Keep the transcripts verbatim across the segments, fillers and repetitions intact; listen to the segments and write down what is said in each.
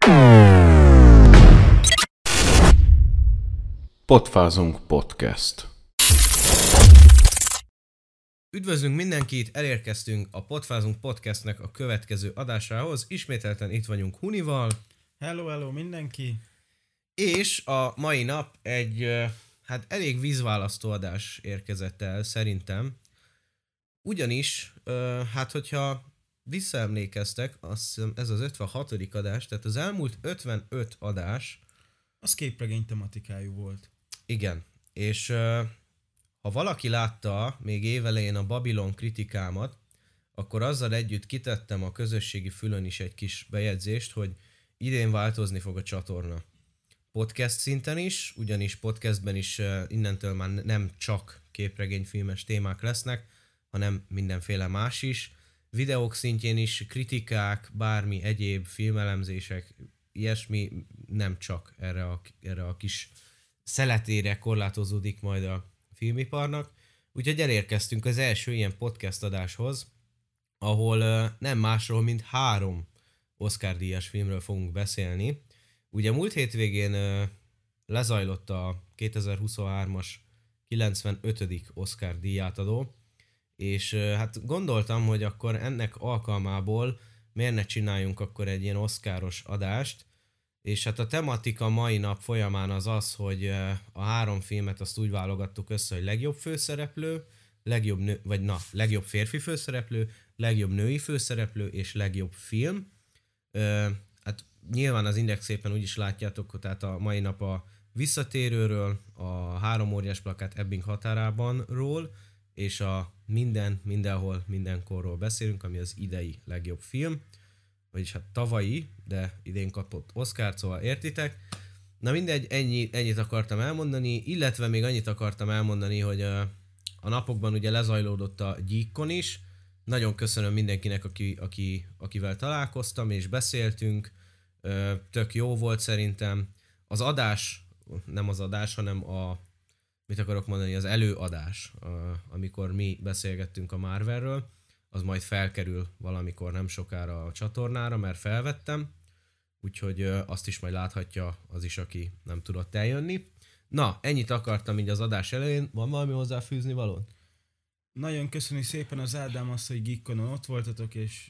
Podfázunk Podcast. Üdvözlünk mindenkit, elérkeztünk a Podfázunk Podcastnek a következő adásához. Ismételten itt vagyunk Hunival. Hello, hello mindenki. És a mai nap egy hát elég vízválasztó adás érkezett el szerintem. Ugyanis, hát hogyha visszaemlékeztek, azt hiszem ez az ötvenhatodik adás, tehát az elmúlt ötvenöt adás. Az képregény tematikájú volt. Igen, és ha valaki látta még évelején a Babylon kritikámat, akkor azzal együtt kitettem a közösségi fülön is egy kis bejegyzést, hogy idén változni fog a csatorna. Podcast szinten is, ugyanis podcastben is innentől már nem csak képregényfilmes témák lesznek, hanem mindenféle más is. Videók szintjén is kritikák, bármi egyéb filmelemzések, ilyesmi nem csak erre a, erre a kis szeletére korlátozódik majd a filmiparnak. Úgyhogy elérkeztünk az első ilyen podcast adáshoz, ahol uh, nem másról, mint három Oscar-díjas filmről fogunk beszélni. Ugye múlt hétvégén uh, lezajlott a kétezer-huszonhármas kilencvenötödik Oscar díjátadó, és uh, hát gondoltam, hogy akkor ennek alkalmából miért ne csináljunk akkor egy ilyen Oscaros adást, és hát a tematika mai nap folyamán az az, hogy a három filmet azt úgy válogattuk össze, hogy legjobb főszereplő, legjobb nő, vagy na, legjobb férfi főszereplő, legjobb női főszereplő és legjobb film. Ö, hát nyilván az Index szépen úgy is látjátok, tehát a mai nap a Visszatérőről, a Három óriás plakát Ebbing határában-ról, és a Minden, mindenhol, mindenkorról beszélünk, ami az idei legjobb film. Vagyis hát tavalyi, de idén kapott Oscart, szóval értitek. Na mindegy, ennyi, ennyit akartam elmondani, illetve még annyit akartam elmondani, hogy a, a napokban ugye lezajlódott a Geekon is. Nagyon köszönöm mindenkinek, aki, aki, akivel találkoztam és beszéltünk. Tök jó volt szerintem. Az adás, nem az adás, hanem a, mit akarok mondani, az előadás, amikor mi beszélgettünk a Marvelről, az majd felkerül valamikor nem sokára a csatornára, mert felvettem, úgyhogy azt is majd láthatja az is, aki nem tudott eljönni. Na, ennyit akartam így az adás elején. Van valami hozzáfűzni való? Nagyon köszönjük szépen az Ádám azt, hogy Geekonon ott voltatok, és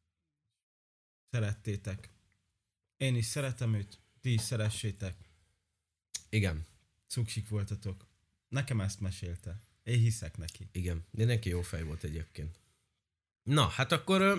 szerettétek. Én is szeretem őt, ti is szeressétek. Igen. Cuksik voltatok. Nekem ezt mesélte. Én hiszek neki. Igen, de neki jó fej volt egyébként. Na, hát akkor ö,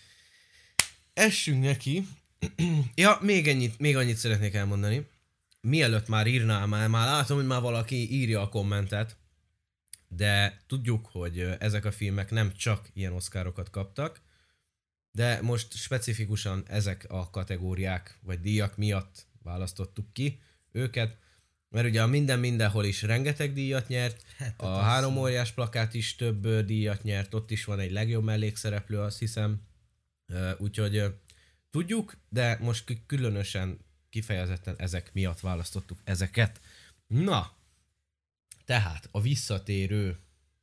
essünk neki. Ja, még, ennyit, még annyit szeretnék elmondani. Mielőtt már írnál, már, már látom, hogy már valaki írja a kommentet, de tudjuk, hogy ezek a filmek nem csak ilyen oszkárokat kaptak, de most specifikusan ezek a kategóriák vagy díjak miatt választottuk ki őket, mert ugye a Minden mindenhol is rengeteg díjat nyert, hát, a Három óriás plakát is több díjat nyert, ott is van egy legjobb mellékszereplő, azt hiszem. Úgyhogy tudjuk, de most különösen kifejezetten ezek miatt választottuk ezeket. Na, tehát a Visszatérő.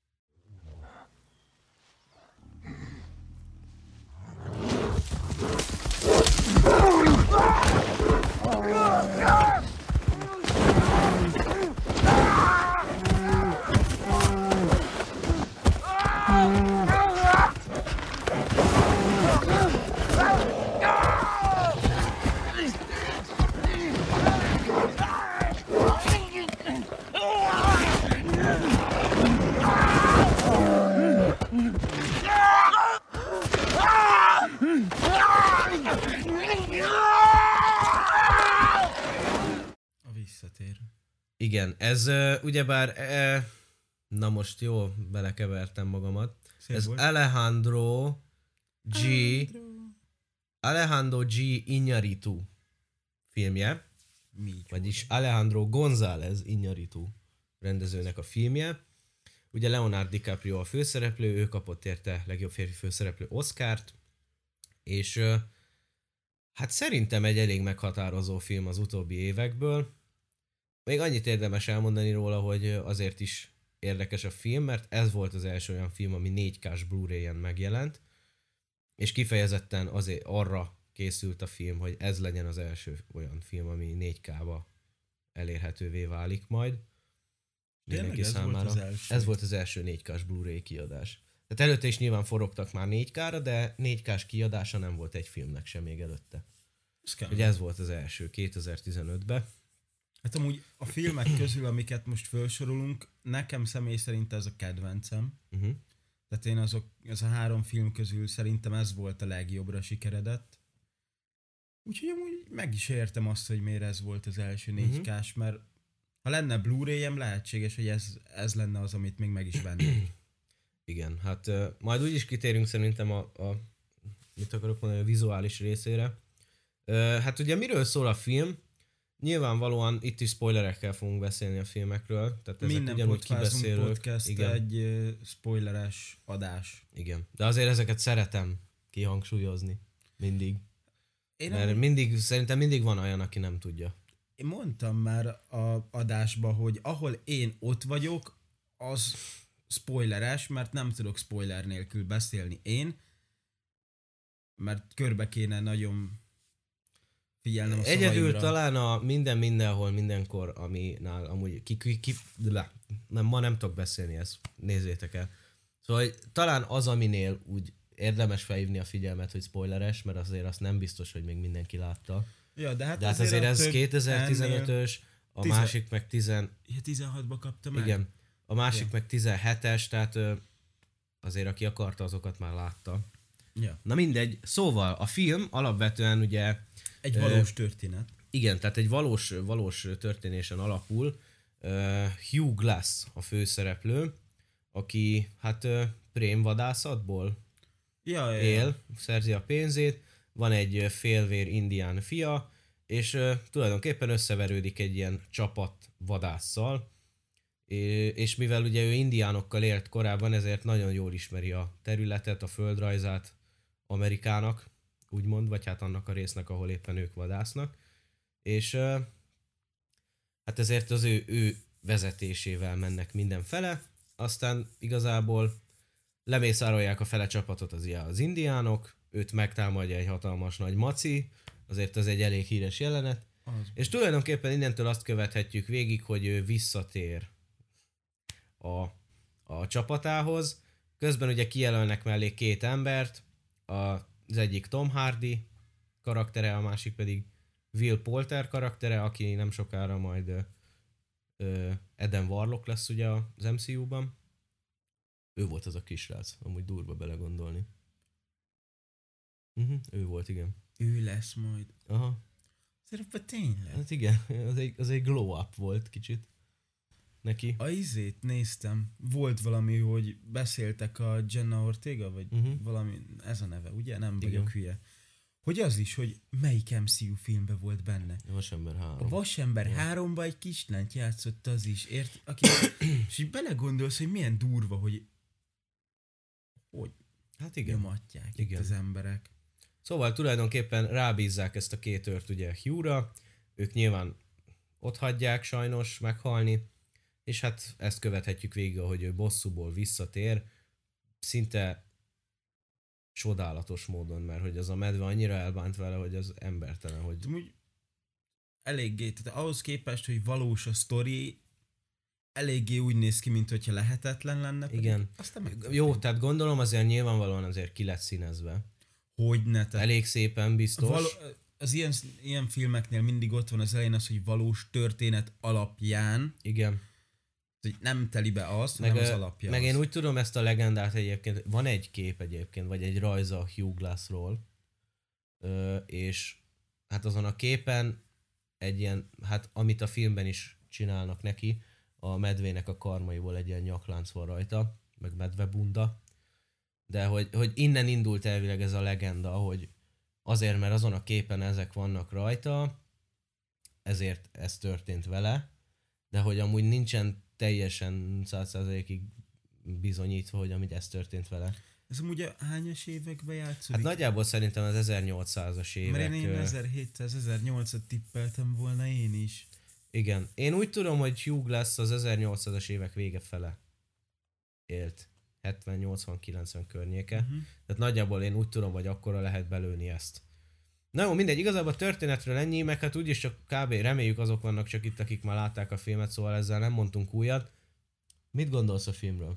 Igen, ez uh, ugyebár, uh, na most jó, belekevertem magamat. Szép ez volt. Alejandro G. Alejandro. Alejandro G. Iñárritu filmje. Mi? Vagyis Alejandro González Iñárritu rendezőnek a filmje. Ugye Leonardo DiCaprio a főszereplő, ő kapott érte legjobb férfi főszereplő Oscart, és uh, hát szerintem egy elég meghatározó film az utóbbi évekből. Még annyit érdemes elmondani róla, hogy azért is érdekes a film, mert ez volt az első olyan film, ami négy kás Blu-ray-en megjelent, és kifejezetten azért arra készült a film, hogy ez legyen az első olyan film, ami négy ká-ba elérhetővé válik majd. Mindenki ez számára. Volt az első. Ez volt az első négy ká-s Blu-ray kiadás. Tehát előtte is nyilván forogtak már négy ká-ra, de négy ká-s kiadása nem volt egy filmnek sem még előtte. Ez Ugye ez volt az első kétezer-tizenötben. Hát amúgy a filmek közül, amiket most felsorolunk, nekem személy szerint ez a kedvencem. Uh-huh. Tehát én azok, ez a három film közül szerintem ez volt a legjobbra sikeredett. Úgyhogy amúgy meg is értem azt, hogy miért ez volt az első négy ká-s, mert ha lenne Blu-ray-em, lehetséges, hogy ez, ez lenne az, amit még meg is vennék. Igen, hát uh, majd úgy is kitérünk szerintem a, a mit akarok mondani, a vizuális részére. Uh, hát ugye miről szól a film? Nyilvánvalóan itt is spoilerekkel fogunk beszélni a filmekről, tehát ezek Minden ugyanúgy Podfázunk kibeszélők. podcast Igen. egy uh, spoileres adás. Igen, de azért ezeket szeretem kihangsúlyozni mindig. Én, Mert amúgy, mindig, szerintem mindig van olyan, aki nem tudja. én mondtam már a adásba, hogy ahol én ott vagyok, az spoileres, mert nem tudok spoiler nélkül beszélni én, mert körbe kéne nagyon figyelnem a Egyedül szavaimra. talán a minden mindenhol mindenkor, aminál amúgy ki, ki, ki le, nem, ma nem tudok beszélni, ezt nézzétek el. Szóval hogy talán az, aminél úgy érdemes felhívni a figyelmet, hogy spoileres, mert azért azt nem biztos, hogy még mindenki látta. Ja, de hát, De hát azért a ez több kétezer-tizenötös, a Tizen- másik meg tizen... Ja, tizenhatba kapta meg? Igen, a másik Ja. meg tizenhetes, tehát ö, azért aki akarta, azokat már látta. Ja. Na mindegy, szóval a film alapvetően ugye... Egy Ö, valós történet. Igen, tehát egy valós, valós történésen alapul. Uh, Hugh Glass a főszereplő, aki hát uh, prémvadászatból Ja, ja, ja. él, szerzi a pénzét, van egy uh, félvér indián fia, és uh, tulajdonképpen összeverődik egy ilyen csapat vadásszal, é- és mivel ugye ő indiánokkal élt korábban, ezért nagyon jól ismeri a területet, a földrajzát Amerikának, úgymond, vagy hát annak a résznek, ahol éppen ők vadásznak. És uh, hát ezért az ő, ő vezetésével mennek mindenfele, aztán igazából lemészárolják a fele csapatot az, az indiánok, őt megtámadja egy hatalmas nagy maci, azért ez egy elég híres jelenet, Az. és tulajdonképpen innentől azt követhetjük végig, hogy ő visszatér a, a csapatához, közben ugye kijelölnek mellé két embert, a az egyik Tom Hardy karaktere, a másik pedig Will Poulter karaktere, aki nem sokára majd ö, ö, Eden Warlock lesz ugye az em cé u-ban. Ő volt az a kisrác, amúgy durva belegondolni. Uh-huh, ő volt, igen. Ő lesz majd. Aha, Szerintem tényleg. hát igen, az egy, az egy glow up volt kicsit neki. A izét néztem. Volt valami, hogy beszéltek a Jenna Ortega, vagy Uh-huh. valami, ez a neve, ugye? Nem Igen. vagyok hülye. Hogy az is, hogy melyik em cé u filmben volt benne. A Vasember A három. Vasember Ja. háromba egy kislányt játszott az is, ért? Aki, és így belegondolsz, hogy milyen durva, hogy hogy Hát igen. nyomatják Igen. itt az emberek. Szóval tulajdonképpen rábízzák ezt a két őrt ugye Hugh-ra, ők nyilván ott hagyják sajnos meghalni, és hát ezt követhetjük végig, ahogy ő bosszúból visszatér, szinte csodálatos módon, mert hogy az a medve annyira elbánt vele, hogy az embertelen, hogy... De úgy eléggé, tehát ahhoz képest, hogy valós a sztori, eléggé úgy néz ki, mint hogyha lehetetlen lenne. pedig Igen. Aztán meg... Jó, tehát gondolom azért nyilvánvalóan azért ki lett színezve. Hogyne, tehát Elég szépen biztos. Való, az ilyen, ilyen filmeknél mindig ott van az elején az, hogy valós történet alapján, Igen. hogy nem teli be az, Meg, hanem az ö, alapja meg az. én úgy tudom ezt a legendát egyébként, van egy kép egyébként, vagy egy rajza Hugh Glassról, ö, és hát azon a képen egy ilyen, hát amit a filmben is csinálnak neki, a medvének a karmaiból egy ilyen nyaklánc van rajta, meg medvebunda, de hogy, hogy innen indult elvileg ez a legenda, hogy azért, mert azon a képen ezek vannak rajta, ezért ez történt vele, de hogy amúgy nincsen teljesen száz százalékig bizonyítva, hogy amit ez történt vele. Ez amúgy a hányas években játszódik? Hát nagyjából szerintem az ezernyolcszázas évek. Mert én, én ö, ezerhétszáz-ezernyolcszat tippeltem volna én is. Igen. Én úgy tudom, hogy Hugh Glass az ezernyolcszázas évek vége fele élt. hetven nyolcvan kilencven környéke. Uh-huh. Tehát nagyjából én úgy tudom, hogy akkora lehet belőni ezt. Na jó, mindegy, igazából a történetről ennyi, meg hát úgyis csak kb. Reméljük azok vannak csak itt, akik már látták a filmet, szóval ezzel nem mondtunk újat. Mit gondolsz a filmről?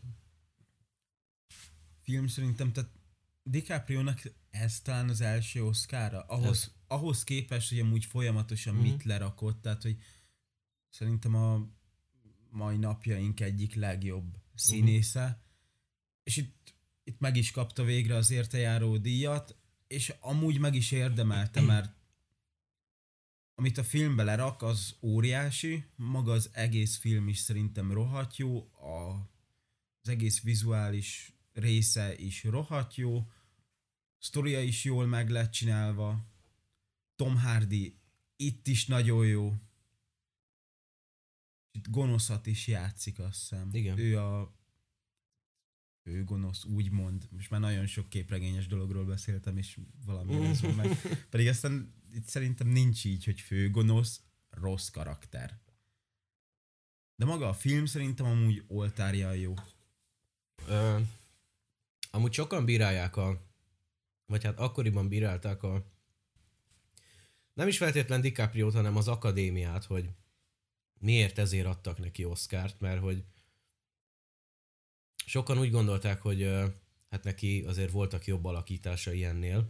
Film szerintem, tehát DiCaprio-nak ez talán az első Oscara, ahhoz, ahhoz képest, hogy amúgy folyamatosan Mhm. mit lerakott, tehát hogy szerintem a mai napjaink egyik legjobb színésze, és itt, itt meg is kapta végre az érte járó díjat, és amúgy meg is érdemelte, mert amit a filmbe lerak, az óriási, maga az egész film is szerintem rohadt jó, a, az egész vizuális része is rohadt jó, sztoria is jól meg lett csinálva, Tom Hardy itt is nagyon jó, itt gonoszat is játszik, azt hiszem. Igen. Ő a ő gonosz, úgymond. Most már nagyon sok képregényes dologról beszéltem, és valami ez van meg. Pedig aztán itt szerintem nincs így, hogy fő gonosz, rossz karakter. De maga a film szerintem amúgy oltárja jó. Ö, amúgy sokan bírálják a, vagy hát akkoriban bírálták a, nem is feltétlen DiCaprio-t, hanem az akadémiát, hogy miért ezért adtak neki Oscart, mert hogy sokan úgy gondolták, hogy ö, hát neki azért voltak jobb alakításai ennél,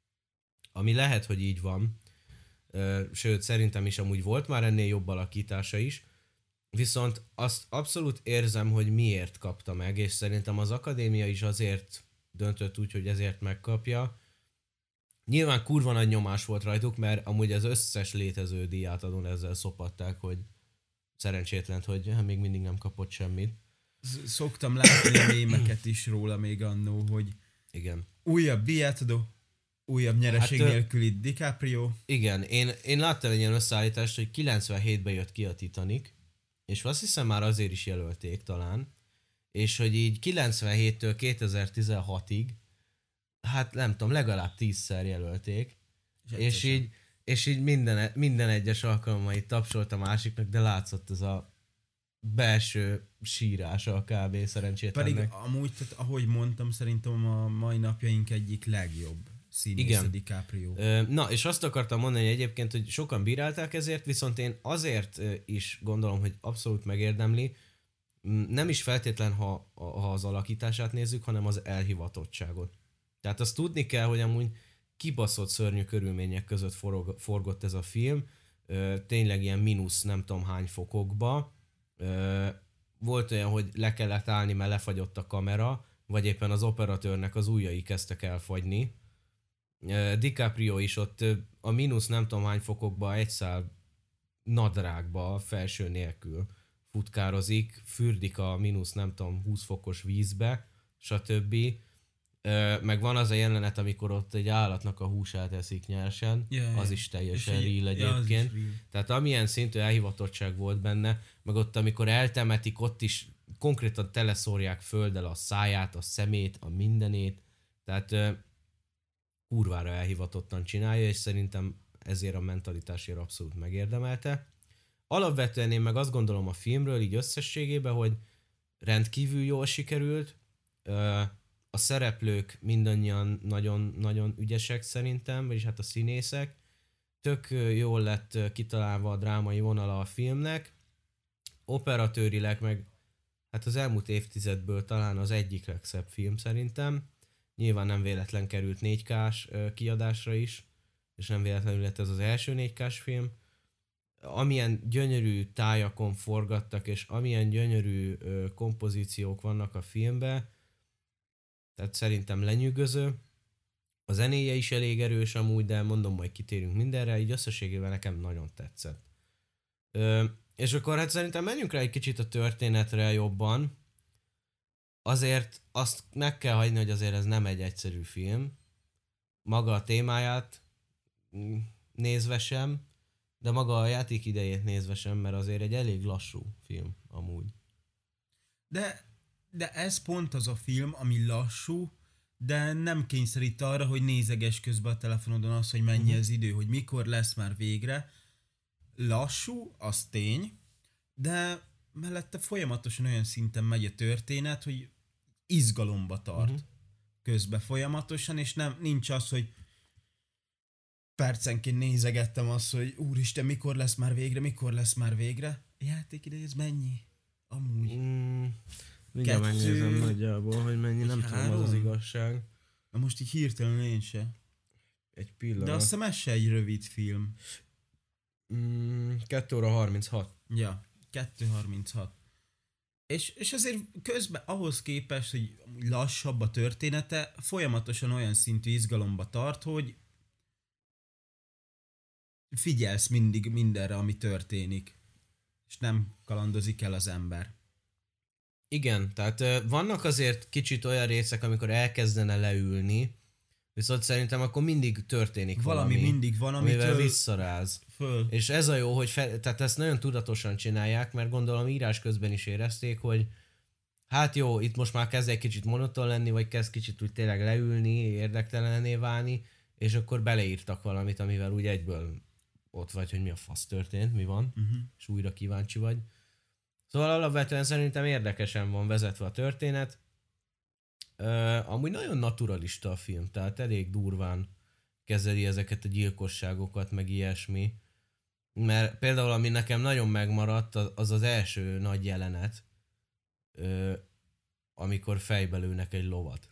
ami lehet, hogy így van, ö, sőt szerintem is amúgy volt már ennél jobb alakítása is, viszont azt abszolút érzem, hogy miért kapta meg, és szerintem az akadémia is azért döntött úgy, hogy ezért megkapja. Nyilván kurva nagy nyomás volt rajtuk, mert amúgy az összes létező díjátadón ezzel szopatták, hogy szerencsétlent, hogy hát még mindig nem kapott semmit. Z- Szoktam látni a mémeket is róla még annó, hogy Igen. újabb díjátadó, újabb nyereség Hát, ö- nélküli DiCaprio. Igen, én, én láttam egy ilyen összeállítást, hogy kilencvenhétben jött ki a Titanic, és azt hiszem már azért is jelölték talán, és hogy így kilencvenhéttől kétezer-tizenhatig, hát nem tudom, legalább tízszer jelölték, és, és így, és így minden, minden egyes alkalommal így tapsolt a másiknak, de látszott ez a belső sírása a kb. Szerencsétlennek. Pedig amúgy, tehát, ahogy mondtam, szerintem a mai napjaink egyik legjobb színésze Igen. DiCaprio. Ö, Na, és azt akartam mondani egyébként, hogy sokan bírálták ezért, viszont én azért ö, is gondolom, hogy abszolút megérdemli, M, nem is feltétlen, ha, ha az alakítását nézzük, hanem az elhivatottságot. Tehát azt tudni kell, hogy amúgy kibaszott szörnyű körülmények között forog, forgott ez a film, ö, tényleg ilyen mínusz nem tudom hány fokokba. Ö, volt olyan, hogy le kellett állni, mert lefagyott a kamera, vagy éppen az operatőrnek az ujjai kezdtek elfagyni. Uh, DiCaprio is ott uh, a mínusz nem tudom hány fokokba egy szál nadrágba felső nélkül futkározik, fürdik a mínusz nem tudom húsz fokos vízbe, stb. Uh, meg van az a jelenet, amikor ott egy állatnak a húsát eszik nyersen, Ja, az ja. is teljesen És real egy- ja, az is egyébként. real. Tehát amilyen szintű elhivatottság volt benne, meg ott amikor eltemetik, ott is konkrétan teleszórják földdel a száját, a szemét, a mindenét. Tehát uh, kurvára elhivatottan csinálja, és szerintem ezért a mentalitásért abszolút megérdemelte. Alapvetően én meg azt gondolom a filmről így összességében, hogy rendkívül jól sikerült. Ö, A szereplők mindannyian nagyon-nagyon ügyesek szerintem, vagyis hát a színészek. Tök ö, jól lett ö, kitalálva a drámai vonala a filmnek. Operatőrileg meg hát az elmúlt évtizedből talán az egyik legszebb film szerintem. Nyilván nem véletlen került négy ká-s ö, kiadásra is, és nem véletlenül lett ez az első négy ká-s film. Amilyen gyönyörű tájakon forgattak, és amilyen gyönyörű ö, kompozíciók vannak a filmben, tehát szerintem lenyűgöző. A zenéje is elég erős amúgy, de mondom, majd kitérünk mindenre, így összességében nekem nagyon tetszett. Ö, és akkor hát szerintem menjünk rá egy kicsit a történetre jobban. Azért azt meg kell hagyni, hogy azért ez nem egy egyszerű film. Maga a témáját mm, nézve sem, de maga a játék idejét nézve sem, mert azért egy elég lassú film amúgy. De, de ez pont az a film, ami lassú, de nem kényszerít arra, hogy nézeges közben a telefonodon az, hogy mennyi Uh-huh. az idő, hogy mikor lesz már végre. Lassú, az tény, de mellette folyamatosan olyan szinten megy a történet, hogy izgalomba tart Uh-huh. közbe folyamatosan, és nem, nincs az, hogy percenként nézegettem azt, hogy úristen, mikor lesz már végre, mikor lesz már végre. Játékidő, ez mennyi? Amúgy. Mm, mindjárt Kettő, megnézem nagyjából, hogy mennyi, nem tudom, az az három? igazság. Na most így hirtelen én se. Egy pillanat. De azt hiszem ez se egy rövid film. Mm, kettő óra harminchat. Ja, kettő harminchat. És, és azért közben ahhoz képest, hogy lassabb a története, folyamatosan olyan szintű izgalomba tart, hogy figyelsz mindig mindenre, ami történik. És nem kalandozik el az ember. Igen, tehát ö, vannak azért kicsit olyan részek, amikor elkezdene leülni, viszont szerintem akkor mindig történik valami, Valami mindig van, amivel amitől visszaráz. föl. És ez a jó, hogy fe, tehát ezt nagyon tudatosan csinálják, mert gondolom írás közben is érezték, hogy hát jó, itt most már kezd egy kicsit monoton lenni, vagy kezd kicsit úgy tényleg leülni, érdektelenné válni, és akkor beleírtak valamit, amivel úgy egyből ott vagy, hogy mi a fasz történt, mi van, Uh-huh. és újra kíváncsi vagy. Szóval alapvetően szerintem érdekesen van vezetve a történet. Uh, amúgy nagyon naturalista a film, tehát elég durván kezeli ezeket a gyilkosságokat, meg ilyesmi. Mert például, ami nekem nagyon megmaradt, az az, az első nagy jelenet, uh, amikor fejbe lőnek egy lovat.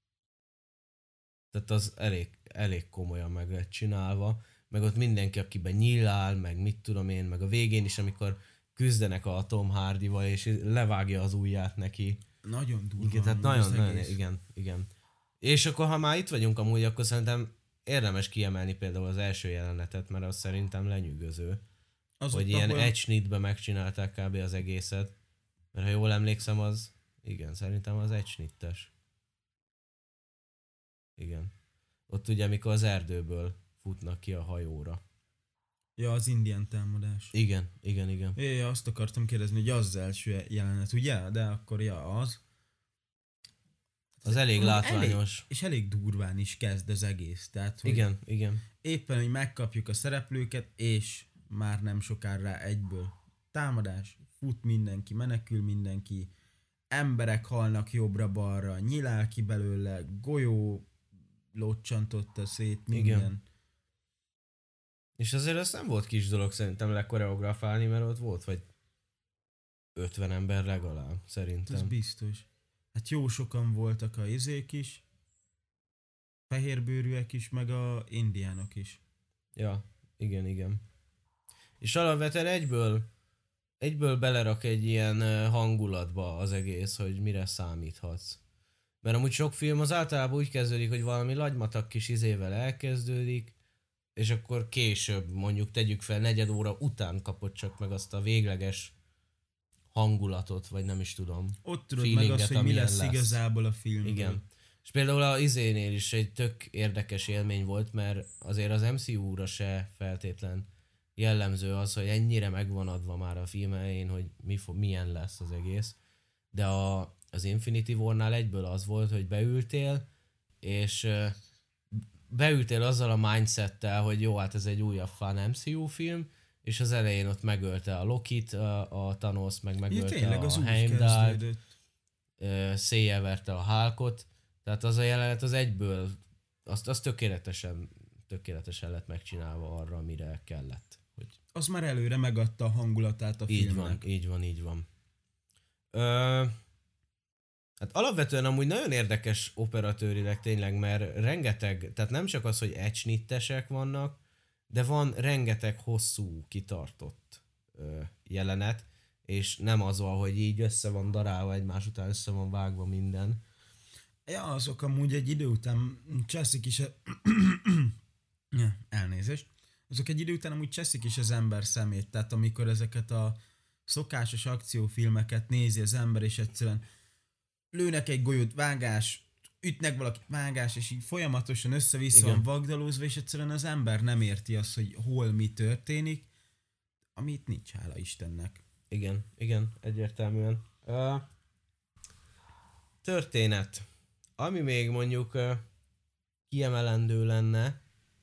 Tehát az elég, elég komolyan meg lett csinálva, meg ott mindenki, akiben nyílál, meg mit tudom én, meg a végén is, amikor küzdenek a Tom Hardyval, és levágja az ujját neki. Nagyon durva. Igen, tehát amúgy nagyon, az nagyon, egész. igen, igen. És akkor, ha már itt vagyunk amúgy, akkor szerintem érdemes kiemelni például az első jelenetet, mert az szerintem lenyűgöző. Az hogy ott, ilyen ahol- egy snitbe megcsinálták kb. Az egészet. Mert ha jól emlékszem, az, igen, szerintem az egy snittes. Igen. Ott ugye, amikor az erdőből futnak ki a hajóra. Ja, az indián támadás. Igen, igen, igen. Ja, ja, azt akartam kérdezni, hogy az az első jelenet, ugye? De akkor ja, az. Az elég Elég- látványos. És elég durván is kezd az egész. Tehát, hogy Igen, igen. éppen, hogy megkapjuk a szereplőket, és már nem sokára egyből támadás, fut mindenki, menekül mindenki, emberek halnak jobbra-balra, nyilál ki belőle, golyó locsantotta szét, minden. Igen. És azért az nem volt kis dolog szerintem lekoreografálni, mert ott volt vagy ötven ember legalább, Ez szerintem. biztos. Hát jó sokan voltak a izék is, fehérbőrűek is, meg a indiánok is. Ja, igen, igen. És alapvetően egyből, egyből belerak egy ilyen ö, hangulatba az egész, hogy mire számíthatsz. Mert amúgy sok film az általában úgy kezdődik, hogy valami lagymatak kis izével elkezdődik, és akkor később, mondjuk tegyük fel, negyed óra után kapod csak meg azt a végleges hangulatot, vagy nem is tudom. Ott tudod meg Feelinget, azt, hogy mi amilyen lesz, lesz. igazából a filmből. Igen. És például a izénél is egy tök érdekes élmény volt, mert azért az em cé u-ra se feltétlen jellemző az, hogy ennyire megvan adva már a film elején, hogy mi fog, milyen lesz az egész. De a, az Infinity War-nál egyből az volt, hogy beültél, és ö, beültél azzal a mindsettel, hogy jó, hát ez egy újabb fan em cé u film, és az elején ott megölte a Lokit, a, a Thanos, meg Ja, megölte tényleg az a úgy Heimdallt, kezdődött. ö, széjjel verte a Hulkot, tehát az a jelenet az egyből, azt, az tökéletesen, tökéletesen lett megcsinálva arra, amire kellett. Hogy Az már előre megadta a hangulatát a így filmnek. van, így van, így van. Ö, hát alapvetően amúgy nagyon érdekes operatőrileg tényleg, mert rengeteg, tehát nem csak az, hogy egysnittesek vannak, de van rengeteg hosszú, kitartott ö, jelenet, és nem az van, hogy így össze van darálva, egymás után össze van vágva minden. Ja, azok amúgy egy idő után cseszik is a... ja, elnézést. Azok egy idő után amúgy cseszik is az ember szemét. Tehát amikor ezeket a szokásos akciófilmeket nézi az ember, és egyszerűen lőnek egy golyót, vágás, ütnek valaki, vágás, és így folyamatosan össze-vissza Igen. van vagdalózva, és egyszerűen az ember nem érti azt, hogy hol mi történik, amit nincs, hála Istennek. Igen, igen, egyértelműen. Ö, történet. Ami még mondjuk ö, kiemelendő lenne.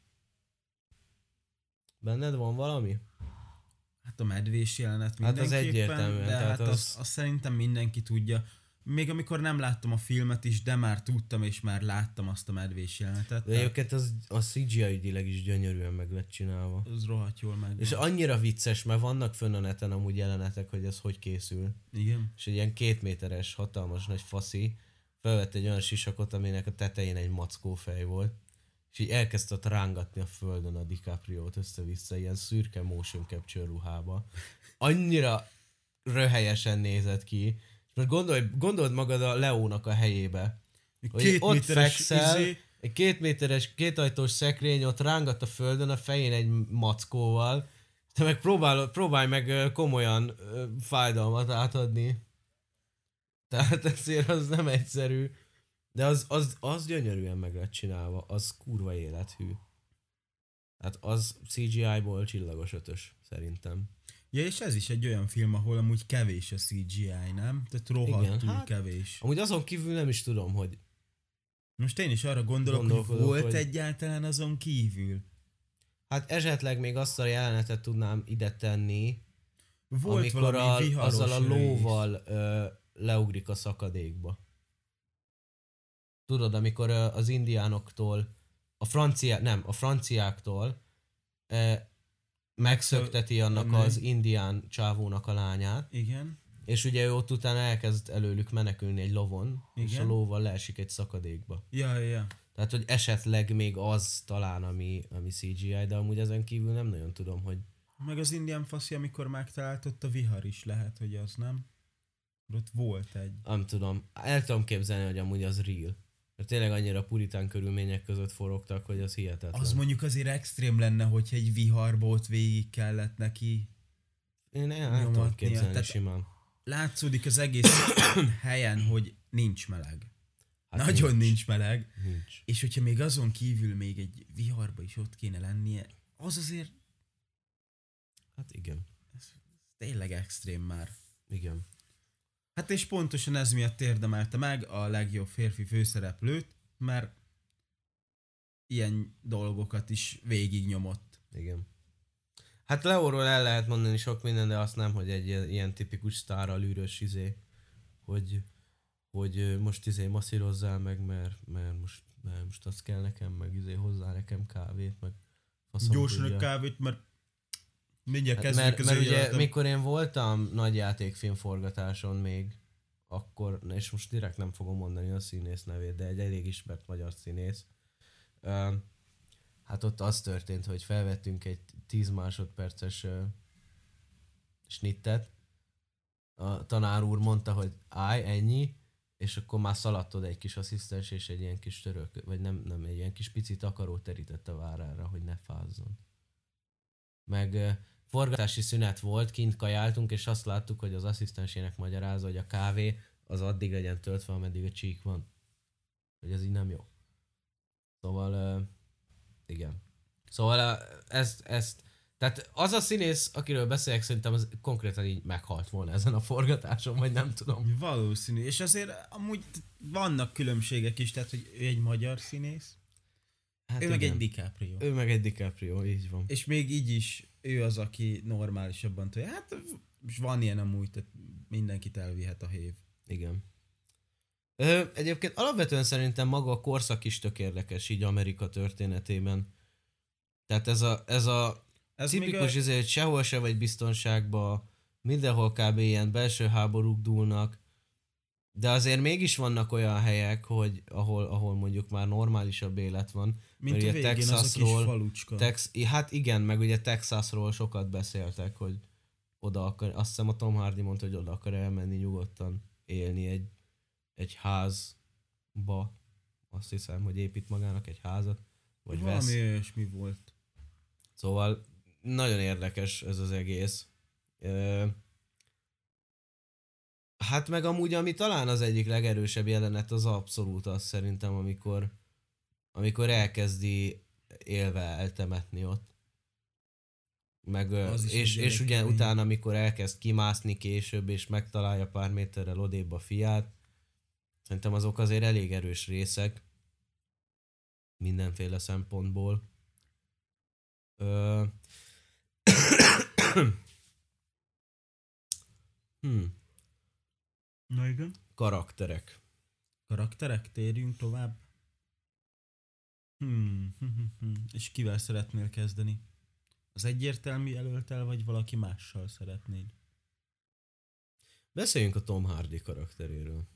Benned van valami? Hát a medvés jelenet Hát az mindenképpen, egyértelműen, de tehát hát az- azt az szerintem mindenki tudja. Még amikor nem láttam a filmet is, de már tudtam, és már láttam azt a medvés jelenetet. De egyébként az, a cé gé í ügyileg is gyönyörűen meg lett csinálva. Az rohadt jól megvan. És annyira vicces, mert vannak fönn a neten amúgy jelenetek, hogy ez hogy készül. Igen. És egy ilyen két méteres, hatalmas nagy faszi felvett egy olyan sisakot, aminek a tetején egy mackó fej volt. És így elkezdte ott rángatni a földön a DiCaprio-t össze-vissza, ilyen szürke motion capture ruhába. Annyira röhelyesen nézett ki. Most gondolj, gondold magad a Leónak a helyébe. Hogy Két ott méteres fekszel, izé, egy két méteres, kétajtós szekrény, ott rángat a földön a fején egy mackóval. Te meg próbál, próbálj meg ö, komolyan ö, fájdalmat átadni. Tehát ezért az nem egyszerű. De az, az, az gyönyörűen meg lett csinálva, az kurva élethű. Tehát az cé gé í-ból csillagos ötös, szerintem. Ja, és ez is egy olyan film, ahol amúgy kevés a cé gé í, nem? Tehát rohadtul hát, kevés. Amúgy azon kívül nem is tudom, hogy... Most én is arra gondolok, hogy volt hogy... egyáltalán azon kívül. Hát esetleg még azt a jelenetet tudnám ide tenni, volt amikor a, azzal a rész. lóval ö, leugrik a szakadékba. Tudod, amikor ö, az indiánoktól, a francia, nem, a franciáktól ö, megszökteti annak ne. az indián csávónak a lányát, Igen. és ugye ő ott utána elkezd előlük menekülni egy lovon, Igen. és a lóval leesik egy szakadékba. Ja, ja. Tehát, hogy esetleg még az talán, ami, ami cé gé í, de amúgy ezen kívül nem nagyon tudom, hogy... Meg az indián faszi, amikor megtalált, ott a vihar is lehet, hogy az nem? Ott volt egy. Nem tudom. El tudom képzelni, hogy amúgy az real. Mert tényleg annyira puritán körülmények között forogtak, hogy az hihetetlen. Az mondjuk azért extrém lenne, hogyha egy viharba ott végig kellett neki. Én el, el tudom képzelni Tehát simán. látszódik az egész helyen, hogy nincs meleg. Hát Nagyon nincs. nincs. nincs meleg. Nincs. És hogyha még azon kívül még egy viharba is ott kéne lennie, az azért Hát igen. tényleg extrém már. Igen. Hát és pontosan ez miatt érdemelte meg a legjobb férfi főszereplőt, mert ilyen dolgokat is végignyomott. Igen. Hát Leóról el lehet mondani sok minden, de azt nem, hogy egy ilyen tipikus sztárral űrös izé, hogy, hogy most izé masszírozzál meg, mert, mert, most, mert most az kell nekem, meg izé hozzá nekem kávét, meg faszom Gyorsan tudja. egy kávét, mert mindjárt Hát kezdjük mert, az mert ugye ügyeletem. mikor én voltam nagy játékfilm forgatáson még, akkor, és most direkt nem fogom mondani a színész nevét, de egy elég ismert magyar színész. Uh, hát ott az történt, hogy felvettünk egy tíz másodperces uh, snittet. A tanár úr mondta, hogy állj, ennyi, és akkor már szaladt oda egy kis asszisztens és egy ilyen kis török, vagy nem, nem egy ilyen kis pici takarót terített a várára, hogy ne fázzon. Meg uh, forgatási szünet volt, kint kajáltunk, és azt láttuk, hogy az asszisztensének magyarázza, hogy a kávé az addig legyen töltve, ameddig a csík van. Hogy ez így nem jó. Szóval, uh, igen. Szóval uh, ezt, ezt, tehát az a színész, akiről beszélek, szerintem az konkrétan így meghalt volna ezen a forgatáson, vagy nem tudom. Valószínű, és azért amúgy vannak különbségek is, tehát hogy ő egy magyar színész, Hát ő igen. meg egy DiCaprio. Ő meg egy DiCaprio, így van. És még így is ő az, aki normálisabban tudja. Hát és van ilyen amúgy, tehát mindenkit elvihet a hév. Igen. Ö, egyébként alapvetően szerintem maga a korszak is tök érdekes így Amerika történetében. Tehát ez a, ez a Ez tipikus a... izé, hogy sehol se vagy biztonságban, mindenhol kb. Ilyen belső háborúk dúlnak, de azért mégis vannak olyan helyek, hogy ahol, ahol mondjuk már normálisabb élet van. Mint a ugye végén az a kis Texasról, falucska. Tex, hát igen, meg ugye Texasról sokat beszéltek, hogy oda akar, azt hiszem a Tom Hardy mondta, hogy oda akar elmenni nyugodtan élni egy, egy házba. Azt hiszem, hogy épít magának egy házat, vagy Valami vesz. olyasmi volt. Szóval nagyon érdekes ez az egész. Ö, hát meg amúgy, ami talán az egyik legerősebb jelenet, az abszolút az szerintem, amikor, amikor elkezdi élve eltemetni ott. Meg, Az is és, egy és ugye kemény. utána, amikor elkezd kimászni később, és megtalálja pár méterrel odébb a fiát, szerintem azok azért elég erős részek. Mindenféle szempontból. Ö... hmm. Na igen. karakterek. Karakterek? Térjünk tovább. Hmm. hm, hm, hm. És kivel szeretnél kezdeni? Az egyértelmű jelöltel, vagy valaki mással szeretnéd? Beszéljünk a Tom Hardy karakteréről.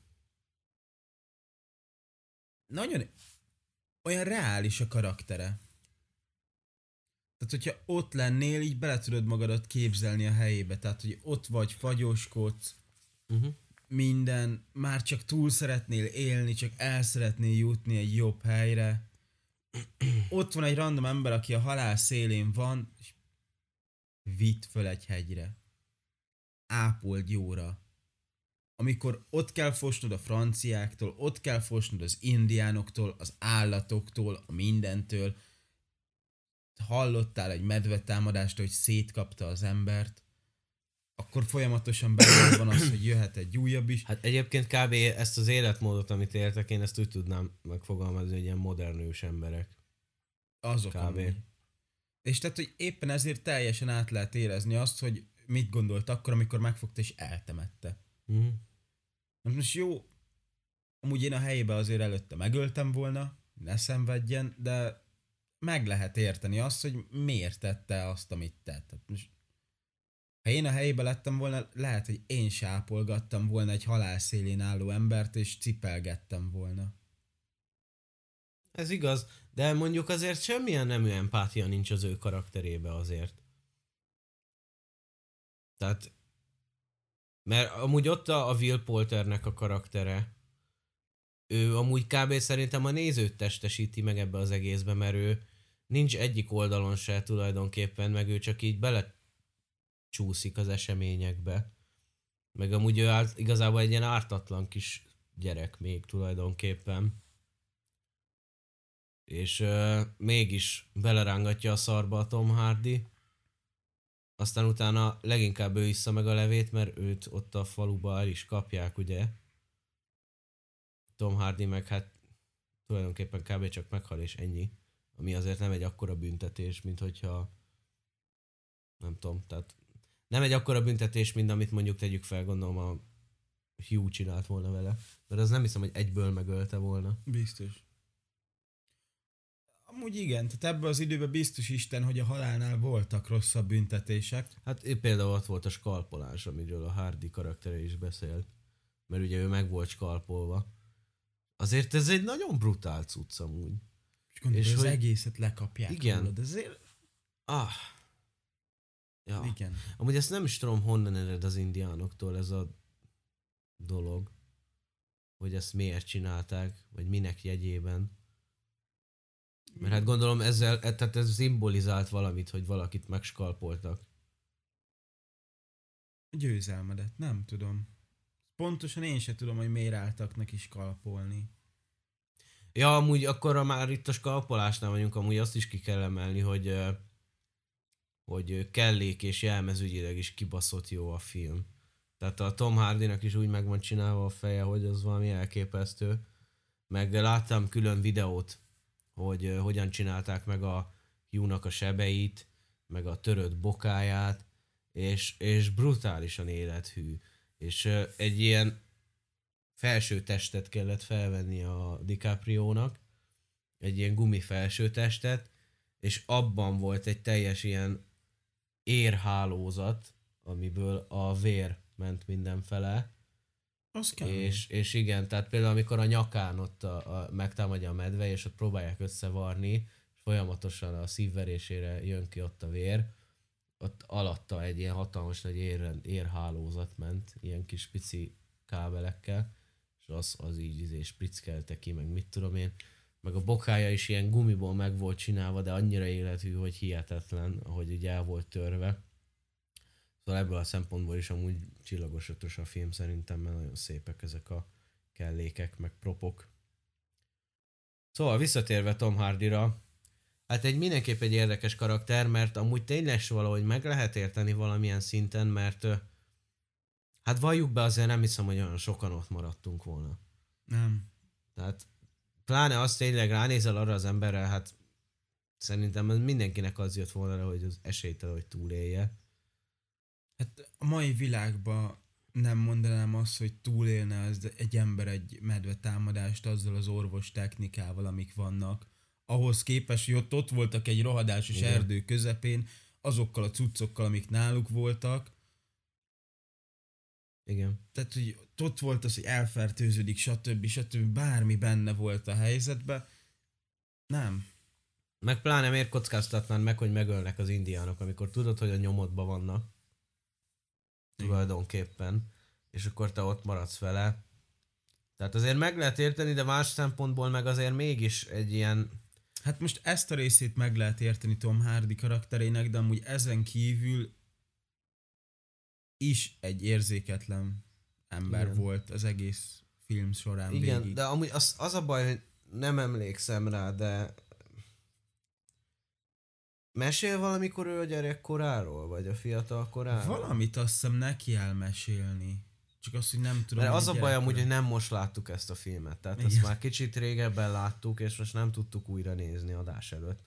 Nagyon olyan reális a karaktere. Tehát, hogyha ott lennél, így bele tudod magadat képzelni a helyébe. Tehát, hogy ott vagy, fagyoskodsz, Uh-huh. minden, már csak túl szeretnél élni, csak el szeretnél jutni egy jobb helyre. Ott van egy random ember, aki a halál szélén van, és vitt föl egy hegyre. Ápold jóra. Amikor ott kell fosnod a franciáktól, ott kell fosnod az indiánoktól, az állatoktól, a mindentől. Hallottál egy medvetámadást, hogy szétkapta az embert, akkor folyamatosan benne van az, hogy jöhet egy újabb is. Hát egyébként kb. Ezt az életmódot, amit éltek, én ezt úgy tudnám megfogalmazni, hogy ilyen modern ős emberek. Azok Kb. amúgy. És tehát, hogy éppen ezért teljesen át lehet érezni azt, hogy mit gondolt akkor, amikor megfogta és eltemette. Uh-huh. Most jó, amúgy én a helyébe azért előtte megöltem volna, ne szenvedjen, de meg lehet érteni azt, hogy miért tette azt, amit tett. Tehát most, ha én a helyébe lettem volna, lehet, hogy én se ápolgattam volna egy halálszélén álló embert, és cipelgettem volna. Ez igaz, de mondjuk azért semmilyen nemű empátia nincs az ő karakterébe azért. Tehát, mert amúgy ott a, a Will Poulternek a karaktere, ő amúgy kb. Szerintem a nézőt testesíti meg ebbe az egészbe, mert ő nincs egyik oldalon se tulajdonképpen, meg ő csak így bele csúszik az eseményekbe. Meg amúgy ő áll, igazából egy ilyen ártatlan kis gyerek még tulajdonképpen. És euh, mégis belerángatja a szarba a Tom Hardy. Aztán utána leginkább ő issza meg a levét, mert őt ott a faluba el is kapják, ugye. Tom Hardy meg hát tulajdonképpen kb. Csak meghal és ennyi. Ami azért nem egy akkora büntetés, mint hogyha nem tudom, tehát nem egy akkora büntetés, mint amit mondjuk tegyük fel, gondolom a Hugh csinált volna vele. Mert az nem hiszem, hogy egyből megölte volna. Biztos. Amúgy igen, tehát ebben az időben biztos Isten, hogy a halálnál voltak rosszabb büntetések. Hát ő például ott volt a skalpolás, amiről a Hardy karaktere is beszélt. Mert ugye ő meg volt skalpolva. Azért ez egy nagyon brutál cucc amúgy. És gondolod, És az hogy- egészet lekapják. Igen. Rólad, ezért... Ah. Ja. Igen. Amúgy ezt nem is tudom, honnan ered az indiánoktól ez a dolog. Hogy ezt miért csinálták, vagy minek jegyében. Mert hát gondolom ezzel, tehát ez szimbolizált valamit, hogy valakit megskalpoltak. Győzelmedet, nem tudom. Pontosan én se tudom, hogy miért álltak neki skalpolni. Ja, amúgy akkor ha már itt a skalpolásnál vagyunk, amúgy azt is ki kell emelni, hogy ö, hogy ö, kellék és jelmezügyileg is kibaszott jó a film. Tehát a Tom Hardynak is úgy meg van csinálva a feje, hogy az valami elképesztő. Meg láttam külön videót, hogy ö, hogyan csinálták meg a Hugh-nak a sebeit, meg a törött bokáját, és, és brutálisan élethű. És ö, egy ilyen felső testet kellett felvenni a DiCaprio-nak, egy ilyen gumi felső testet, és abban volt egy teljes ilyen érhálózat, amiből a vér ment mindenfele. Az kell. És, és igen, tehát például amikor a nyakán ott a, a, megtámadja a medve, és ott próbálják összevarni, és folyamatosan a szívverésére jön ki ott a vér, ott alatta egy ilyen hatalmas nagy ér, érhálózat ment, ilyen kis pici kábelekkel, és az, az így izé sprickelte ki, meg mit tudom én. Meg a bokája is ilyen gumiból meg volt csinálva, de annyira élethű, hogy hihetetlen, ahogy így el volt törve. Szóval ebből a szempontból is amúgy csillagos ötös a film szerintem, mert nagyon szépek ezek a kellékek, meg propok. Szóval visszatérve Tom Hardyra, hát egy mindenképp egy érdekes karakter, mert amúgy tényleg valahogy meg lehet érteni valamilyen szinten, mert hát valljuk be, azért nem hiszem, hogy olyan sokan ott maradtunk volna. Nem. Tehát pláne azt tényleg ránézel arra az emberre, hát szerintem ez mindenkinek az jött volna, hogy az esélytelen, hogy túlélje. Hát a mai világban nem mondanám azt, hogy túlélne az egy ember egy medve támadást azzal az orvos technikával, amik vannak. Ahhoz képest, hogy ott, ott voltak egy rohadásos Igen. erdő közepén, azokkal a cuccokkal, amik náluk voltak. Igen. Tehát, hogy ott volt az, hogy elfertőződik, stb. stb. Bármi benne volt a helyzetben. Nem. Meg pláne miért kockáztatnád meg, hogy megölnek az indiánok, amikor tudod, hogy a nyomodban vannak. Tulajdonképpen. És akkor te ott maradsz vele. Tehát azért meg lehet érteni, de más szempontból meg azért mégis egy ilyen... Hát most ezt a részét meg lehet érteni Tom Hardy karakterének, de amúgy ezen kívül is egy érzéketlen ember Igen. volt az egész film során Igen, végig. de amúgy az, az a baj, hogy nem emlékszem rá, de... Mesél valamikor ő a gyerekkoráról, vagy a fiatal koráról? Valamit azt hiszem neki elmesélni. Csak azt, hogy nem tudom. Mert hogy az a baj gyerekkora- amúgy, hogy nem most láttuk ezt a filmet. Tehát Igen. ezt már kicsit régebben láttuk, és most nem tudtuk újra nézni adás előtt.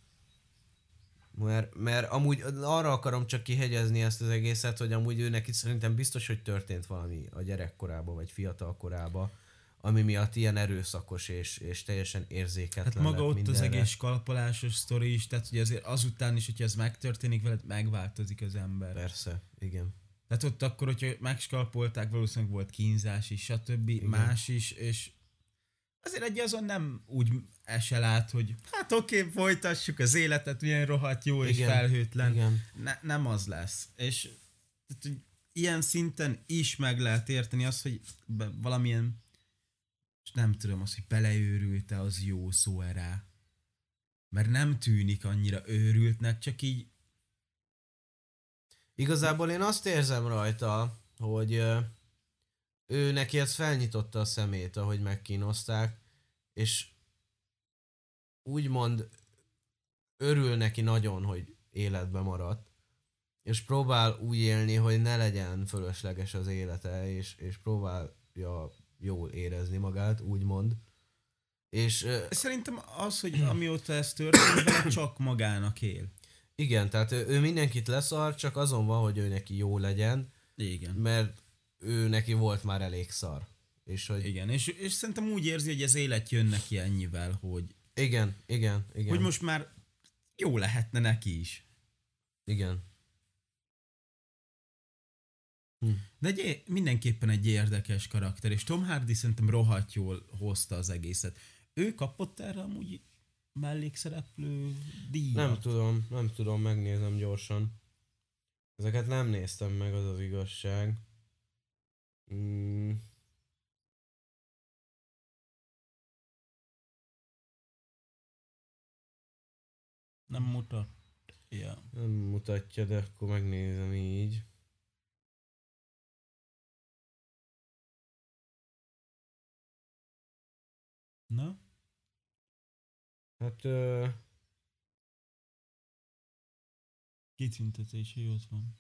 Mert, mert amúgy arra akarom csak kihegyezni ezt az egészet, hogy amúgy ő neki szerintem biztos, hogy történt valami a gyerekkorában, vagy fiatal korában, ami miatt ilyen erőszakos és, és teljesen érzéketlen Hát maga lett ott mindenre. az egész kalpolásos sztori is, tehát hogy azért azután is, hogyha ez megtörténik veled, megváltozik az ember. Persze, igen. Tehát ott akkor, hogyha megskalpolták, valószínűleg volt kínzás is, stb. Igen. Más is, és azért egy azon nem úgy esel át, hogy hát oké, okay, folytassuk az életet, milyen rohadt jó és Igen. felhőtlen. Igen. Ne, nem az lesz. És tehát, hogy ilyen szinten is meg lehet érteni azt, hogy be, valamilyen, és nem tudom, az, hogy beleőrült-e, az jó szó rá. Mert nem tűnik annyira őrültnek, csak így Igazából én azt érzem rajta, hogy ö, ő neki ez felnyitotta a szemét, ahogy megkínozták, és úgymond örül neki nagyon, hogy életben maradt, és próbál úgy élni, hogy ne legyen fölösleges az élete, és, és próbálja jól érezni magát, úgymond. És ö, szerintem az, hogy amióta ez történt, vele csak magának él. igen, tehát ő, ő mindenkit leszar, csak azon van, hogy ő neki jó legyen, Igen. mert ő neki volt már elég szar. És hogy Igen, és, és szerintem úgy érzi, hogy az élet jön neki ennyivel, hogy, igen, igen, igen. hogy most már jó lehetne neki is. Igen. Hm. De egy, é- mindenképpen egy érdekes karakter, és Tom Hardy szerintem rohadt jól hozta az egészet. Ő kapott erre amúgy mellékszereplő díjat? Nem tudom, nem tudom, megnézem gyorsan. Ezeket nem néztem meg, az az igazság. Mm. Nem mutat. Ja. Nem mutatja, de akkor megnézem így. Na? Hát... Ö... Kitüntetése ott van.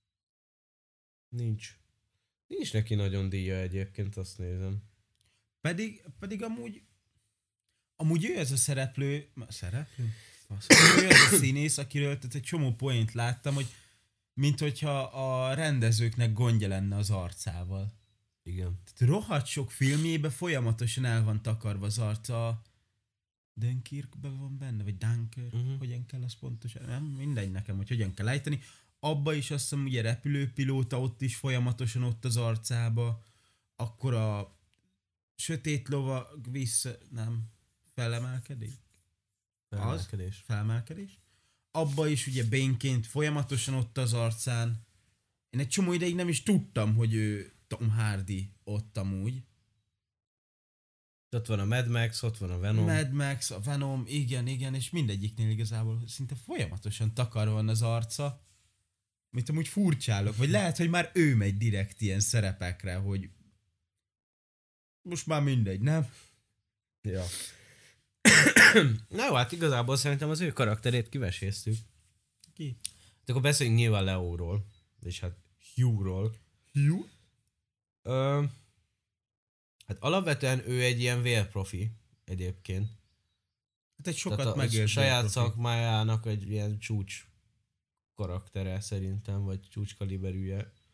Nincs. Nincs neki nagyon díja egyébként, azt nézem. Pedig, pedig amúgy amúgy ő ez a szereplő, szereplő? Fasz. Ő ez a színész, akiről tehát egy csomó poént láttam, hogy mint hogyha a rendezőknek gondja lenne az arcával. Igen. Tehát rohadt sok filmjében folyamatosan el van takarva az arca. Dunkirkben van benne, vagy Dunker, Mhm. uh-huh. hogyan kell az pontosan, nem mindegy nekem, hogy hogyan kell ejteni. Abba is azt hiszem, ugye repülőpilóta ott is folyamatosan ott az arcába, akkor a sötét lovag vissza, nem, felemelkedik? Felemelkedés. Felmelkedés. Abba is ugye Bane-ként folyamatosan ott az arcán. Én egy csomó ideig nem is tudtam, hogy ő Tom Hardy ott amúgy. Ott van a Mad Max, ott van a Venom. Mad Max, a Venom, igen, igen, és mindegyiknél igazából szinte folyamatosan takarva van az arca. Mint amúgy furcsálok, vagy lehet, hogy már ő megy direkt ilyen szerepekre, hogy most már mindegy, nem? Ja. Na jó, hát igazából szerintem az ő karakterét kiveséztük. Ki? Hát akkor beszéljünk nyilván Leóról, és hát Hugh-ról. Hugh? Ö, hát alapvetően ő egy ilyen vérprofi egyébként. Hát egy Tehát sokat a megélt saját vérprofi. szakmájának egy ilyen csúcs karaktere szerintem, vagy csúcs kaliberűje.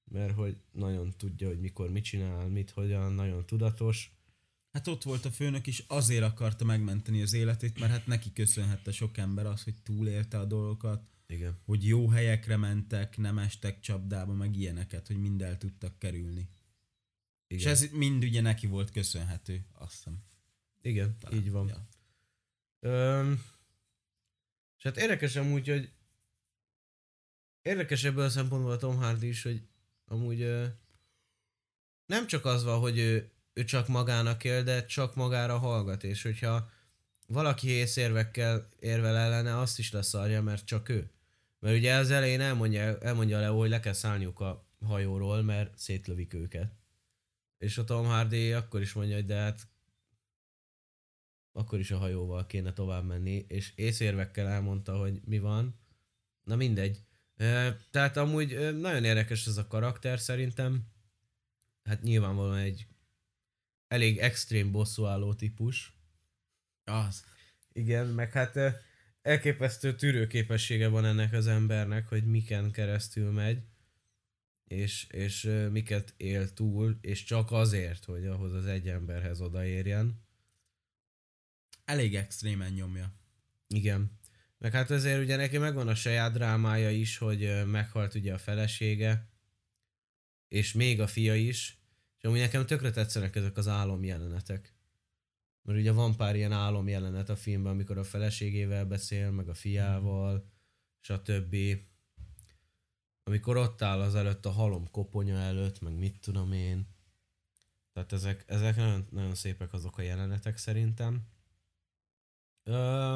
mert hogy nagyon tudja, hogy mikor mit csinál, mit, hogyan, nagyon tudatos. Hát ott volt a főnök is, azért akarta megmenteni az életét, mert hát neki köszönhette sok ember az, hogy túlélte a dolgokat, Igen. hogy jó helyekre mentek, nem estek csapdába, meg ilyeneket, hogy mind el tudtak kerülni. Igen. És ez mind ugye neki volt köszönhető, azt hiszem. Igen, Talán. így van. Ja. Öm, és hát érdekes amúgy, hogy érdekes ebből a szempontból a Tom Hardy is, hogy amúgy ö, nem csak az van, hogy ő, ő csak magának él, de csak magára hallgat, és hogyha valaki észérvekkel érvel ellene, azt is leszarja, mert csak ő. Mert ugye az elején elmondja, elmondja Leo, hogy le kell szállniuk a hajóról, mert szétlövik őket. És a Tom Hardy akkor is mondja, hogy de hát akkor is a hajóval kéne tovább menni, és észérvekkel elmondta, hogy mi van. Na mindegy. E, tehát amúgy e, nagyon érdekes ez a karakter szerintem. Hát nyilvánvalóan egy elég extrém bosszúálló típus. Az. Igen, meg hát e, elképesztő tűrőképessége van ennek az embernek, hogy miken keresztül megy, és, és e, miket él túl, és csak azért, hogy ahhoz az egy emberhez odaérjen. Elég extrémen nyomja. Igen. Meg hát ezért ugye neki megvan a saját drámája is, hogy ö, meghalt ugye a felesége, és még a fia is, és amúgy nekem tökre tetszenek ezek az álomjelenetek. Mert ugye van pár ilyen álomjelenet a filmben, amikor a feleségével beszél, meg a fiával, stb. Amikor ott áll az előtt a halom koponya előtt, meg mit tudom én. Tehát ezek, ezek nagyon, nagyon szépek azok a jelenetek szerintem. Ö,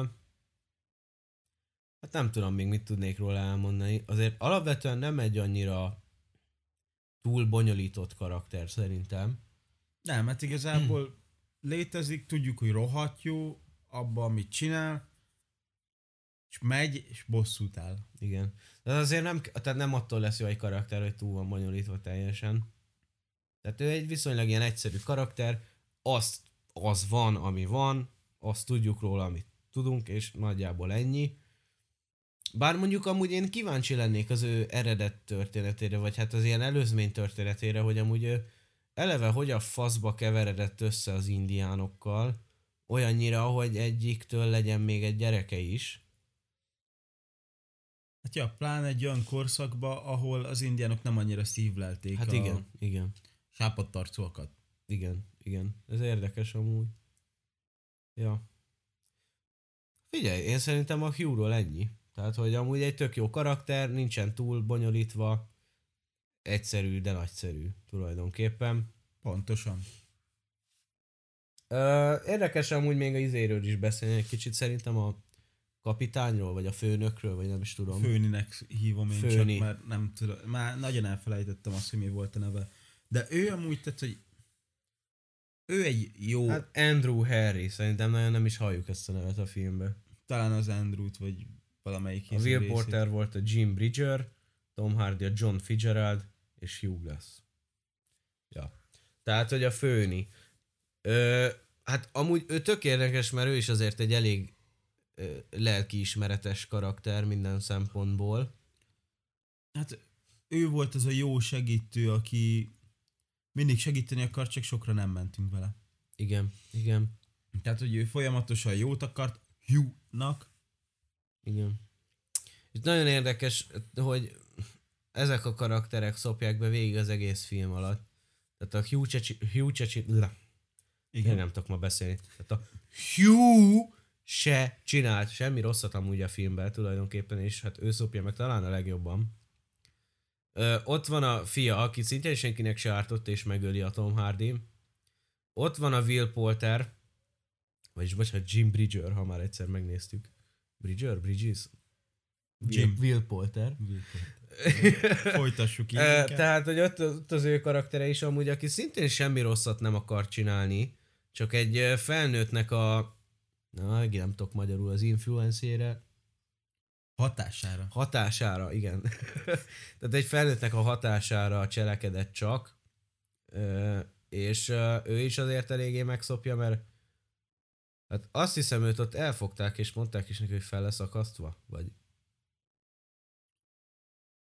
hát nem tudom még mit tudnék róla elmondani. Azért alapvetően nem egy annyira túl bonyolított karakter szerintem. Nem, hát igazából létezik, tudjuk, hogy rohadt jó abban, amit csinál, és megy, és bosszút áll. Igen. De azért nem, tehát nem attól lesz jó egy karakter, hogy túl van bonyolítva teljesen. Tehát ő egy viszonylag ilyen egyszerű karakter, azt, az van, ami van, azt tudjuk róla, amit tudunk, és nagyjából ennyi. Bár mondjuk amúgy én kíváncsi lennék az ő eredet történetére, vagy hát az ilyen előzmény történetére, hogy amúgy ő eleve hogy a faszba keveredett össze az indiánokkal, olyannyira, hogy egyiktől legyen még egy gyereke is. Hát ja, pláne egy olyan korszakba, ahol az indiánok nem annyira szívlelték Hát a igen, igen, sápadtarcúakat. igen, igen. Ez érdekes amúgy. Ja. Figyelj, én szerintem a Hugh-ról ennyi. Tehát, hogy amúgy egy tök jó karakter, nincsen túl bonyolítva, egyszerű, de nagyszerű tulajdonképpen. Pontosan. Ö, érdekes amúgy még a izéről is beszélni egy kicsit, szerintem a kapitányról, vagy a főnökről, vagy nem is tudom. Főninek hívom én Főni. csak, mert nem tudom, már nagyon elfelejtettem azt, hogy mi volt a neve. De ő amúgy, tehát, hogy ő egy jó, hát, Hát Andrew Harry, szerintem nagyon nem is halljuk ezt a nevet a filmben. talán az Andrew-t, vagy valamelyik A Will Porter volt a Jim Bridger, Tom Hardy a John Fitzgerald, és Hugh Glass. Ja. Tehát, hogy a főni. Ö, hát amúgy ő tök érdekes, mert ő is azért egy elég ö, lelkiismeretes karakter minden szempontból. Hát ő volt az a jó segítő, aki mindig segíteni akart, csak sokra nem mentünk vele. Igen, igen, Tehát, hogy ő folyamatosan jót akart Hugh-nak. igen. És nagyon érdekes, hogy ezek a karakterek szopják be végig az egész film alatt. Tehát a Hugh Csechi... Hugh Csechi... Igen. Én nem tudok ma beszélni. Tehát a Hugh se csinált semmi rosszat amúgy a filmben tulajdonképpen, és hát ő szopja meg talán a legjobban. Ö, ott van a fia, aki szintén senkinek se ártott, és megöli a Tom Hardy. Ott van a Will Porter, vagyis bocsánat, Jim Bridger, ha már egyszer megnéztük. Bridger? Bridges? Jim. Will, Will Porter. Folytassuk így. Ö, inkább. Tehát, hogy ott, ott az ő karaktere is amúgy, aki szintén semmi rosszat nem akar csinálni, csak egy ö, felnőttnek a, na, nem tudok magyarul, az influencére, Hatására. hatására, igen. Tehát egy felnőttnek a hatására cselekedett csak, ö, és ö, ő is azért eléggé megszopja, mert hát azt hiszem őt ott elfogták, és mondták is neki, hogy fel lesz akasztva, vagy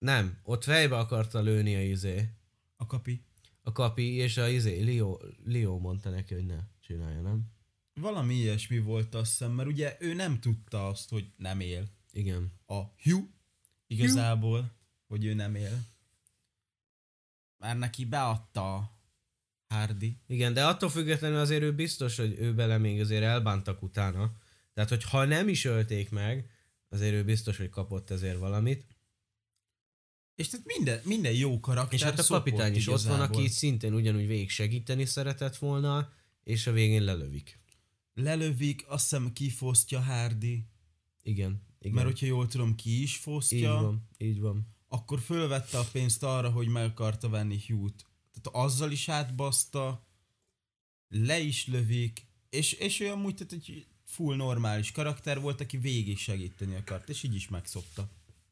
Nem, ott fejbe akarta lőni a izé. A kapi. A kapi, és a izé, Leo, Leo mondta neki, hogy ne csinálja, nem? Valami ilyesmi volt, azt hiszem, mert ugye ő nem tudta azt, hogy nem él. Igen. A Hugh igazából, Hugh. hogy ő nem él. Már neki beadta a Hardy. Igen, de attól függetlenül azért ő biztos, hogy ő bele még azért elbántak utána. Tehát, hogy ha nem is ölték meg, azért ő biztos, hogy kapott ezért valamit. És tehát minden, minden jó karakter. És hát a kapitány is igazából. Ott van, aki szintén ugyanúgy végig segíteni szeretett volna, és a végén lelövik. Lelövik, azt hiszem kifosztja Hardy. Igen, igen. Mert hogyha jól tudom, ki is fosztja. Így van, így van. Akkor fölvette a pénzt arra, hogy meg akarta venni Hugh-t. Tehát azzal is átbaszta, le is lövik, és, és ő amúgy tehát egy full normális karakter volt, aki végig segíteni akart, és így is megszokta.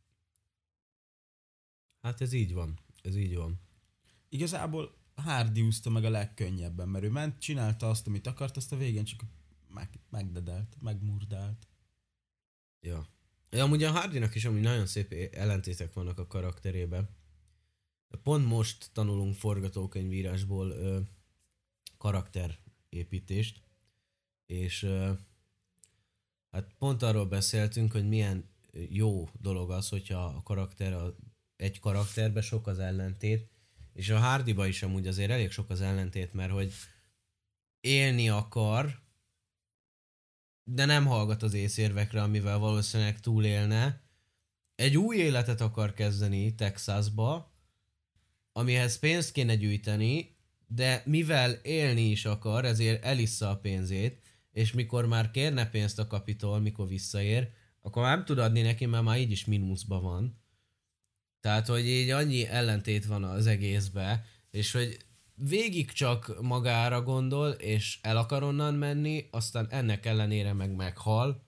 Hát ez így van, ez így van. Igazából Hardy úszta meg a legkönnyebben, mert ő ment, csinálta azt, amit akart, azt a végén csak meg, megdedelt, megmurdált. Ja. Ja, amúgy a Hardynak is amúgy nagyon szép ellentétek vannak a karakterében. Pont most tanulunk forgatókönyvírásból ö, karakterépítést, és ö, hát pont arról beszéltünk, hogy milyen jó dolog az, hogyha a karakter, a, egy karakterben sok az ellentét, és a Hardyba is amúgy azért elég sok az ellentét, mert hogy élni akar, de nem hallgat az észérvekre, amivel valószínűleg túlélne. Egy új életet akar kezdeni Texasba, amihez pénzt kéne gyűjteni, de mivel élni is akar, ezért elissza a pénzét, és mikor már kérne pénzt a kapitól, mikor visszaér, akkor nem tud adni neki, mert már így is mínuszban van. Tehát, hogy így annyi ellentét van az egészbe, és hogy végig csak magára gondol, és el akar onnan menni, aztán ennek ellenére meg meghal.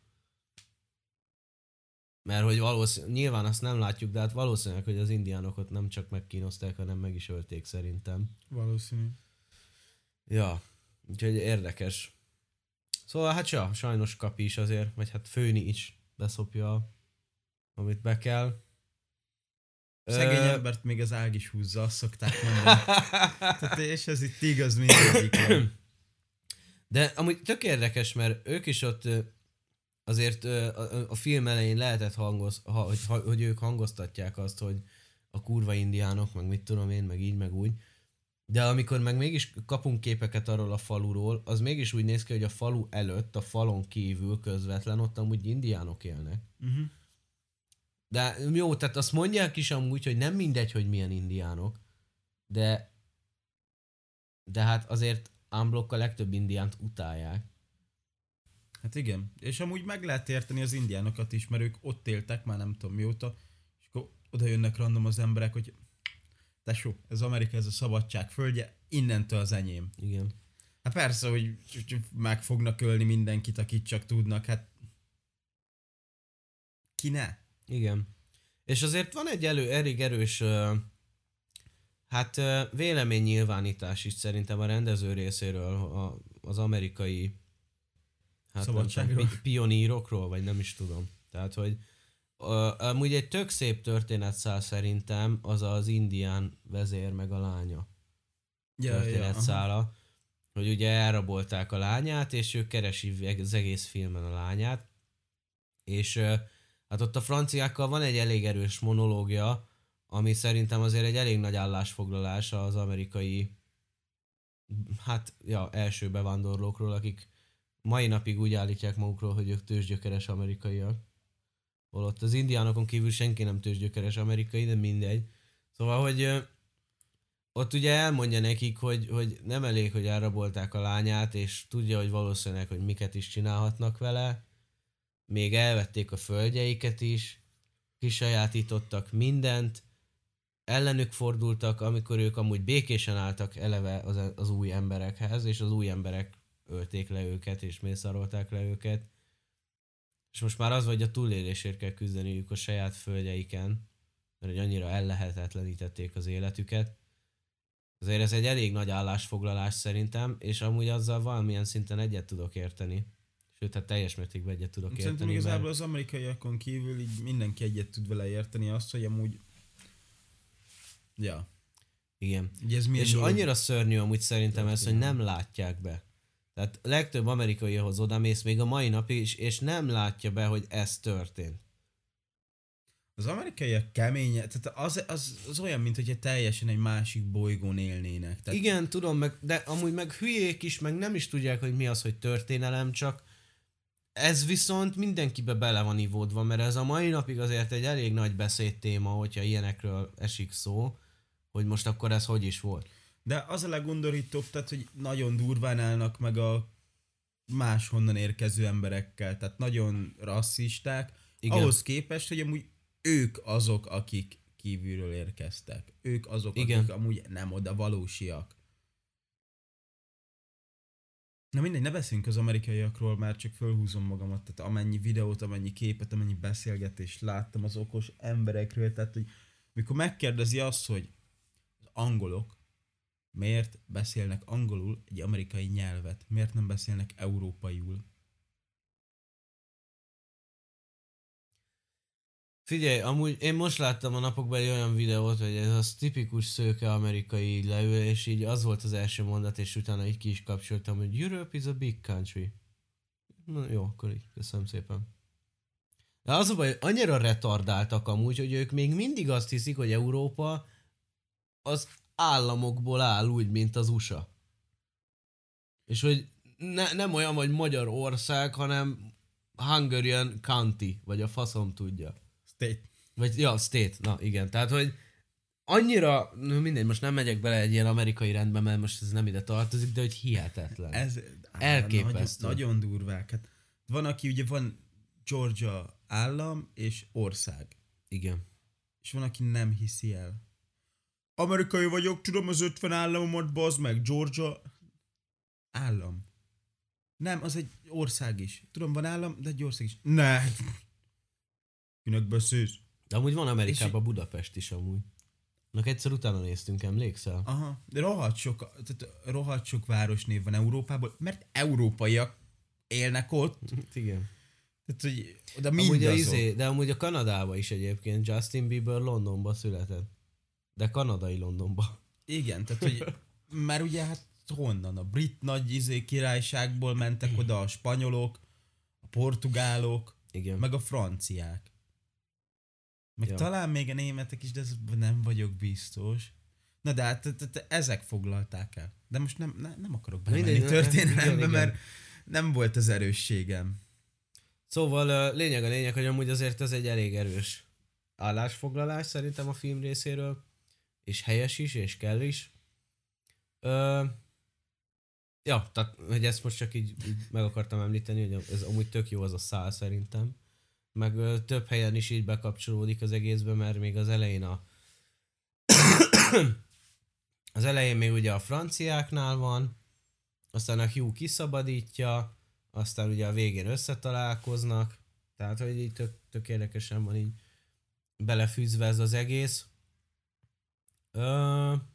Mert hogy valószínűleg, nyilván azt nem látjuk, de hát valószínűleg, hogy az indiánokat nem csak megkínozták, hanem meg is ölték szerintem. Valószínű. Ja, úgyhogy érdekes. Szóval hát ja, sajnos kapi is azért, vagy hát főni is beszopja, amit be kell. Szegény Ö... embert még az ág is húzza, azt szokták mondani. Tehát, és ez itt igaz mindegyik. De amúgy tök érdekes, mert ők is ott azért a, a film elején lehetett hangoz, hogy, hogy ők hangoztatják azt, hogy a kurva indiánok, meg mit tudom én, meg így, meg úgy. De amikor meg mégis kapunk képeket arról a faluról, az mégis úgy néz ki, hogy a falu előtt, a falon kívül közvetlen, ott amúgy indiánok élnek. Uh-huh. De jó, tehát azt mondják is amúgy, hogy nem mindegy, hogy milyen indiánok, de de hát azért unblock a legtöbb indiánt utálják. Hát igen, és amúgy meg lehet érteni az indiánokat is, mert ők ott éltek már nem tudom mióta, és akkor oda jönnek random az emberek, hogy tesó, ez Amerika, ez a szabadság földje, innentől az enyém. Igen. Hát persze, hogy meg fognak ölni mindenkit, akit csak tudnak, hát ki ne? Igen. És azért van egy elő, elég erős uh, hát uh, véleménynyilvánítás is szerintem a rendező részéről a, az amerikai hát szabadságról. Pi- pionírokról, vagy nem is tudom. Tehát, hogy uh, amúgy egy tök szép történetszál szerintem az az indián vezér meg a lánya ja, történetszála. Ja, hogy ugye elrabolták a lányát, és ő keresi az egész filmen a lányát. És uh, hát ott a franciákkal van egy elég erős monológia, ami szerintem azért egy elég nagy állásfoglalás az amerikai hát, ja, első bevándorlókról, akik mai napig úgy állítják magukról, hogy ők tőzsgyökeres amerikaiak. Holott az indiánokon kívül senki nem tőzsgyökeres amerikai, de mindegy. Szóval, hogy ö, ott ugye elmondja nekik, hogy, hogy nem elég, hogy elrabolták a lányát, és tudja, hogy valószínűleg, hogy miket is csinálhatnak vele. Még elvették a földjeiket is, kisajátítottak mindent, ellenük fordultak, amikor ők amúgy békésen álltak eleve az, az új emberekhez, és az új emberek ölték le őket, és mészárolták le őket. És most már az, hogy a túlélésért kell küzdeniük a saját földjeiken, mert hogy annyira ellehetetlenítették az életüket. Azért ez egy elég nagy állásfoglalás szerintem, és amúgy azzal valamilyen szinten egyet tudok érteni. Sőt, hát teljes mértékben egyet tudok Szerintem érteni. Szerintem igazából mert... az amerikaiakon kívül így mindenki egyet tud vele érteni azt, hogy amúgy Ja. Igen. Ugye ez És dolog? annyira szörnyű amúgy szerintem ez, hogy nem látják be. Tehát a legtöbb amerikaihoz odamész még a mai napig is, és nem látja be, hogy ez történt. Az amerikaiak kemények, tehát az, az, az olyan, mint hogyha teljesen egy másik bolygón élnének. Tehát Igen, tudom, meg, de amúgy meg hülyék is, meg nem is tudják, hogy mi az, hogy történelem, csak ez viszont mindenkibe bele van ivódva, mert ez a mai napig azért egy elég nagy beszédtéma, hogyha ilyenekről esik szó, hogy most akkor ez hogy is volt. De az a legundorítóbb, tehát, hogy nagyon durván állnak meg a máshonnan érkező emberekkel, tehát nagyon rasszisták, Igen. ahhoz képest, hogy amúgy ők azok, akik kívülről érkeztek. Ők azok, Igen. akik amúgy nem oda valósiak. Na mindegy, ne beszéljünk az amerikaiakról, már csak fölhúzom magamat, tehát amennyi videót, amennyi képet, amennyi beszélgetést láttam az okos emberekről, tehát hogy mikor megkérdezi azt, hogy az angolok miért beszélnek angolul egy amerikai nyelvet, miért nem beszélnek európaiul? Figyelj, amúgy én most láttam a napokban egy olyan videót, hogy ez az tipikus szőke amerikai így leül, és így az volt az első mondat, és utána így ki is kapcsoltam, hogy Europe is a big country. Na jó, akkor így, köszönöm szépen. De az a baj, annyira retardáltak amúgy, hogy ők még mindig azt hiszik, hogy Európa az államokból áll úgy, mint az u es á. És hogy ne, nem olyan, hogy Magyarország, hanem Hungarian County, vagy a faszom tudja. State. Vagy, ja, state, na igen, tehát, hogy annyira, no, mindegy, most nem megyek bele egy ilyen amerikai rendbe, mert most ez nem ide tartozik, de hogy hihetetlen. Ez Elképesztő. Nagyon, nagyon durvák. Hát van, aki ugye van Georgia állam és ország. Igen. És van, aki nem hiszi el. Amerikai vagyok, tudom az ötven államomat, bazd meg, Georgia állam. Nem, az egy ország is. Tudom, van állam, de egy ország is. Ne! Kinek beszélsz? De amúgy van Amerikában Budapest is amúgy. Nak egyszer utána néztünk, emlékszel? Aha, de rohadt sok, tehát rohadt sok városnév van Európában, mert európaiak élnek ott. Igen. Tehát, hogy oda Amúgy a mindazok. izé, de amúgy a Kanadában is egyébként Justin Bieber Londonba született. De kanadai Londonba. Igen, tehát, hogy már ugye hát honnan? A brit nagy izé királyságból mentek oda a spanyolok, a portugálok, Igen. meg a franciák. Meg Ja. talán még a németek is, de ez nem vagyok biztos. Na de hát t- t- t- ezek foglalták el. De most nem, ne, nem akarok belemenni Mindegy, történelembe, igen, igen. mert nem volt az erősségem. Szóval ö, lényeg a lényeg, hogy amúgy azért ez egy elég erős állásfoglalás szerintem a film részéről, és helyes is, és kell is. Ö, ja, tehát, hogy ezt most csak így, így meg akartam említeni, hogy ez amúgy tök jó az a szál szerintem. Meg ö, több helyen is így bekapcsolódik az egészbe, mert még az elején a az elején még ugye a franciáknál van, aztán a Hugh kiszabadítja, aztán ugye a végén összetalálkoznak, tehát hogy így tök, tök érdekesen van így belefűzve ez az egész. Ö...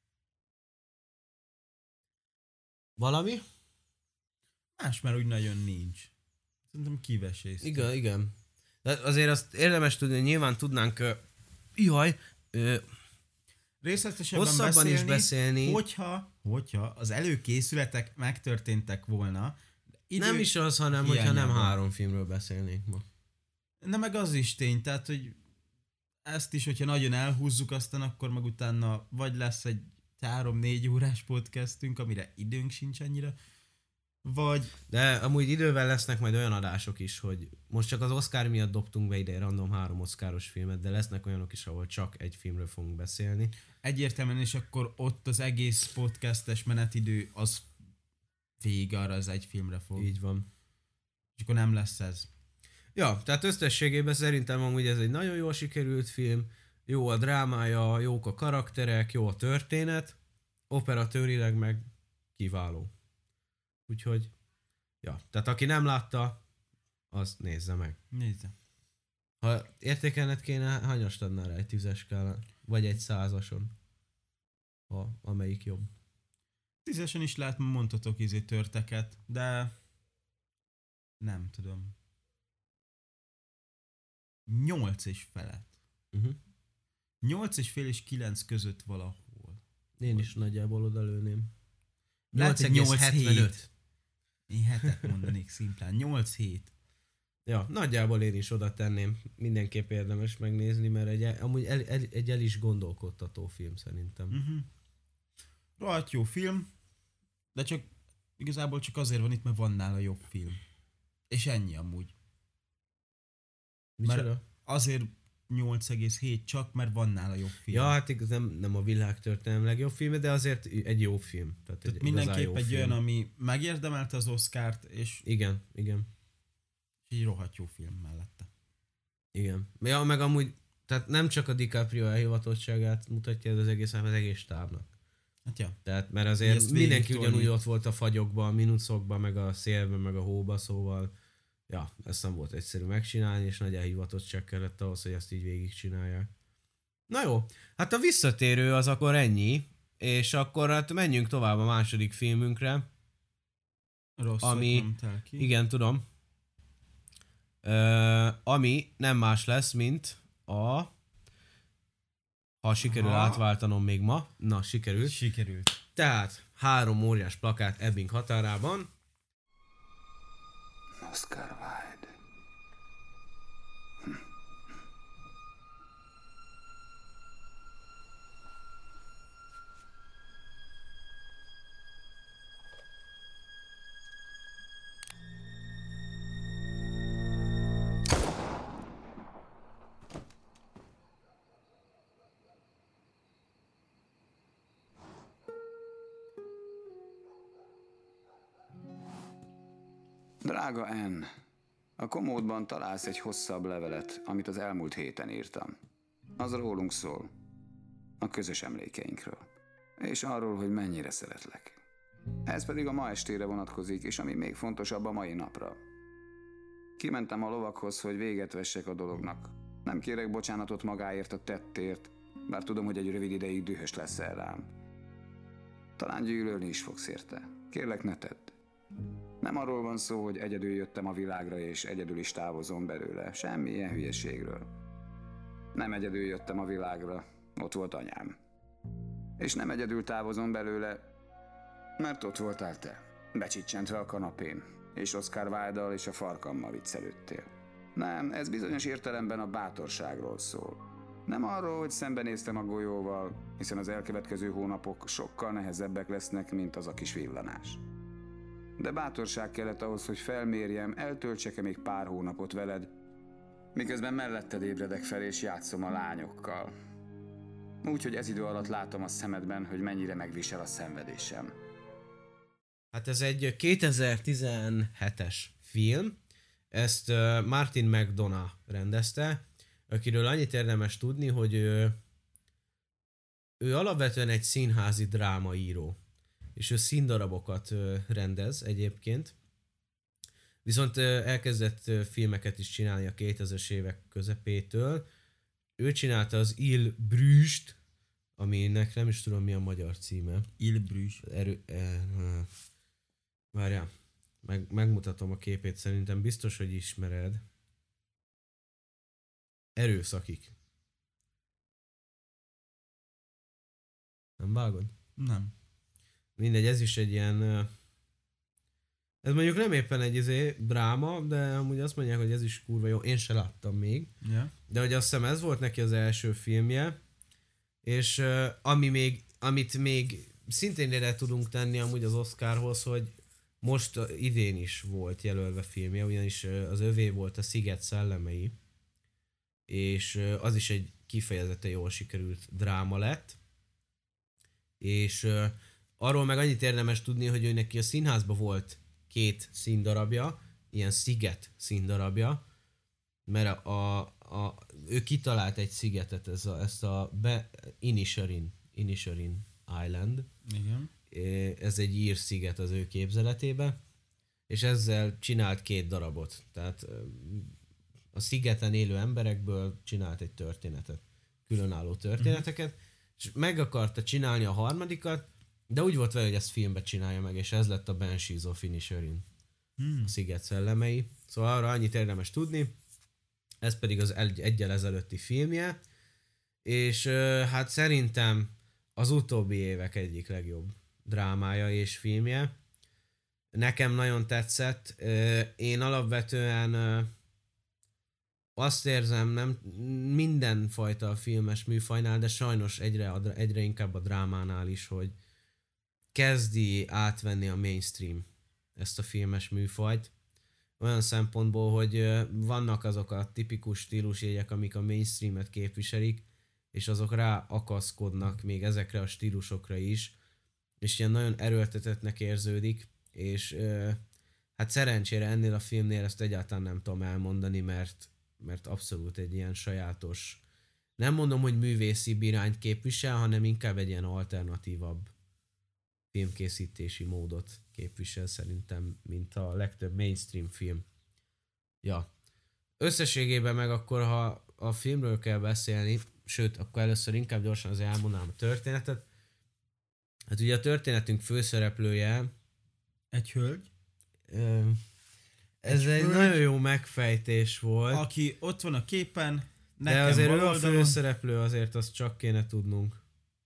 Valami? Más már úgy nagyon nincs. Szerintem kivesésztem. Igen, igen. De azért azt érdemes tudni, hogy nyilván tudnánk, ö... jaj, ö... részletesebben hosszabban beszélni, is beszélni. Hogyha, hogyha az előkészületek megtörténtek volna. Idő Nem is az, hanem hogyha nem hiányában. három filmről beszélnénk ma. Na meg az is tény, tehát hogy ezt is, hogyha nagyon elhúzzuk, aztán akkor meg utána vagy lesz egy három-négy órás podcastünk, amire időnk sincs annyira, vagy De amúgy idővel lesznek majd olyan adások is, hogy most csak az Oscar miatt dobtunk be ide random három Oscaros filmet, de lesznek olyanok is, ahol csak egy filmről fogunk beszélni. egyértelműen, és akkor ott az egész podcastes menetidő az végig arra az egy filmre fog. Így van. És akkor nem lesz ez. Ja, tehát összességében szerintem amúgy ez egy nagyon jól sikerült film, jó a drámája, jók a karakterek, jó a történet, operatőrileg meg kiváló. Úgyhogy, ja, tehát aki nem látta, az nézze meg. Nézze. Ha értékelned kéne, hányast adnál rá, egy tízes skálán? Vagy egy százason? Ha, amelyik jobb. Tízesen is lehet, mondhatok izé törteket, de nem tudom. Nyolc és felett. Uh-huh. nyolc és fél és kilenc között valahol. Én is nagyjából oda lőném. Lehet, hogy nyolc nyolc egész hetvenöt. Én hetet mondanék szimplán. nyolc hét. Ja, nagyjából én is oda tenném. Mindenképp érdemes megnézni, mert egy, amúgy el, el, egy el is gondolkodtató film szerintem. Uh-huh. Rohadt jó film, de csak igazából csak azért van itt, mert van nála jobb film. És ennyi amúgy. Micsoda? Mert azért nyolc egész hét csak, mert van nála jobb film. Ja, hát igaz, nem, nem a világtörténelem legjobb filme, de azért egy jó film. Tehát, Tehát egy mindenképp egy film. olyan, ami megérdemelte az Oscart, és Igen, igen. egy rohadt jó film mellette. Igen. Ja, meg amúgy, tehát nem csak a DiCaprio elhivatottságát mutatja ez az egész, hanem az egész stábnak. Hát ja. Tehát, mert azért Ezt mindenki végigtolni. ugyanúgy ott volt a fagyokban, a minuszokban, meg a szélben, meg a hóba, szóval ja, ezt nem volt egyszerű megcsinálni, és nagy elhivatottság kellett ahhoz, hogy ezt így végigcsinálják. Na jó, hát a visszatérő az akkor ennyi, és akkor hát menjünk tovább a második filmünkre. Rosszat Ami- mondtál ki. Igen, tudom. Ö, ami nem más lesz, mint a... Ha sikerül Aha. átváltanom még ma. Na, sikerült. Sikerült. Tehát három óriás plakát Ebbing határában. Oscar Wilde. Drága Anne, a komódban találsz egy hosszabb levelet, amit az elmúlt héten írtam. Az rólunk szól, a közös emlékeinkről, és arról, hogy mennyire szeretlek. Ez pedig a ma estére vonatkozik, és ami még fontosabb, a mai napra. Kimentem a lovakhoz, hogy véget vessek a dolognak. Nem kérek bocsánatot magáért a tettért, bár tudom, hogy egy rövid ideig dühös leszel rám. Talán gyűlölni is fogsz érte. Kérlek, ne tedd. Nem arról van szó, hogy egyedül jöttem a világra, és egyedül is távozom belőle. Semmilyen hülyeségről. Nem egyedül jöttem a világra, ott volt anyám. És nem egyedül távozom belőle, mert ott voltál te, becsicsentve a kanapén, és Oscar Wilde-dal és a farkammal viccelődtél. Nem, ez bizonyos értelemben a bátorságról szól. Nem arról, hogy szembenéztem a golyóval, hiszen az elkövetkező hónapok sokkal nehezebbek lesznek, mint az a kis villanás. De bátorság kellett ahhoz, hogy felmérjem, eltöltsek-e még pár hónapot veled, miközben melletted ébredek fel és játszom a lányokkal. Úgyhogy ez idő alatt látom a szemedben, hogy mennyire megvisel a szenvedésem. Hát ez egy kétezer-tizenhetes film. Ezt uh, Martin McDonagh rendezte, akiről annyit érdemes tudni, hogy ő, ő alapvetően egy színházi drámaíró. És ő színdarabokat uh, rendez egyébként. Viszont uh, elkezdett uh, filmeket is csinálni a kétezres évek közepétől. Ő csinálta az Il Bruges-t, aminek nem is tudom mi a magyar címe. Il Bruges. Erő... Eh, eh, várjál, meg, megmutatom a képét, szerintem biztos, hogy ismered. Erőszakik. Nem vágod? Nem. Mindegy, ez is egy ilyen... eh, Ez mondjuk nem éppen egy izé, dráma, de amúgy azt mondják, hogy ez is kurva jó. Én se láttam még. Ja. De hogy azt hiszem ez volt neki az első filmje, és uh, ami még, amit még szintén ide tudunk tenni amúgy az Oscarhoz, hogy most uh, idén is volt jelölve filmje, ugyanis uh, az övé volt a Sziget szellemei, és uh, az is egy kifejezetten jól sikerült dráma lett, és uh, arról meg annyit érdemes tudni, hogy ő neki a színházban volt két színdarabja, ilyen Sziget színdarabja, mert a, a, ő kitalált egy szigetet, ez a, ezt a Be, Inisherin, Inisherin Island. Igen. Ez egy ír sziget az ő képzeletében, és ezzel csinált két darabot. Tehát a szigeten élő emberekből csinált egy történetet, különálló történeteket, mm-hmm. és meg akarta csinálni a harmadikat, de úgy volt vele, hogy ezt filmbe csinálja meg, és ez lett a Banshees of Inisherin, mm. a Sziget szellemei. Szóval arra annyit érdemes tudni, ez pedig az egy, egyel ezelőtti filmje, És ö, hát szerintem az utóbbi évek egyik legjobb drámája és filmje. Nekem nagyon tetszett. Ö, én alapvetően ö, azt érzem, nem mindenfajta filmes műfajnál, de sajnos egyre, egyre inkább a drámánál is, hogy kezdi átvenni a mainstream ezt a filmes műfajt. Olyan szempontból, hogy vannak azok a tipikus stílusjegyek, amik a mainstreamet képviselik, és azok rá akaszkodnak még ezekre a stílusokra is, és ilyen nagyon erőltetettnek érződik, és hát szerencsére ennél a filmnél ezt egyáltalán nem tudom elmondani, mert, mert abszolút egy ilyen sajátos, nem mondom, hogy művészi irányt képvisel, hanem inkább egy ilyen alternatívabb filmkészítési módot képvisel szerintem, mint a legtöbb mainstream film. Ja. Összességében meg akkor, ha a filmről kell beszélni, sőt, akkor először inkább gyorsan azért elmondanám a történetet. Hát ugye a történetünk főszereplője... Egy hölgy. Ö, ez egy, egy hölgy, nagyon jó megfejtés volt. Aki ott van a képen, de azért ő a főszereplő, azért azt csak kéne tudnunk.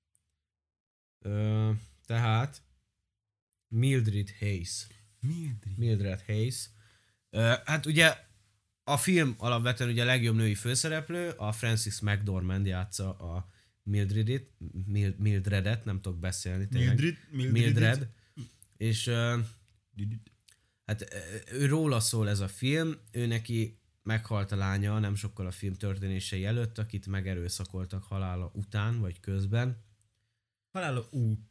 Ö, tehát Mildred Hayes. Mildred. Mildred Hayes. Ö, hát ugye a film alapvetően ugye a legjobb női főszereplő, a Frances McDormand játsza a Mildredet, Mildredet, nem tudok beszélni tényleg. Mildred. Mildred. Mildred. És ö, hát ő róla szól ez a film, ő neki meghalt a lánya nem sokkal a film történései előtt, akit megerőszakoltak halála után, vagy közben. Halála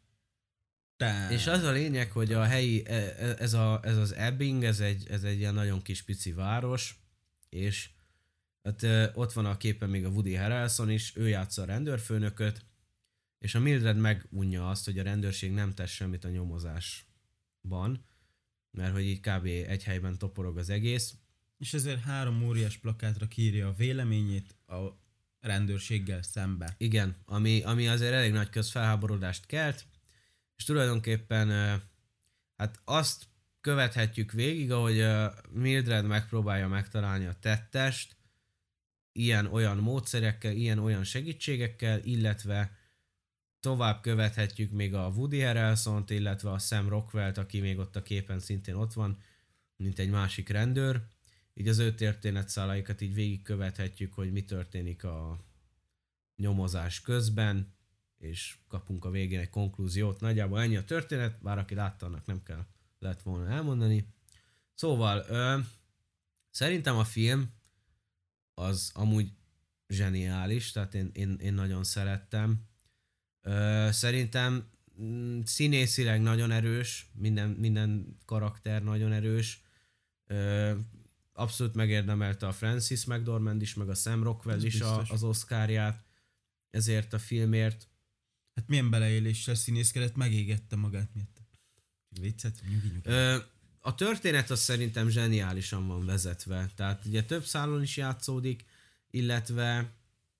után. És az a lényeg, hogy a helyi, ez, a, ez az Ebbing, ez egy, ez egy ilyen nagyon kis pici város, és hát ott van a képen még a Woody Harrelson is, ő játsza a rendőrfőnököt, és a Mildred megunja azt, hogy a rendőrség nem tesz semmit a nyomozásban, mert hogy így kb. Egy helyben toporog az egész. És ezért három óriás plakátra kiírja a véleményét a rendőrséggel szembe. Igen, ami, ami azért elég nagy közfelháborodást kelt, és tulajdonképpen hát azt követhetjük végig, ahogy Mildred megpróbálja megtalálni a tettest, ilyen-olyan módszerekkel, ilyen-olyan segítségekkel, illetve tovább követhetjük még a Woody Harrelsont, illetve a Sam Rockwell-t, aki még ott a képen szintén ott van, mint egy másik rendőr. Így az ő történetszálaikat így végigkövethetjük, hogy mi történik a nyomozás közben, és kapunk a végén egy konklúziót. Nagyjából ennyi a történet, bár aki látta, annak nem kell lett volna elmondani. Szóval, ö, szerintem a film az amúgy zseniális, tehát én, én, én nagyon szerettem. Ö, szerintem mm, színészileg nagyon erős, minden, minden karakter nagyon erős. Ö, abszolút megérdemelte a Frances McDormand is, meg a Sam Rockwell is a, az Oscarját ezért a filmért. Hát milyen beleéléssel színészkedett, megégette magát miatt. Viccet, nyugi, nyugi. Ö, a történet az szerintem zseniálisan van vezetve, tehát ugye több szálon is játszódik, illetve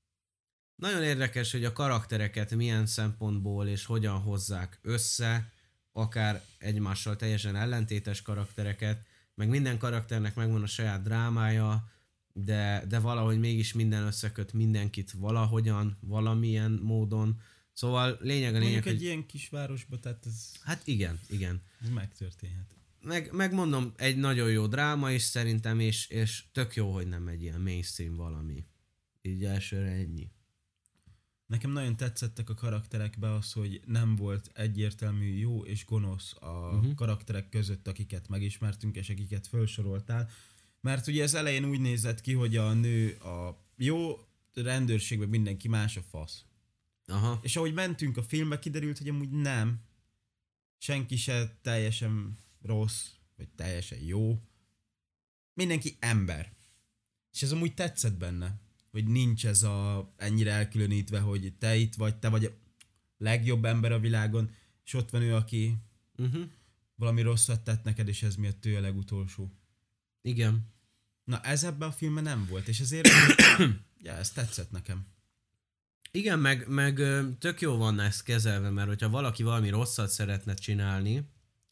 nagyon érdekes, hogy a karaktereket milyen szempontból és hogyan hozzák össze, akár egymással teljesen ellentétes karaktereket, meg minden karakternek megvan a saját drámája, de, de valahogy mégis minden összeköt mindenkit valahogyan, valamilyen módon. Szóval lényeg a lényeg, Mondjuk egy hogy... ilyen kisvárosba, tehát ez... Hát igen, igen. Ez megtörténhet. Meg, megmondom, egy nagyon jó dráma is szerintem, és, és tök jó, hogy nem egy ilyen mainstream valami. Így elsőre ennyi. Nekem nagyon tetszettek a karakterekbe az, hogy nem volt egyértelmű jó és gonosz a uh-huh. karakterek között, akiket megismertünk, és akiket felsoroltál. Mert ugye ez elején úgy nézett ki, hogy a nő a jó, rendőrségben mindenki más a fasz. Aha. És ahogy mentünk a filmbe, kiderült, hogy amúgy nem. Senki se teljesen rossz, vagy teljesen jó. Mindenki ember. És ez amúgy tetszett benne, hogy nincs ez a ennyire elkülönítve, hogy te itt vagy, te vagy a legjobb ember a világon, és ott van ő, aki uh-huh. valami rosszat tett neked, és ez miatt ő a legutolsó. Igen. Na ez ebben a filmben nem volt, és ezért ja, ez tetszett nekem. Igen, meg, meg tök jó van ezt kezelve, mert hogyha valaki valami rosszat szeretne csinálni,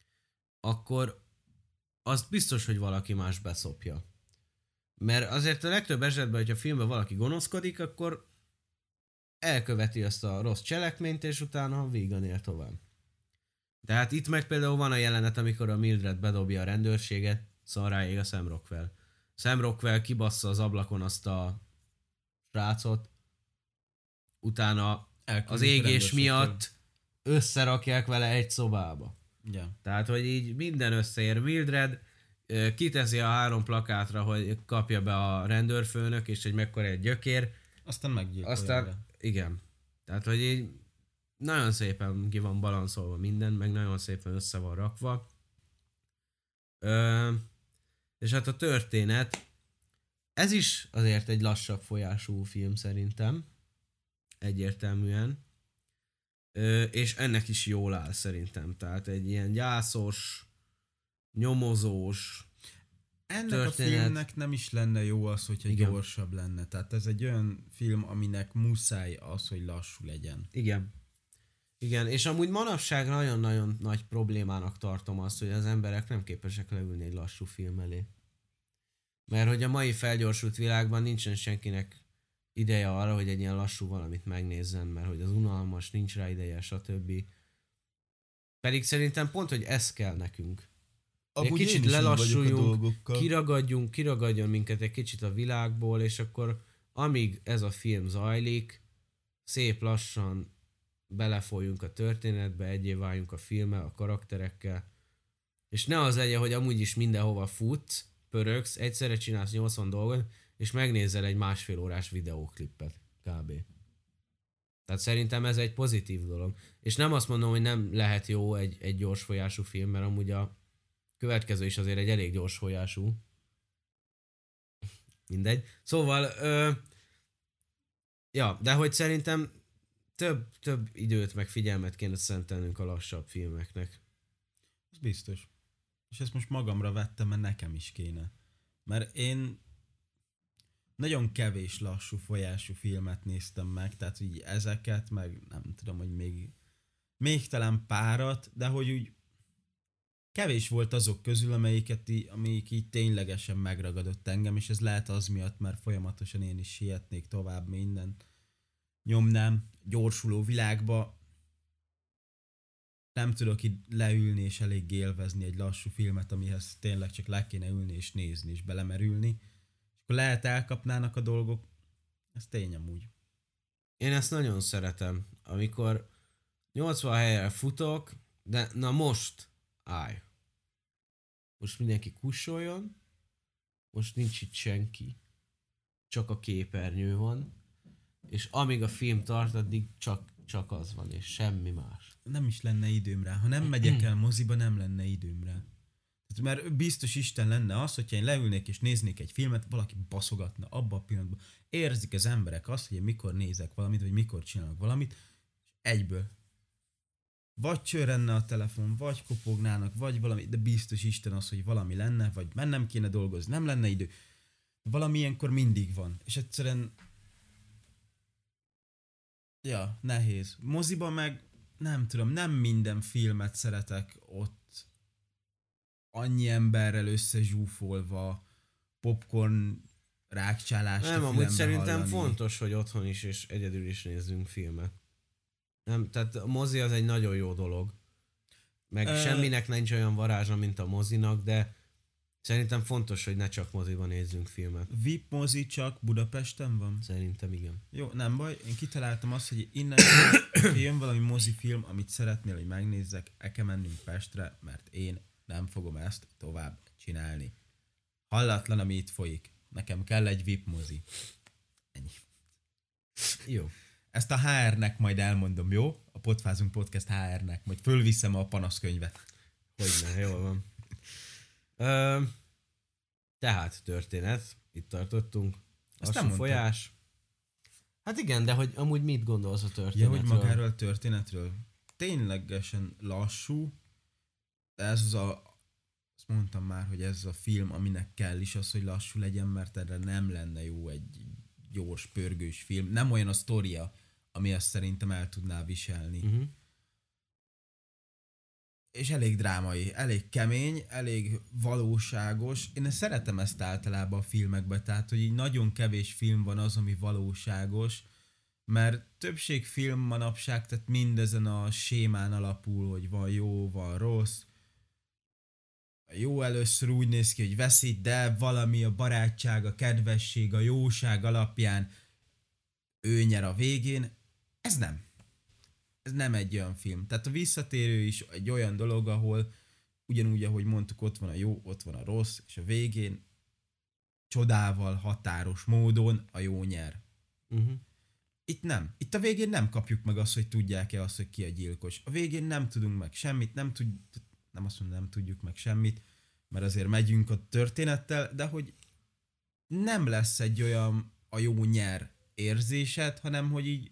akkor azt biztos, hogy valaki más beszopja. Mert azért a legtöbb esetben, hogyha a filmben valaki gonoszkodik, akkor elköveti azt a rossz cselekményt, és utána vígan él tovább. Tehát itt meg például van a jelenet, amikor a Mildred bedobja a rendőrséget, szarráig a Sam Rockwell. Sam Rockwell kibassza az ablakon azt a srácot, utána Elküldik az a égés rendőrségtől. miatt összerakják vele egy szobába. Ja. Tehát, hogy így minden összeér. Mildred ö, kiteszi a három plakátra, hogy kapja be a rendőrfőnök, és egy mekkora egy gyökér. Aztán meggyilkolja. Aztán, vele. igen. Tehát, hogy így nagyon szépen ki van balanszolva minden, meg nagyon szépen össze van rakva. Ö, és hát a történet, ez is azért egy lassabb folyású film szerintem. Egyértelműen. Ö, és ennek is jól áll szerintem. Tehát egy ilyen gyászos, nyomozós, Ennek történet. a filmnek nem is lenne jó az, hogyha Igen. gyorsabb lenne. Tehát ez egy olyan film, aminek muszáj az, hogy lassú legyen. Igen. Igen, és amúgy manapság nagyon-nagyon nagy problémának tartom azt, hogy az emberek nem képesek leülni egy lassú film elé. Mert hogy a mai felgyorsult világban nincsen senkinek ideje arra, hogy egy ilyen lassú valamit megnézzen, mert hogy az unalmas, nincs rá ideje, stb. Pedig szerintem pont, hogy ez kell nekünk. Egy kicsit lelassuljunk, kiragadjunk, kiragadjon minket egy kicsit a világból, és akkor amíg ez a film zajlik, szép lassan belefolyjunk a történetbe, egyé váljunk a filmmel, a karakterekkel, és ne az legyen, hogy amúgy is mindenhova futsz, pörögsz, egyszerre csinálsz nyolcvan dolgot, és megnézel egy másfél órás videóklipet, kb. Tehát szerintem ez egy pozitív dolog. És nem azt mondom, hogy nem lehet jó egy, egy gyors folyású film, mert amúgy a következő is azért egy elég gyors folyású. Mindegy. Szóval, ö, ja, de hogy szerintem több, több időt meg figyelmet kéne szentelnünk a lassabb filmeknek. Ez biztos. És ezt most magamra vettem, mert nekem is kéne. Mert én nagyon kevés lassú folyású filmet néztem meg, tehát így ezeket, meg nem tudom, hogy még, még talán párat, de hogy úgy kevés volt azok közül, amelyiket í- amelyik így ténylegesen megragadott engem, és ez lehet az miatt, mert folyamatosan én is sietnék tovább minden nyomnám gyorsuló világba. Nem tudok itt leülni és elég élvezni egy lassú filmet, amihez tényleg csak le kéne ülni és nézni és belemerülni. És akkor lehet elkapnának a dolgok. Ez tény amúgy. Én ezt nagyon szeretem, amikor nyolcvan helyre futok, de na most állj. Most mindenki kussoljon, most nincs itt senki, csak a képernyő van, és amíg a film tart, addig csak, csak az van, és semmi más. Nem is lenne időm rá. Ha nem megyek el moziba, nem lenne időm rá. Tehát mert biztos Isten lenne az, hogyha én leülnék és néznék egy filmet, valaki baszogatna abba a pillanatban. Érzik az emberek azt, hogy én mikor nézek valamit, vagy mikor csinálok valamit, és egyből. Vagy csörrenne a telefon, vagy kopognának, vagy valami, de biztos Isten az, hogy valami lenne, vagy mennem kéne dolgozni, nem lenne idő. Valami ilyenkor mindig van. És egyszerűen ja, nehéz. Moziba meg nem tudom, nem minden filmet szeretek ott annyi emberrel összezsúfolva, popcorn rákcsálást Nem, a amúgy fülembe szerintem hallani. fontos, hogy otthon is és egyedül is nézzünk filmet. Nem, tehát a mozi az egy nagyon jó dolog. Meg Ö... semminek nincs olyan varázsa, mint a mozinak, de szerintem fontos, hogy ne csak moziban nézzünk filmet. vé i pé mozi csak Budapesten van? Szerintem igen. Jó, nem baj, én kitaláltam azt, hogy innen, ha jön valami mozifilm, amit szeretnél, hogy megnézzek, el kell mennünk Pestre, mert én nem fogom ezt tovább csinálni. Hallatlan, ami itt folyik. Nekem kell egy vé i pé mozi. Ennyi. Jó. Ezt a há er-nek majd elmondom, jó? A Podfázunk Podcast há er-nek, majd fölviszem a panaszkönyvet. Hogyne, jól van. Ö, tehát történet, itt tartottunk. Azt nem Lassú mondtad. folyás. Hát igen, de hogy amúgy mit gondolsz a Ja, történetről? hogy magáról a történetről. Ténylegesen lassú. Ez az a... Azt mondtam már, hogy ez a film, aminek kell is az, hogy lassú legyen, mert erre nem lenne jó egy gyors, pörgős film. Nem olyan a sztoria, ami azt szerintem el tudná viselni. Uh-huh. És elég drámai, elég kemény, elég valóságos. Én szeretem ezt általában a filmekben, tehát hogy így nagyon kevés film van az, ami valóságos, Mert többség film manapság, tehát mindezen a sémán alapul, hogy van jó, van rossz. A jó először úgy néz ki, hogy veszít, de valami a barátság, a kedvesség, a jóság alapján ő nyer a végén. Ez nem. Ez nem egy olyan film. Tehát a visszatérő is egy olyan dolog, ahol ugyanúgy, ahogy mondtuk, ott van a jó, ott van a rossz, és a végén csodával, határos módon a jó nyer. Uh-huh. Itt nem. Itt a végén nem kapjuk meg azt, hogy tudják-e azt, hogy ki a gyilkos. A végén nem tudunk meg semmit, nem tud, nem azt mondom, nem tudjuk meg semmit, mert azért megyünk a történettel, de hogy nem lesz egy olyan a jó nyer érzésed, hanem hogy így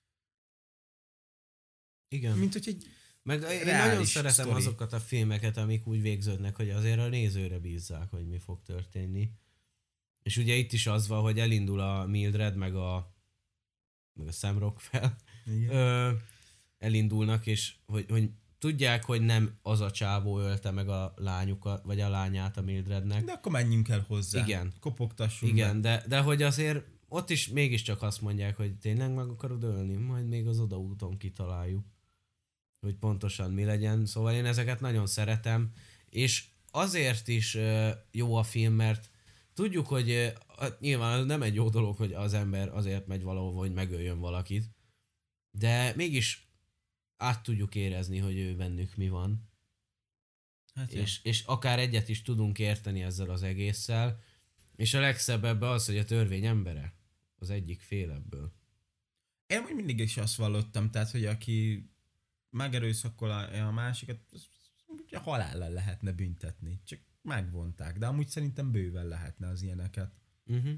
Igen. mint hogy egy Meg én reális nagyon szeretem sztori. azokat a filmeket, amik úgy végződnek, hogy azért a nézőre bízzák, hogy mi fog történni. És ugye itt is az van, hogy elindul a Mildred, meg a, meg a Sam Rockwell, ö, elindulnak, és hogy, hogy tudják, hogy nem az a csávó ölte meg a lányukat, vagy a lányát a Mildrednek. De akkor menjünk el hozzá. Igen. Kopogtassunk Igen, be. de, de hogy azért ott is mégiscsak azt mondják, hogy tényleg meg akarod ölni, majd még az odaúton kitaláljuk, hogy pontosan mi legyen. Szóval én ezeket nagyon szeretem, és azért is uh, jó a film, mert tudjuk, hogy uh, nyilván nem egy jó dolog, hogy az ember azért megy valahova, hogy megöljön valakit, de mégis át tudjuk érezni, hogy ő bennük mi van. Hát És, és akár egyet is tudunk érteni ezzel az egésszel, és a legszebb ebbe az, hogy a törvény embere az egyik fél ebből. Én úgy mindig is azt vallottam, tehát, hogy aki megerőszakolja a másikat, az ugye halállal lehetne büntetni. Csak megvonták, de amúgy szerintem bőven lehetne az ilyeneket. Uh-huh.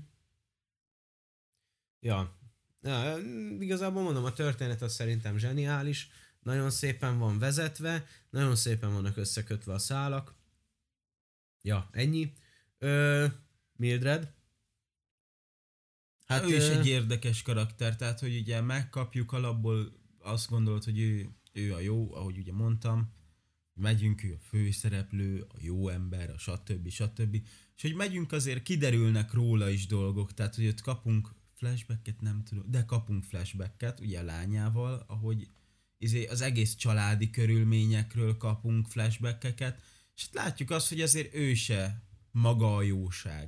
Ja. ja, igazából mondom, a történet az szerintem zseniális, nagyon szépen van vezetve, nagyon szépen vannak összekötve a szálak. Ja, ennyi. Ö, Mildred. Hát ő is egy érdekes karakter, tehát, hogy ugye megkapjuk alapból, azt gondolod, hogy ő, ő a jó, ahogy ugye mondtam, megyünk, ő a főszereplő, a jó ember, a stb. stb. És hogy megyünk, azért kiderülnek róla is dolgok, tehát, hogy ott kapunk flashbacket, nem tudom, de kapunk flashbacket, ugye a lányával, ahogy az egész családi körülményekről kapunk flashbackeket, és hát látjuk azt, hogy azért ő se maga a jóság.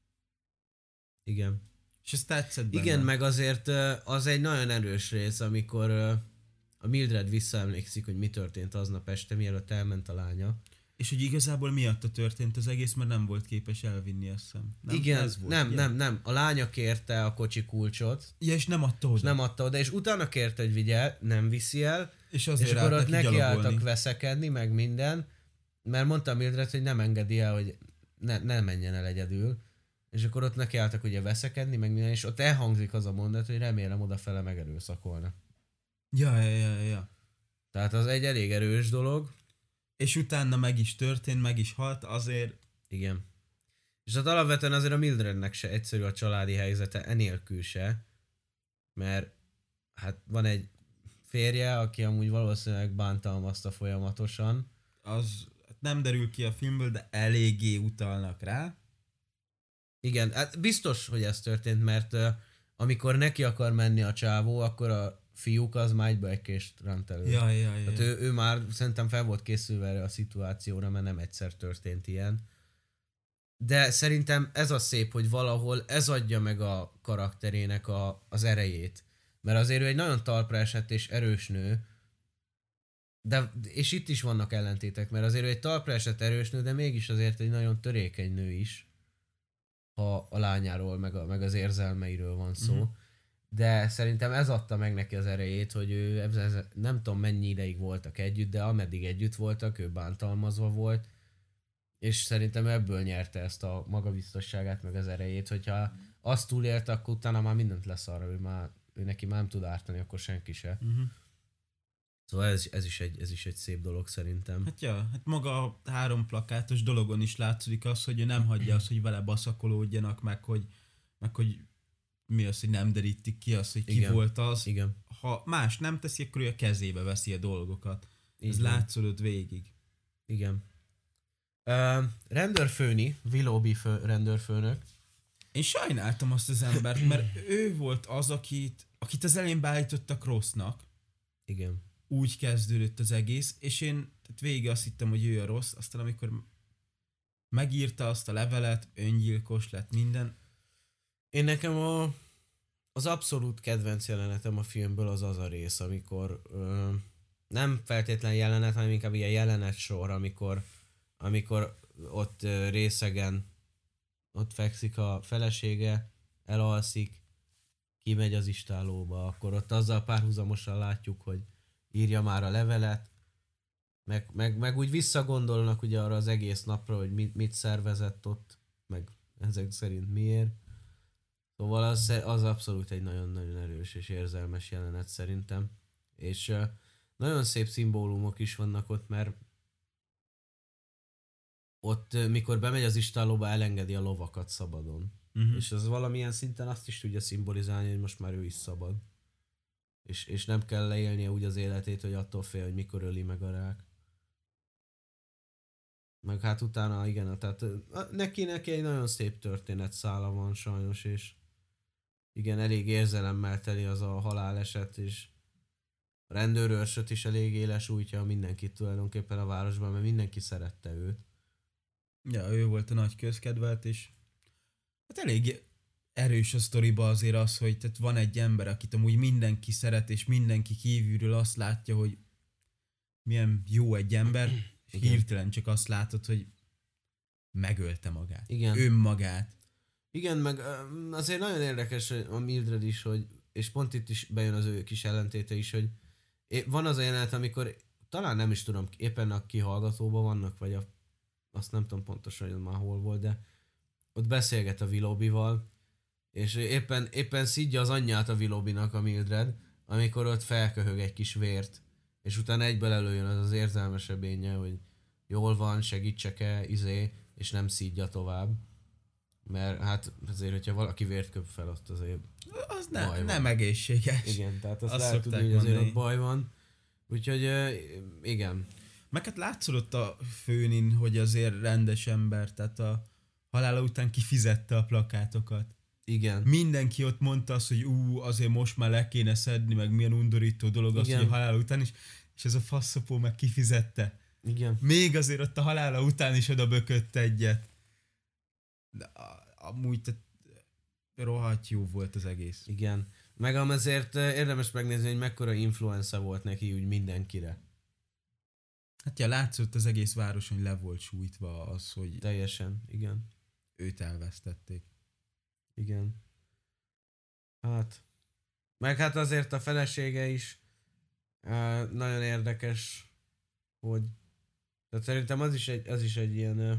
Igen. És ez tetszett benne. Igen, meg azért az egy nagyon erős rész, amikor a Mildred visszaemlékszik, hogy mi történt aznap este, mielőtt elment a lánya. És hogy igazából miatta történt az egész, mert nem volt képes elvinni, azt hiszem. Nem, Igen, ez volt, nem, ugye? nem, nem. A lánya kérte a kocsi kulcsot, Ja, és nem adta oda. és nem adta oda, és utána kérte, hogy vigye, nem viszi el, és azért és akkor ott neki nekiálltak veszekedni, meg minden, mert mondta Mildred, hogy nem engedi el, hogy ne, ne menjen el egyedül. És akkor ott nekiálltak ugye veszekedni, meg minden, és ott elhangzik az a mondat, hogy remélem odafele megerőszakolna. Ja, ja, ja, ja. Tehát az egy elég erős dolog. És utána meg is történt, meg is halt, azért... Igen. És hát alapvetően azért a Mildrednek se egyszerű a családi helyzete, enélkül se. Mert hát van egy férje, aki amúgy valószínűleg bántalmazta folyamatosan. Az nem derül ki a filmből, de eléggé utalnak rá. Igen, hát biztos, hogy ez történt, mert uh, amikor neki akar menni a csávó, akkor a fiúk az már egybe egy kést ránt elő. Ja, ja, ja. Hát ő, ő már szerintem fel volt készülve erre a szituációra, mert nem egyszer történt ilyen. De szerintem ez a szép, hogy valahol ez adja meg a karakterének a, az erejét. Mert azért ő egy nagyon talpra esett és erős nő, de, és itt is vannak ellentétek, mert azért ő egy talpra esett erős nő, de mégis azért egy nagyon törékeny nő is, ha a lányáról, meg, a, meg az érzelmeiről van szó. Uh-huh. De szerintem ez adta meg neki az erejét, hogy ő ez, ez, nem tudom mennyi ideig voltak együtt, de ameddig együtt voltak, ő bántalmazva volt, és szerintem ebből nyerte ezt a magabiztosságát, meg az erejét, hogyha azt túlélte, akkor utána már mindent lesz arra, ő, már, ő neki már nem tud ártani, akkor senki se. Uh-huh. Szóval ez, ez, is egy, ez is egy szép dolog szerintem. Hát ja, hát maga a három plakátos dologon is látszik az, hogy ő nem hagyja azt, hogy vele baszakolódjanak, meg hogy, meg hogy mi az, hogy nem derítik ki azt, hogy ki Igen. volt az. Igen. Ha más nem teszi, akkor ő a kezébe veszi a dolgokat. Így Ez van. látszódott végig. Igen. Uh, rendőrfőni, Willoughby fő, rendőrfőnök. Én sajnáltam azt az embert, mert ő volt az, akit, akit az elején beállítottak rossznak, Igen. úgy kezdődött az egész, és én tehát végig azt hittem, hogy ő a rossz, aztán amikor megírta azt a levelet, öngyilkos lett minden. Én nekem a, az abszolút kedvenc jelenetem a filmből az az a rész, amikor ö, nem feltétlen jelenet, hanem inkább ilyen jelenet sor, amikor, amikor ott ö, részegen ott fekszik a felesége, elalszik, kimegy az istállóba, akkor ott azzal párhuzamosan látjuk, hogy írja már a levelet, meg, meg, meg úgy visszagondolnak ugye arra az egész napra, hogy mit, mit szervezett ott, meg ezek szerint miért. Szóval az, az abszolút egy nagyon-nagyon erős és érzelmes jelenet szerintem. És uh, nagyon szép szimbólumok is vannak ott, mert ott, uh, mikor bemegy az istállóba, elengedi a lovakat szabadon. Uh-huh. És az valamilyen szinten azt is tudja szimbolizálni, hogy most már ő is szabad. És, és nem kell leélnie úgy az életét, hogy attól fél, hogy mikor öli meg a rák. Meg hát utána, igen, tehát neki, neki egy nagyon szép történetszála van sajnos, és igen, elég érzelemmel teli az a haláleset, és a rendőrőrsöt is elég éles útja mindenkit tulajdonképpen a városban, mert mindenki szerette őt. Ja, ő volt a nagy közkedvelt, és hát elég erős a sztoriba azért az, hogy tehát van egy ember, akit amúgy mindenki szeret, és mindenki kívülről azt látja, hogy milyen jó egy ember, és Igen. hirtelen csak azt látod, hogy megölte magát. Igen. Önmagát. Igen, meg ö, azért nagyon érdekes a Mildred is, hogy, és pont itt is bejön az ő kis ellentéte is, hogy é- van az a jelenet, amikor talán nem is tudom, éppen a kihallgatóban vannak, vagy a, azt nem tudom pontosan, hogy már hol volt, de ott beszélget a Willoughbyval, és éppen, éppen szidja az anyját a Willoughbynak a Mildred, amikor ott felköhög egy kis vért, és utána egyből előjön az az érzelmesebb énje, hogy jól van, segítsek-e, izé, és nem szidja tovább. Mert hát azért, hogyha valaki vért köp fel, ott azért Az ne, baj van. nem egészséges. Igen, tehát azt, Azt azt lehet tudni, szokták hogy azért mondani. ott baj van. Úgyhogy ö, igen. Meg hát látszódott a főnin, hogy azért rendes ember, tehát a halála után kifizette a plakátokat. Igen. Mindenki ott mondta azt, hogy ú, azért most már le kéne szedni, meg milyen undorító dolog az, Igen. hogy a halála után is, és ez a faszopó meg kifizette. Igen. Még azért ott a halála után is oda bökött egyet. De a- amúgy tehát rohadt jó volt az egész. Igen. Meg ám azért ö, érdemes megnézni, hogy mekkora influenza volt neki úgy mindenkire. Hát ja, látszott az egész városon, hogy le volt sújtva az, hogy Teljesen. Igen. őt elvesztették. Igen. Hát. Meg hát azért a felesége is uh, nagyon érdekes, hogy tehát szerintem az is egy, az is egy ilyen uh,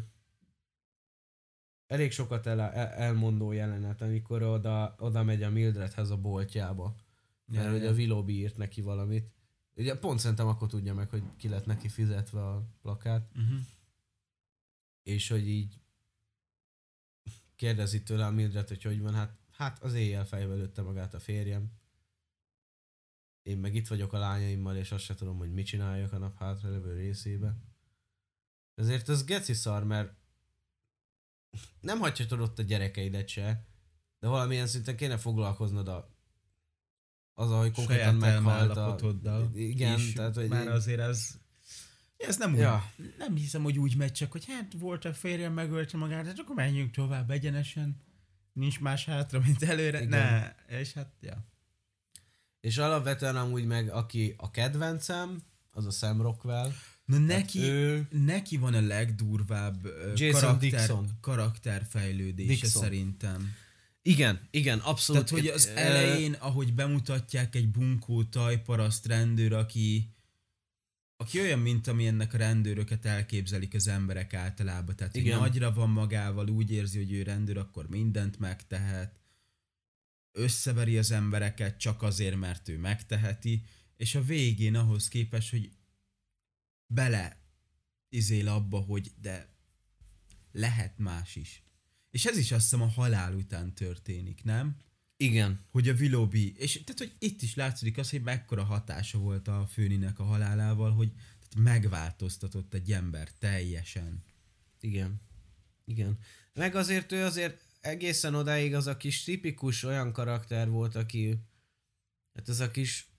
elég sokat el, el, elmondó jelenet, amikor oda, oda megy a Mildredhez a boltjába. Mert Ja, hogy ja. a Willoughby írt neki valamit. Ugye pont szerintem akkor tudja meg, hogy ki lett neki fizetve a plakát. Uh-huh. És hogy így kérdezi tőle a Mildred, hogy hogy van, hát, hát az éjjel fejbe lőtte magát a férjem. Én meg itt vagyok a lányaimmal, és azt se tudom, hogy mit csináljak a nap hátralevő részébe. Ezért ez geci szar, mert nem hagyhatod ott a gyerekeidet se, de valamilyen szinten kéne foglalkoznod a azzal, hogy konkrétan Saját meghalt a... elmeállapotoddal. Igen, És tehát hogy... már azért ez... Ez nem úgy, Ja. nem hiszem, hogy úgy megy csak, hogy hát volt a férjem, megölte magát, hát akkor menjünk tovább egyenesen. Nincs más hátra, mint előre. Igen. Ne, és hát, ja. És alapvetően amúgy meg, aki a kedvencem, az a Sam Rockwell. Na neki, ő- neki van a legdurvább ö, Jason karakter, Dixon. karakterfejlődése Dixon. szerintem. Igen, igen, abszolút. Tehát, hogy az Ö, elején, ahogy bemutatják egy bunkó tajparaszt rendőr, aki aki olyan, mint amilyennek a rendőröket elképzelik az emberek általában. Tehát, hogy Igen. nagyra van magával, úgy érzi, hogy ő rendőr, akkor mindent megtehet. Összeveri az embereket csak azért, mert ő megteheti. És a végén ahhoz képest, hogy bele izél abba, hogy de lehet más is. És ez is azt hiszem a halál után történik, nem? Igen. Hogy a Willoughby, és tehát, hogy itt is látszik az, hogy mekkora hatása volt a főninek a halálával, hogy tehát megváltoztatott egy ember teljesen. Igen. Igen. Meg azért ő azért egészen odáig az a kis tipikus olyan karakter volt, aki Hát ez a kis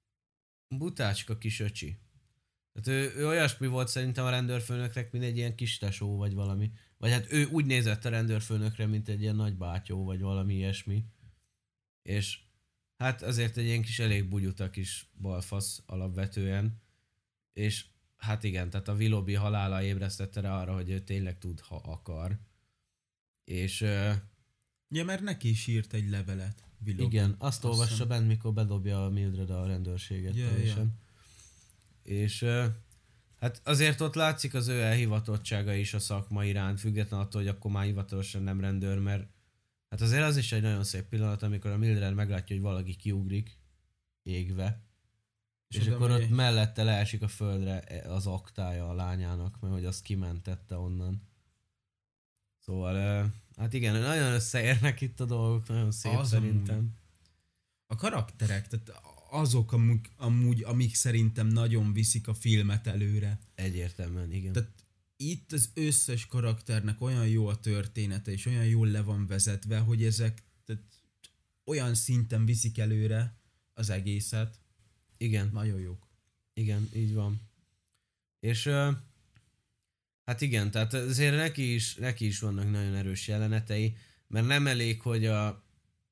butácska kis öcsi. Hát ő, ő olyasmi volt szerintem a rendőrfőnöknek, mint egy ilyen kis tesó, vagy valami. Vagy hát ő úgy nézett a rendőrfőnökre, mint egy ilyen nagybátyó, vagy valami ilyesmi. És hát azért egy ilyen kis elég bugyuta kis balfasz alapvetően. És hát igen, tehát a Willoughby halála ébresztette rá arra, hogy ő tényleg tud, ha akar. És... Uh, ja, mert neki is írt egy levelet. Willoughby. Igen, azt Azt olvassa hiszem. bent, mikor bedobja a Mildred a rendőrséget. Ja, teljesen. ja. És uh, hát azért ott látszik az ő elhivatottsága is a szakma iránt, független attól, hogy akkor már hivatalosan nem rendőr, mert hát azért az is egy nagyon szép pillanat, amikor a Mildred meglátja, hogy valaki kiugrik égve, és, és akkor ott mellette leesik a földre az aktája a lányának, mert hogy azt kimentette onnan. Szóval, uh, hát igen, nagyon összeérnek itt a dolgok, nagyon szép Az szerintem. amúgy. A karakterek, tehát azok amúgy, amúgy, amik szerintem nagyon viszik a filmet előre. Egyértelműen, igen. Tehát itt az összes karakternek olyan jó a története, és olyan jól le van vezetve, hogy ezek tehát olyan szinten viszik előre az egészet. Igen. Nagyon jók. Igen, így van. És uh, hát igen, tehát azért neki is, neki is vannak nagyon erős jelenetei, mert nem elég, hogy a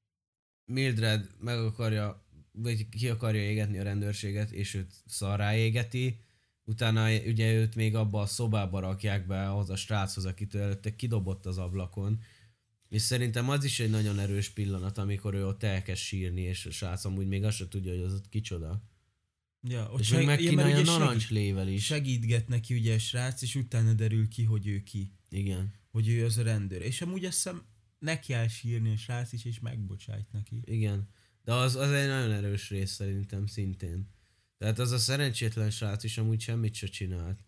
Mildred meg akarja, vagy ki akarja égetni a rendőrséget, és őt szarrá égeti, utána ugye őt még abba a szobába rakják be ahhoz a sráchoz, akitől előtte kidobott az ablakon, és szerintem az is egy nagyon erős pillanat, amikor ő ott elkezd sírni, és a srác amúgy még azt sem tudja, hogy az ott kicsoda. Ja, ott És seg- még megkínálja ja, narancslével is. Segítget neki ugye a srác, és utána derül ki, hogy ő ki. Igen. Hogy ő az a rendőr. És amúgy azt hiszem neki áll sírni a srác is, és megbocsájt neki. Igen. De az, az egy nagyon erős rész szerintem szintén. Tehát az a szerencsétlen srác is amúgy semmit se csinált.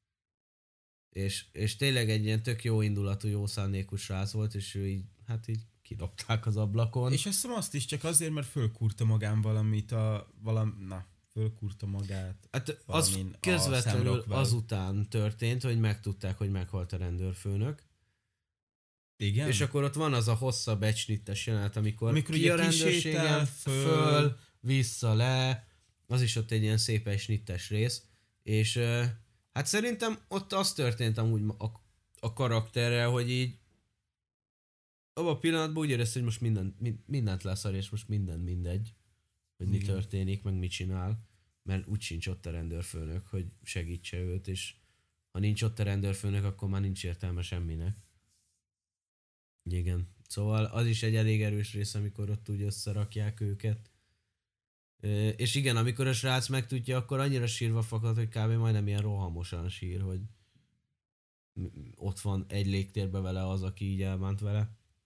És, és tényleg egy ilyen tök jó indulatú, jó szándékú srác volt, és ő így, hát így kidobták az ablakon. És azt hiszem azt is csak azért, mert fölkúrta magán valamit a... Valam, na, fölkúrta magát. Hát az valamin a közvetlenül szemrakvel. azután történt, hogy megtudták, hogy meghalt a rendőrfőnök. Igen? És akkor ott van az a hosszabb egysnittes jelenet, amikor, Amikor ki ugye a rendőrségen, kisétál, föl, föl, föl, vissza, le, az is ott egy ilyen szép egysnittes rész, és uh, hát szerintem ott az történt amúgy a, a karakterrel, hogy így abban a pillanatban úgy érezte, hogy most minden, mindent leszar, és most minden mindegy, hogy mi Igen. történik, meg mit csinál, mert úgy sincs ott a rendőrfőnök, hogy segítse őt, és ha nincs ott a rendőrfőnök, akkor már nincs értelme semminek. Igen. Szóval az is egy elég erős rész, amikor ott úgy összerakják őket. Ö, és igen, amikor a srác megtudja, akkor annyira sírva fakad, hogy kb. Majdnem ilyen rohamosan sír, hogy ott van egy légtérben vele az, aki így elbánt vele.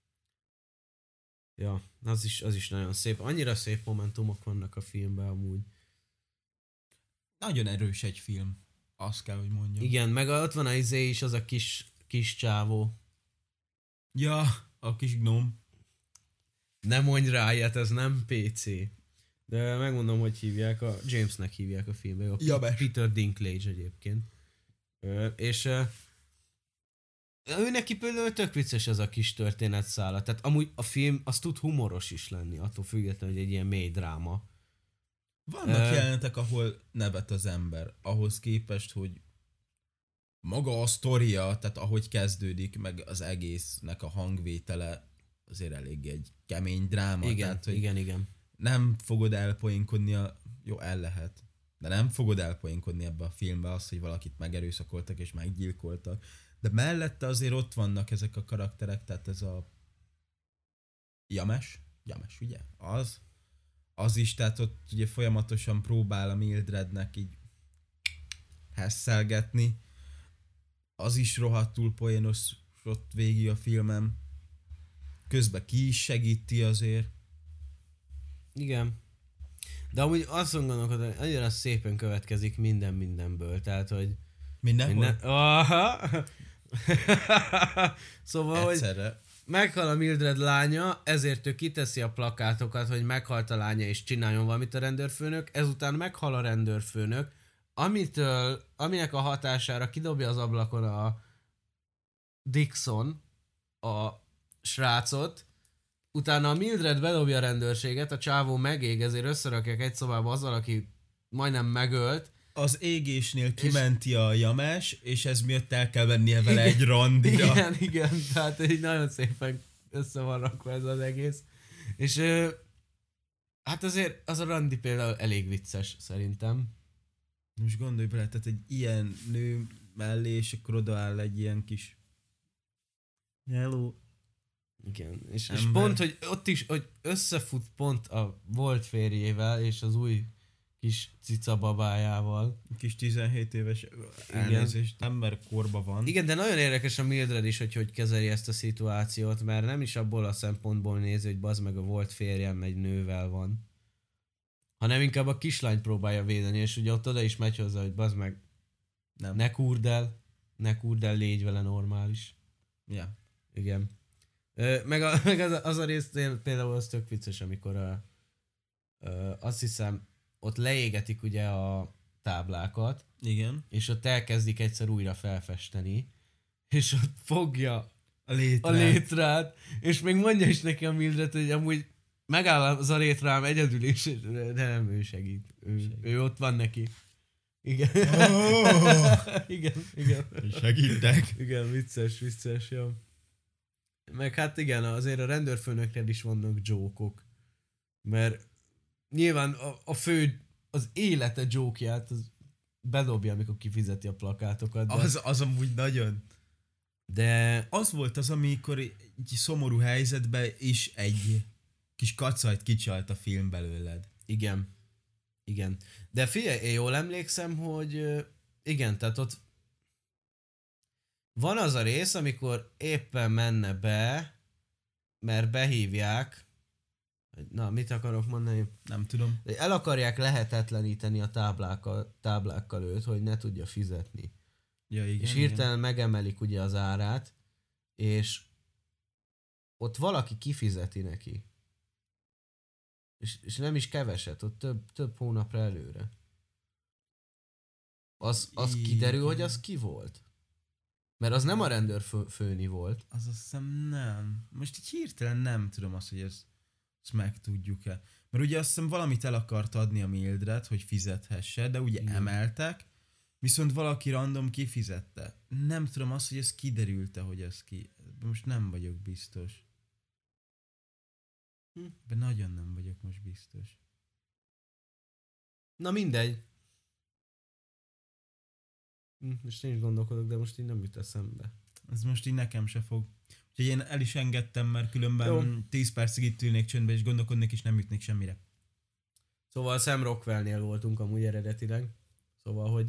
Ja, az is, az is nagyon szép. Annyira szép momentumok vannak a filmben amúgy. Nagyon erős egy film. Azt kell, hogy mondjam. Igen, meg ott van a izé is, az a kis, kis csávó. Ja, a kis gnóm. Nem mondj rá ilyet, ez nem pé cé. De megmondom, hogy hívják, a Jamesnek hívják a filmben, a Ja, Peter Dinklage egyébként. Ö, és ö, ő neki például tök vicces ez a kis történetszála. Tehát amúgy a film az tud humoros is lenni, attól függetlenül, hogy egy ilyen mély dráma. Vannak Ö, jelenetek, ahol nevet az ember. Ahhoz képest, hogy maga a sztoria, tehát ahogy kezdődik, meg az egésznek a hangvétele azért elég egy kemény dráma. Igen, tehát, hogy igen, igen. nem fogod elpoénkodni a... Jó, el lehet. De nem fogod elpoénkodni ebbe a filmbe azt, hogy valakit megerőszakoltak és meggyilkoltak. De mellette azért ott vannak ezek a karakterek, tehát ez a... James? James, ugye? Az. Az is, tehát ott ugye folyamatosan próbál a Mildrednek így hesszelgetni. Az is rohadtul poénos ott végig a filmem. Közben ki is segíti azért. Igen. De amúgy azt gondolkodom, hogy annyira szépen következik minden mindenből, tehát hogy... Mindenhol? Minden... Aha! Szóval, Egyszerre. hogy meghal a Mildred lánya, ezért ő kiteszi a plakátokat, hogy meghalt a lánya és csináljon valamit a rendőrfőnök, ezután meghal a rendőrfőnök, amitől, aminek a hatására kidobja az ablakon a Dixon a srácot, utána a Mildred bedobja a rendőrséget, a csávó megég, ezért összerakják egy szobába azzal, aki majdnem megölt. Az égésnél kimenti a Jamás, és ez miatt el kell vennie vele egy randira. Igen, igen, tehát így nagyon szépen össze van rakva ez az egész. És ö, hát azért az a randi például elég vicces szerintem. Most gondolj bele, tehát egy ilyen nő mellé, és akkor odaáll egy ilyen kis... Hello. Igen, és, és pont, hogy ott is, hogy összefut pont a volt férjével és az új kis cica babájával. Kis tizenhét éves elnézést, ember korba van. Igen, de nagyon érdekes a Mildred is, hogy hogy kezeli ezt a szituációt, mert nem is abból a szempontból nézi, hogy bazd meg a volt férjem egy nővel van, hanem inkább a kislányt próbálja védeni, és ugye ott oda is megy hozzá, hogy bazd meg, nem. ne kurd el, ne kurd el, légy vele normális. Ja. Igen. Ö, meg a, meg az, az a rész például az tök vicces, amikor a, ö, azt hiszem, ott leégetik ugye a táblákat, igen, és ott elkezdik egyszer újra felfesteni, és ott fogja a létrát, a létrát és még mondja is neki a Mildred, hogy amúgy megáll az a létrám egyedül is, de nem, ő segít. Ő, segít. ő ott van neki. Igen. Oh! igen, igen. Segítek. Igen, vicces, vicces, jó. Meg hát igen, azért a rendőrfőnöknél is vannak jókok. Mert nyilván a, a fő, az élete jókját az bedobja, amikor kifizeti a plakátokat. De... Az, az amúgy nagyon. De... Az volt az, amikor egy szomorú helyzetben is egy kis kacajt kicsalt a film belőled. Igen. Igen. De figyelj, én jól emlékszem, hogy igen, tehát ott van az a rész, amikor éppen menne be, mert behívják, na, mit akarok mondani? Nem tudom. El akarják lehetetleníteni a táblákkal, táblákkal őt, hogy ne tudja fizetni. Ja, igen, és hirtelen megemelik ugye az árát, és ott valaki kifizeti neki. És, és nem is keveset, ott több, több hónapra előre. Az, az kiderül, hogy az ki volt? Mert az nem a rendőrfőni volt. Az azt hiszem nem. Most így hirtelen nem tudom azt, hogy ezt, ezt megtudjuk-e. Mert ugye azt hiszem valamit el akart adni a Mildred, hogy fizethesse, de ugye igen, emeltek, viszont valaki random kifizette. Nem tudom azt, hogy ez kiderült-e, hogy ez ki. Most nem vagyok biztos. Hm. De nagyon nem vagyok most biztos. Na mindegy. Hm, most én is gondolkodok, de most így nem jut eszembe. Ez most így nekem se fog. Úgyhogy én el is engedtem, mert különben jó, tíz percig itt ülnék csöndbe, és gondolkodnék, és nem jutnék semmire. Szóval Sam Rockwellnél voltunk amúgy eredetileg. Szóval, hogy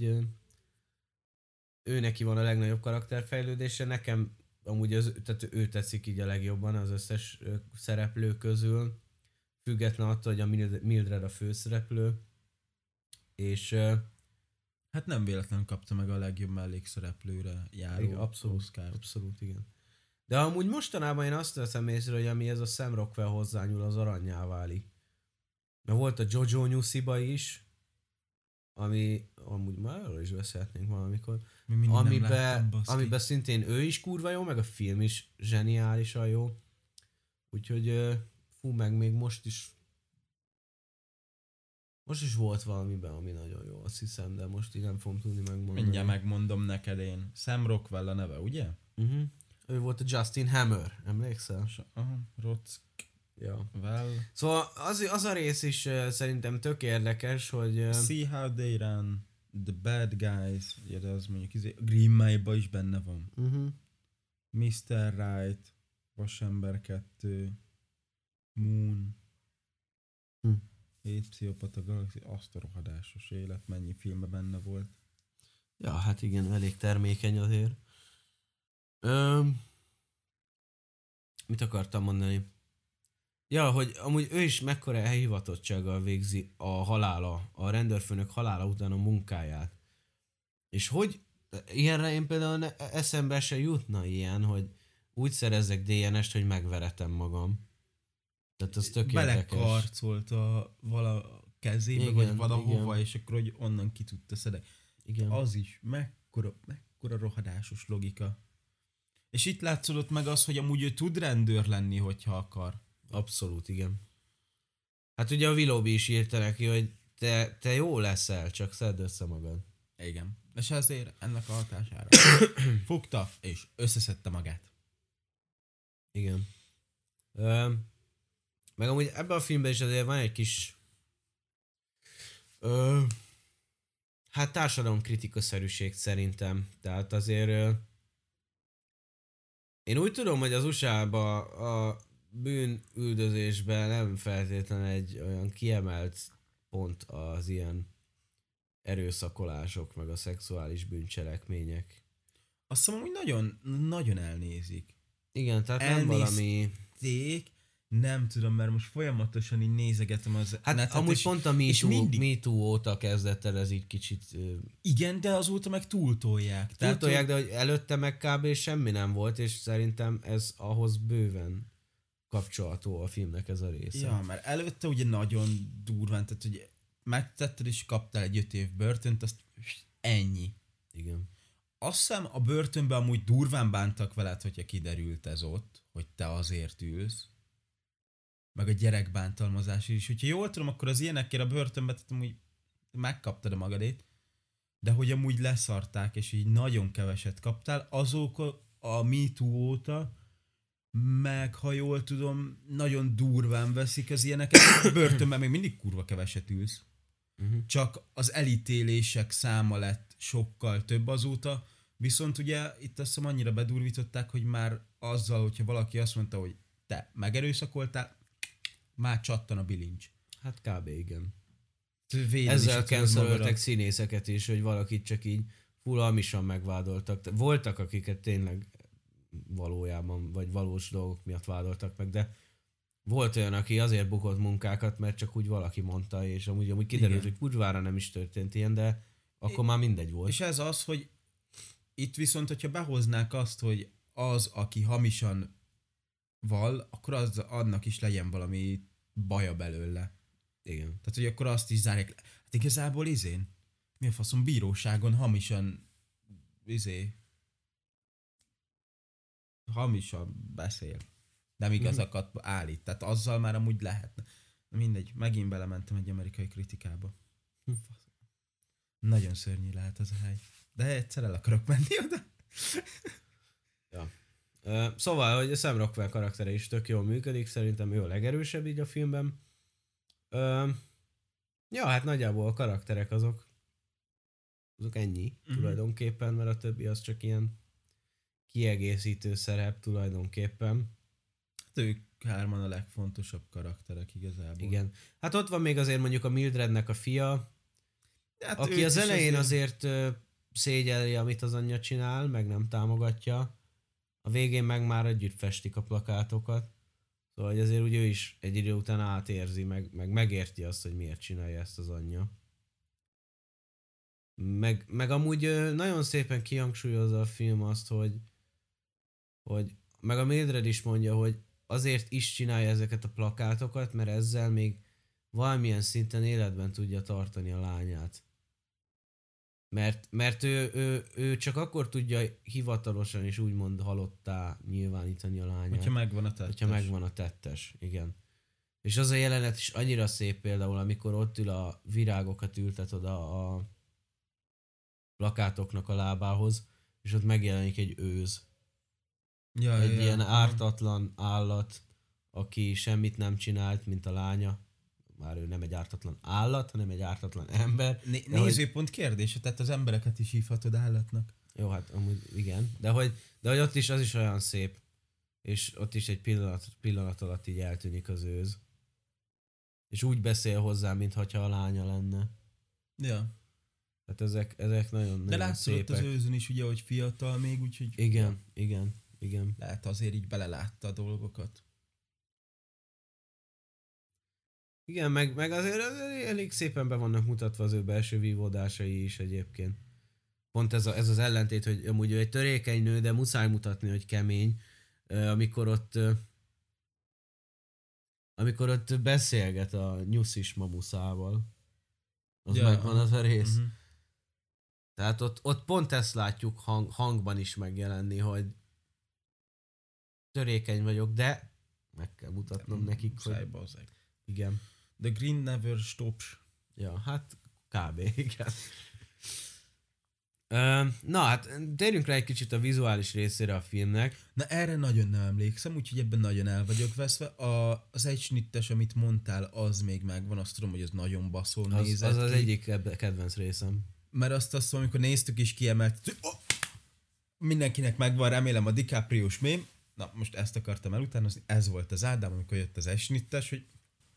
ő neki van a legnagyobb karakterfejlődése, nekem amúgy az, tehát ő tetszik így a legjobban az összes szereplő közül, független attól, hogy a Mildred a főszereplő, és hát nem véletlenül kapta meg a legjobb mellékszereplőre járó igen, abszolút, Oscart. Abszolút, igen. De amúgy mostanában én azt veszem észre, hogy ami ez a Sam Rockwell hozzányúl, az aranyjá válik. Mert volt a Jojo Newsiba is, ami amúgy már arról is beszélhetnénk valamikor, amiben, amiben szintén ő is kurva jó, meg a film is zseniálisan jó. Úgyhogy fú, meg még most is most is volt valamiben, ami nagyon jó, azt hiszem, de most így nem fogom tudni megmondani. Mindjárt megmondom neked én. Sam Rockwell a neve, ugye? Uh-huh. Ő volt a Justin Hammer, emlékszel? Aha, Rock. Ja. Well. Szóval az, az a rész is uh, szerintem tök érdekes, hogy... Uh, See how they run, the bad guys, ja, de az mondjuk izé, Green Mile-ba is benne van. Uh-huh. miszter Right, Vasember kettő, Moon, hm. hét Pszichopata Galaxy, azt a rohadásos élet, mennyi filmben benne volt. Ja, hát igen, elég termékeny azért. Öm, mit akartam mondani? Ja, hogy amúgy ő is mekkora elhivatottsággal végzi a halála, a rendőrfőnök halála után a munkáját. És hogy ilyenre én például ne, eszembe se jutna ilyen, hogy úgy szerezzek dé en est, hogy megveretem magam. Tehát az tök érdekes. Belekarcolt a vala kezébe, igen, vagy valahova, igen, és akkor hogy onnan ki tudta szedek. Igen. Az is mekkora, mekkora rohadásos logika. És itt látszódott meg az, hogy amúgy ő tud rendőr lenni, hogyha akar. Abszolút, igen. Hát ugye a Willoughby is írta neki, hogy te, te jó leszel, csak szedd össze magad. Igen. És ezért ennek a hatására fogta és összeszedte magát. Igen. Ö, meg amúgy ebben a filmben is azért van egy kis ö, hát társadalomkritikaszerűség szerintem. Tehát azért ö, én úgy tudom, hogy az u es á-ban a bűnüldözésben nem feltétlenül egy olyan kiemelt pont az ilyen erőszakolások, meg a szexuális bűncselekmények. Azt hiszem, hogy nagyon, nagyon elnézik. Igen, tehát nem valami... Elnézték, nem tudom, mert most folyamatosan így nézegetem az Hát netet, amúgy és, pont a és MeToo, mindig... MeToo óta kezdett el ez így kicsit... ö, Igen, de azóta meg túltolják. Tehát, Túltolják, de hogy előtte meg kb. Semmi nem volt, és szerintem ez ahhoz bőven kapcsolható a filmnek ez a része. Ja, mert előtte ugye nagyon durván, tehát hogy megtetted és kaptál egy öt év börtönt, azt ennyi. Igen. Azt hiszem a börtönben amúgy durván bántak veled, hogyha kiderült ez ott, hogy te azért ülsz. Meg a gyerekbántalmazás is. Hogyha jól tudom, akkor az ilyenekért a börtönbe, tehát amúgy megkaptad a magadét, de hogy amúgy leszarták, és így nagyon keveset kaptál, azok a, a MeToo óta, meg ha jól tudom, nagyon durván veszik az ilyeneket, a börtönben még mindig kurva keveset ülsz. Uh-huh. Csak az elítélések száma lett sokkal több azóta, viszont ugye itt azt hiszem annyira bedurvították, hogy már azzal, hogyha valaki azt mondta, hogy te megerőszakoltál, már csattan a bilincs. Hát kb. Igen. Védeni Ezzel se tudod cancelöltek magadat. színészeket is, hogy valakit csak így full hamisan megvádoltak. Voltak, akiket tényleg valójában, vagy valós dolgok miatt vádoltak meg, de volt olyan, aki azért bukott munkákat, mert csak úgy valaki mondta, és amúgy, amúgy kiderült, Igen. hogy kurvára nem is történt ilyen, de akkor már mindegy volt. És ez az, hogy itt viszont, hogyha behoznák azt, hogy az, aki hamisan val, akkor az, annak is legyen valami baja belőle. Igen. Tehát, hogy akkor azt is zárják le. Hát igazából izén, mi a faszom, bíróságon hamisan, izé, hamisan beszél. Nem igazakat állít. Tehát azzal már amúgy lehetne. Na mindegy, megint belementem egy amerikai kritikába. Nagyon szörnyű lehet az a hely. De egyszer el akarok menni oda. Ja. Uh, szóval, hogy a Sam Rockwell karaktere is tök jól működik, szerintem ő a legerősebb így a filmben. Uh, ja, hát nagyjából a karakterek azok azok ennyi Mhm. tulajdonképpen, mert a többi az csak ilyen kiegészítő szerep tulajdonképpen. Hát ők hárman a legfontosabb karakterek igazából. Igen. Hát ott van még azért mondjuk a Mildrednek a fia, Hát aki ők az is elején azért ö, szégyelli, amit az anyja csinál, meg nem támogatja. A végén meg már együtt festik a plakátokat. Szóval hogy azért ugye ő is egy idő után átérzi, meg, meg megérti azt, hogy miért csinálja ezt az anyja. Meg, meg amúgy ö, nagyon szépen kihangsúlyozza a film azt, hogy, hogy meg a Mildred is mondja, hogy azért is csinálja ezeket a plakátokat, mert ezzel még valamilyen szinten életben tudja tartani a lányát. Mert, mert ő, ő, ő csak akkor tudja hivatalosan és úgymond halottá nyilvánítani a lányát. Hogyha megvan a tettes. Hogyha megvan a tettes, igen. És az a jelenet is annyira szép például, amikor ott ül a virágokat ültet oda a plakátoknak a lábához, és ott megjelenik egy őz. Ja, Egy ja, ilyen ja. ártatlan állat, aki semmit nem csinált, mint a lánya. Már ő nem egy ártatlan állat, hanem egy ártatlan ember. Né- De hogy- nézőpont kérdése, tehát az embereket is hívhatod állatnak. Jó, hát amúgy igen. De hogy, de hogy ott is az is olyan szép. És ott is egy pillanat, pillanat alatt így eltűnik az őz. És úgy beszél hozzá, mintha a lánya lenne. Ja. Tehát ezek, ezek nagyon, De nagyon látszott szépek. az őzön is ugye, hogy fiatal még, úgyhogy Igen, igen, igen. lehet azért így belelátta a dolgokat. Igen, meg, meg azért, azért elég szépen be vannak mutatva az ő belső vívódásai is egyébként. Pont ez, a, ez az ellentét, hogy amúgy ő egy törékeny nő, de muszáj mutatni, hogy kemény. Ö, Amikor ott ö, amikor ott beszélget a nyuszis mamuszával. Az Ja, megvan az a rész. Mhm. Tehát ott, ott pont ezt látjuk hang, hangban is megjelenni, hogy törékeny vagyok, de meg kell mutatnom nekik, Muszáj, hogy... bazzeg. Igen. The Green Never Stops. Ja, hát kb. Igen. Ö, na hát térjünk rá egy kicsit a vizuális részére a filmnek. Na erre nagyon nem emlékszem, úgyhogy ebben nagyon el vagyok veszve. A, az egy snittes, amit mondtál, az még megvan, azt tudom, hogy ez nagyon baszón Az nézett az, az ki. egyik kedvenc részem. Mert azt azt mondom, amikor néztük is kiemelt, oh, mindenkinek megvan, remélem a DiCaprio-s mém. Na, most ezt akartam elutánozni, ez volt az Ádám, amikor jött az egy snittes, hogy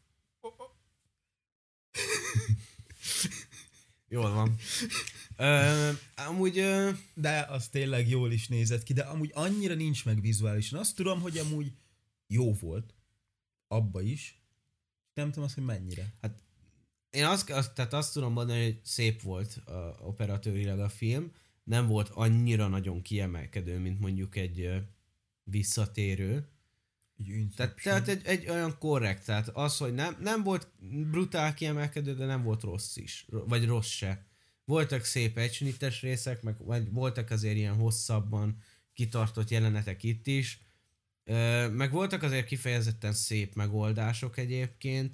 Jól van. Ö, amúgy... Ö... de az tényleg jól is nézett ki, de amúgy annyira nincs meg vizuálisan. Azt tudom, hogy amúgy jó volt, abba is, nem tudom azt, hogy mennyire. Hát én azt, azt, tehát azt tudom mondani, hogy szép volt a, operatőrileg a film, nem volt annyira nagyon kiemelkedő, mint mondjuk egy ö, visszatérő. Tehát, tehát egy, egy olyan korrekt, tehát az, hogy nem, nem volt brutál kiemelkedő, de nem volt rossz is, vagy rossz se. Voltak szép egysnittes részek, meg vagy voltak azért ilyen hosszabban kitartott jelenetek itt is, Ö, meg voltak azért kifejezetten szép megoldások egyébként,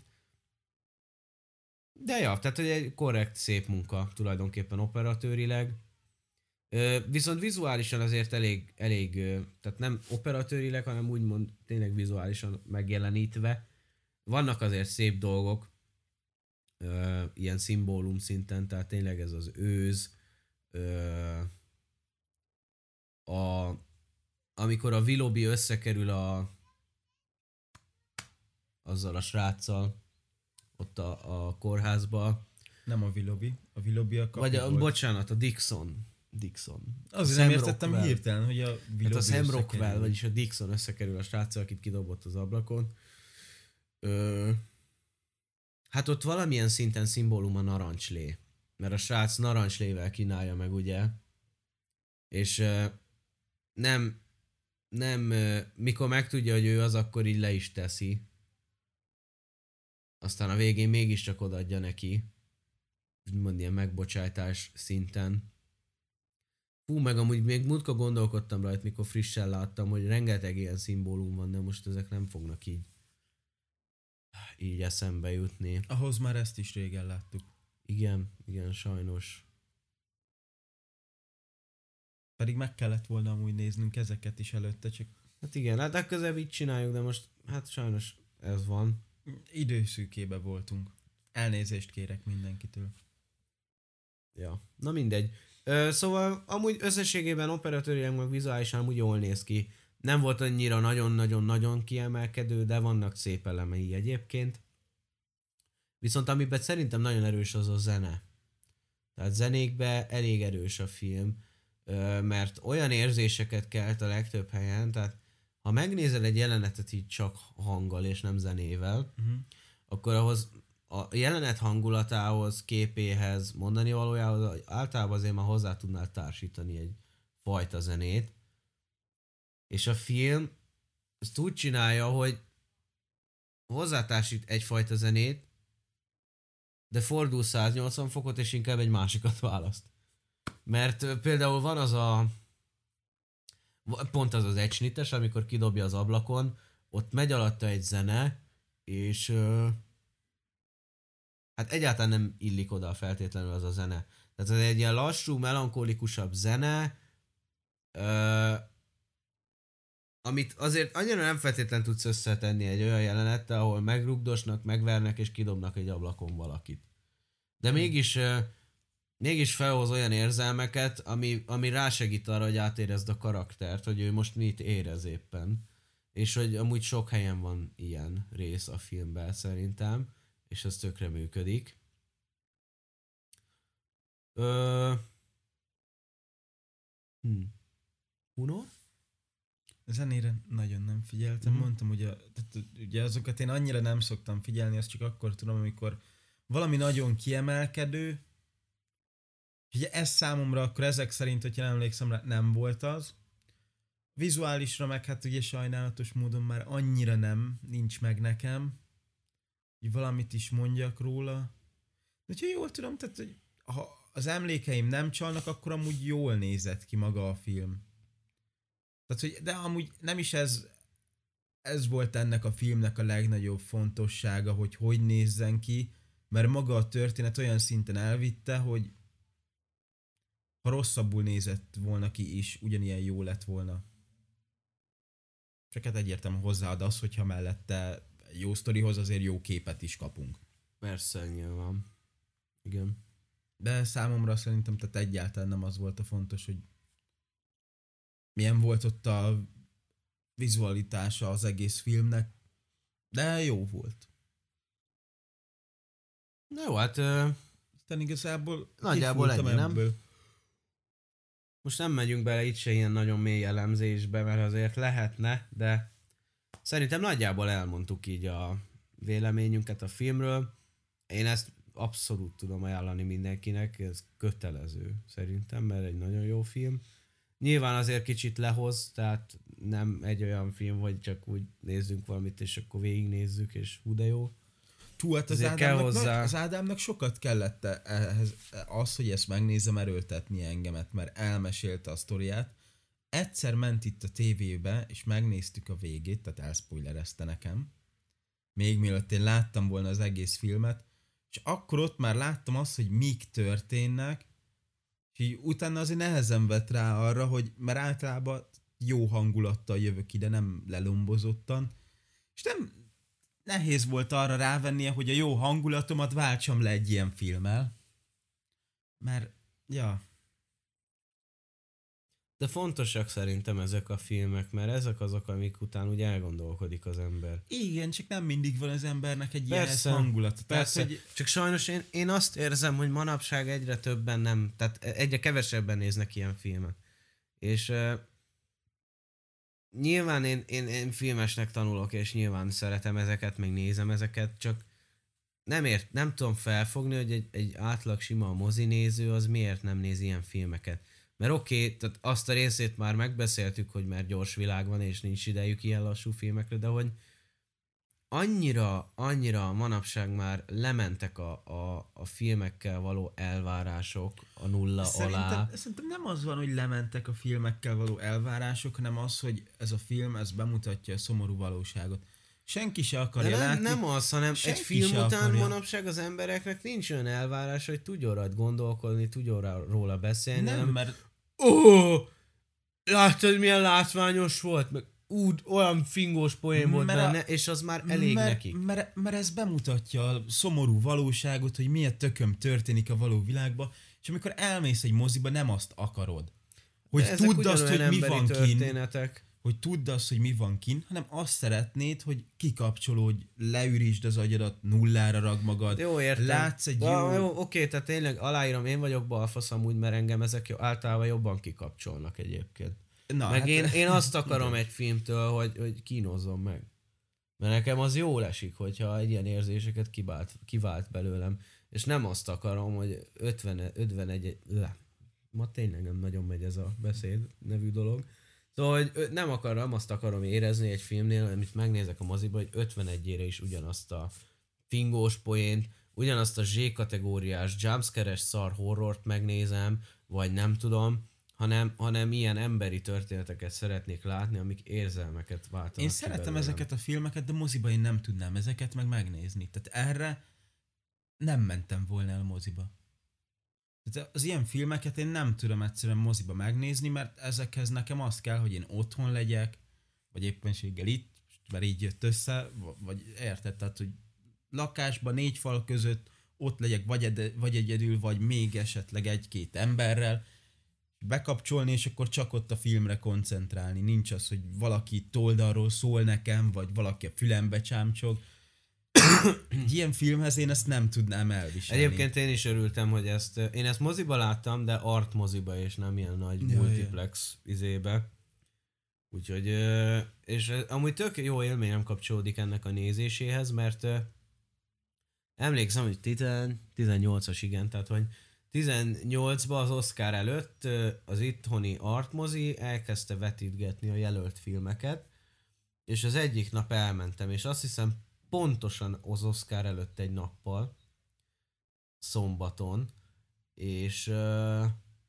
de ja, tehát hogy egy korrekt, szép munka tulajdonképpen operatőrileg. Ö, viszont vizuálisan azért elég, elég, ö, tehát nem operatőrileg, hanem úgymond tényleg vizuálisan megjelenítve. Vannak azért szép dolgok, ö, ilyen szimbólum szinten, tehát tényleg ez az őz, ö, a, amikor a Willoughby összekerül a azzal a sráccal ott a, a kórházba. Nem a Willoughby, a Willoughby a kapu Vagy a, volt. bocsánat, a Dixon. Dixon. Azért Sam nem értettem Rockwell. hirtelen, hogy a Willoughby Hát a Sam összekerül. Rockwell, vagyis a Dixon összekerül a sráccal, akit kidobott az ablakon. Ö, hát ott valamilyen szinten szimbólum a narancslé. Mert a srác narancslével kínálja meg, ugye? És ö, nem, nem, ö, mikor megtudja, hogy ő az, akkor így le is teszi. Aztán a végén mégiscsak odaadja neki. Úgymond ilyen megbocsájtás szinten. Hú, meg amúgy még múltkor gondolkodtam rajta, mikor frissen láttam, hogy rengeteg ilyen szimbólum van, de most ezek nem fognak így így eszembe jutni. Ahhoz már ezt is régen láttuk. Igen, igen, sajnos. Pedig meg kellett volna amúgy néznünk ezeket is előtte, csak Hát igen, hát legközelebb így csináljuk, de most hát sajnos ez van. időszűkébe voltunk. Elnézést kérek mindenkitől. Ja, na mindegy. Ö, szóval amúgy összességében operatőrileg meg vizuálisan amúgy jól néz ki. Nem volt annyira nagyon-nagyon-nagyon kiemelkedő, de vannak szép elemei egyébként. Viszont amiben szerintem nagyon erős az a zene. Tehát zenékben elég erős a film, ö, mert olyan érzéseket kelt a legtöbb helyen, tehát ha megnézel egy jelenetet így csak hanggal és nem zenével, Uh-huh. akkor ahhoz a jelenet hangulatához, képéhez, mondani valójához általában azért már hozzá tudnál társítani egy fajta zenét. És a film ezt úgy csinálja, hogy hozzátársít egyfajta zenét, de fordul száznyolcvan fokot, és inkább egy másikat választ. Mert ö, például van az a pont az az egysnittes, amikor kidobja az ablakon, ott megy alatta egy zene, és ö, hát egyáltalán nem illik oda feltétlenül az a zene. Tehát ez egy ilyen lassú, melankolikusabb zene, ö, amit azért annyira nem feltétlenül tudsz összetenni egy olyan jelenettel, ahol megrugdosnak, megvernek és kidobnak egy ablakon valakit. De mégis, ö, mégis felhoz olyan érzelmeket, ami, ami rásegít arra, hogy átérezd a karaktert, hogy ő most mit érez éppen. És hogy amúgy sok helyen van ilyen rész a filmben szerintem, és ez tökre működik. Ö... Hm. Hunor? Zenére nagyon nem figyeltem, Mhm. mondtam, hogy a, tehát, ugye azokat én annyira nem szoktam figyelni, azt csak akkor tudom, amikor valami nagyon kiemelkedő, ugye ez számomra akkor ezek szerint, hogyha nem emlékszem rá, nem volt az. Vizuálisra meg hát ugye sajnálatos módon már annyira nem, nincs meg nekem, hogy valamit is mondjak róla. De hogyha jól tudom, tehát hogy ha az emlékeim nem csalnak, akkor amúgy jól nézett ki maga a film. Tehát, hogy, de amúgy nem is ez, ez volt ennek a filmnek a legnagyobb fontossága, hogy hogy nézzen ki, mert maga a történet olyan szinten elvitte, hogy ha rosszabbul nézett volna ki is, ugyanilyen jó lett volna. Csak hát egyértelműen hozzáad az, hogyha mellette jó sztorihoz azért jó képet is kapunk. Persze, nyilván. Igen. De számomra szerintem tehát egyáltalán nem az volt a fontos, hogy milyen volt ott a vizualitása az egész filmnek, de jó volt. Na jó, hát ö, Aztán igazából Nagyjából kifújtam ennyi, nem? ebből. most nem megyünk bele itt se ilyen nagyon mély elemzésbe, mert azért lehetne, de szerintem nagyjából elmondtuk így a véleményünket a filmről. Én ezt abszolút tudom ajánlani mindenkinek, ez kötelező szerintem, mert egy nagyon jó film. Nyilván azért kicsit lehoz, tehát nem egy olyan film, hogy csak úgy nézzünk valamit, és akkor végignézzük, és hú de jó. Tú, hát az Azért kell Ádámnak, hozzá- nagy, az Ádámnak sokat kellett ehhez, az, hogy ezt megnézem, erőltetni engemet, mert elmesélte a sztoriát. Egyszer ment itt a tévébe, és megnéztük a végét, tehát elszpoilerezte nekem. Még mielőtt én láttam volna az egész filmet, és akkor ott már láttam azt, hogy mik történnek, és így utána azért nehezen vett rá arra, hogy mert általában jó hangulattal jövök ide, nem lelombozottan, és nem nehéz volt arra rávennie, hogy a jó hangulatomat váltsam le egy ilyen filmmel. Mert, ja, De fontosak szerintem ezek a filmek, mert ezek azok, amik után úgy elgondolkodik az ember. igen, csak nem mindig van az embernek egy Persze, ilyen hangulata. Persze, Tehát, hogy csak sajnos én, én azt érzem, hogy manapság egyre többen nem, tehát egyre kevesebben néznek ilyen filmet. És uh, nyilván én, én, én filmesnek tanulok, és nyilván szeretem ezeket, meg nézem ezeket, csak nem ért, nem tudom felfogni, hogy egy, egy átlag sima mozinéző az miért nem néz ilyen filmeket. Mert oké, okay, tehát azt a részét már megbeszéltük, hogy már gyors világ van, és nincs idejük ilyen lassú filmekre, de hogy annyira, annyira manapság már lementek a, a, a filmekkel való elvárások a nulla szerintem, alá. szerintem nem az van, hogy lementek a filmekkel való elvárások, hanem az, hogy ez a film, ez bemutatja a szomorú valóságot. Senki se De akarja nem, látni. nem az, hanem senki egy film se után akarja. manapság az embereknek nincs olyan elvárás, hogy tudjon rajta gondolkodni, tudjon rá, róla beszélni. Nem, hanem, mert Ó, láttad milyen látványos volt? Meg úgy, olyan fingós poén volt Mert a- benne, és az már elég mert, nekik. Mert, mert ez bemutatja a szomorú valóságot, hogy milyen tököm történik a való világban, és amikor elmész egy moziba, nem azt akarod. Hogy De ezek tudd azt, ugyanolyan hogy mi emberi van kint, történetek. hogy tudd azt, hogy mi van kint, hanem azt szeretnéd, hogy kikapcsolódj, leürítsd az agyadat, nullára rag magad. Jó, értem. Látsz egy De, jó... jó oké, tehát tényleg aláírom, én vagyok balfasz amúgy, mert engem ezek jó, általában jobban kikapcsolnak egyébként. Na, Meg hát- én, én azt akarom egy filmtől, hogy, hogy kínozzon meg. Mert nekem az jól esik, hogyha egy ilyen érzéseket kivált, kivált belőlem. És nem azt akarom, hogy ötven, ötvenegy... Le. Ma tényleg nem nagyon megy ez a beszéd nevű dolog. Szóval, hogy ö- nem akarom, azt akarom érezni egy filmnél, amit megnézek a moziba, hogy ötvenegyére is ugyanazt a fingós poént, ugyanazt a Z-kategóriás, jumpscare-es szar horrort megnézem, vagy nem tudom, hanem, hanem ilyen emberi történeteket szeretnék látni, amik érzelmeket váltanak Én ki szeretem belőlem. ezeket a filmeket, de moziba én nem tudnám ezeket meg megnézni. Tehát erre nem mentem volna el moziba. Tehát az ilyen filmeket én nem tudom egyszerűen moziba megnézni, mert ezekhez nekem az kell, hogy én otthon legyek, vagy éppenséggel itt, mert így jött össze, v- vagy érted, tehát, hogy lakásban négy fal között ott legyek, vagy, ed- vagy egyedül, vagy még esetleg egy-két emberrel, bekapcsolni, és akkor csak ott a filmre koncentrálni. Nincs az, hogy valaki oldalról szól nekem, vagy valaki a fülembe csámcsog. Egy ilyen filmhez én ezt nem tudnám elviselni. Egyébként én is örültem, hogy ezt, én ezt moziba láttam, de art moziba, és nem ilyen nagy Ja, multiplex izébe. Úgyhogy, ö, és amúgy tök jó élményem kapcsolódik ennek a nézéséhez, mert ö, emlékszem, hogy tíz, tizennyolcas, igen, tehát hogy tizennyolcban az Oscar előtt ö, az itthoni art mozi elkezdte vetítgetni a jelölt filmeket, és az egyik nap elmentem, és azt hiszem pontosan az Oscar előtt egy nappal, szombaton, és ö,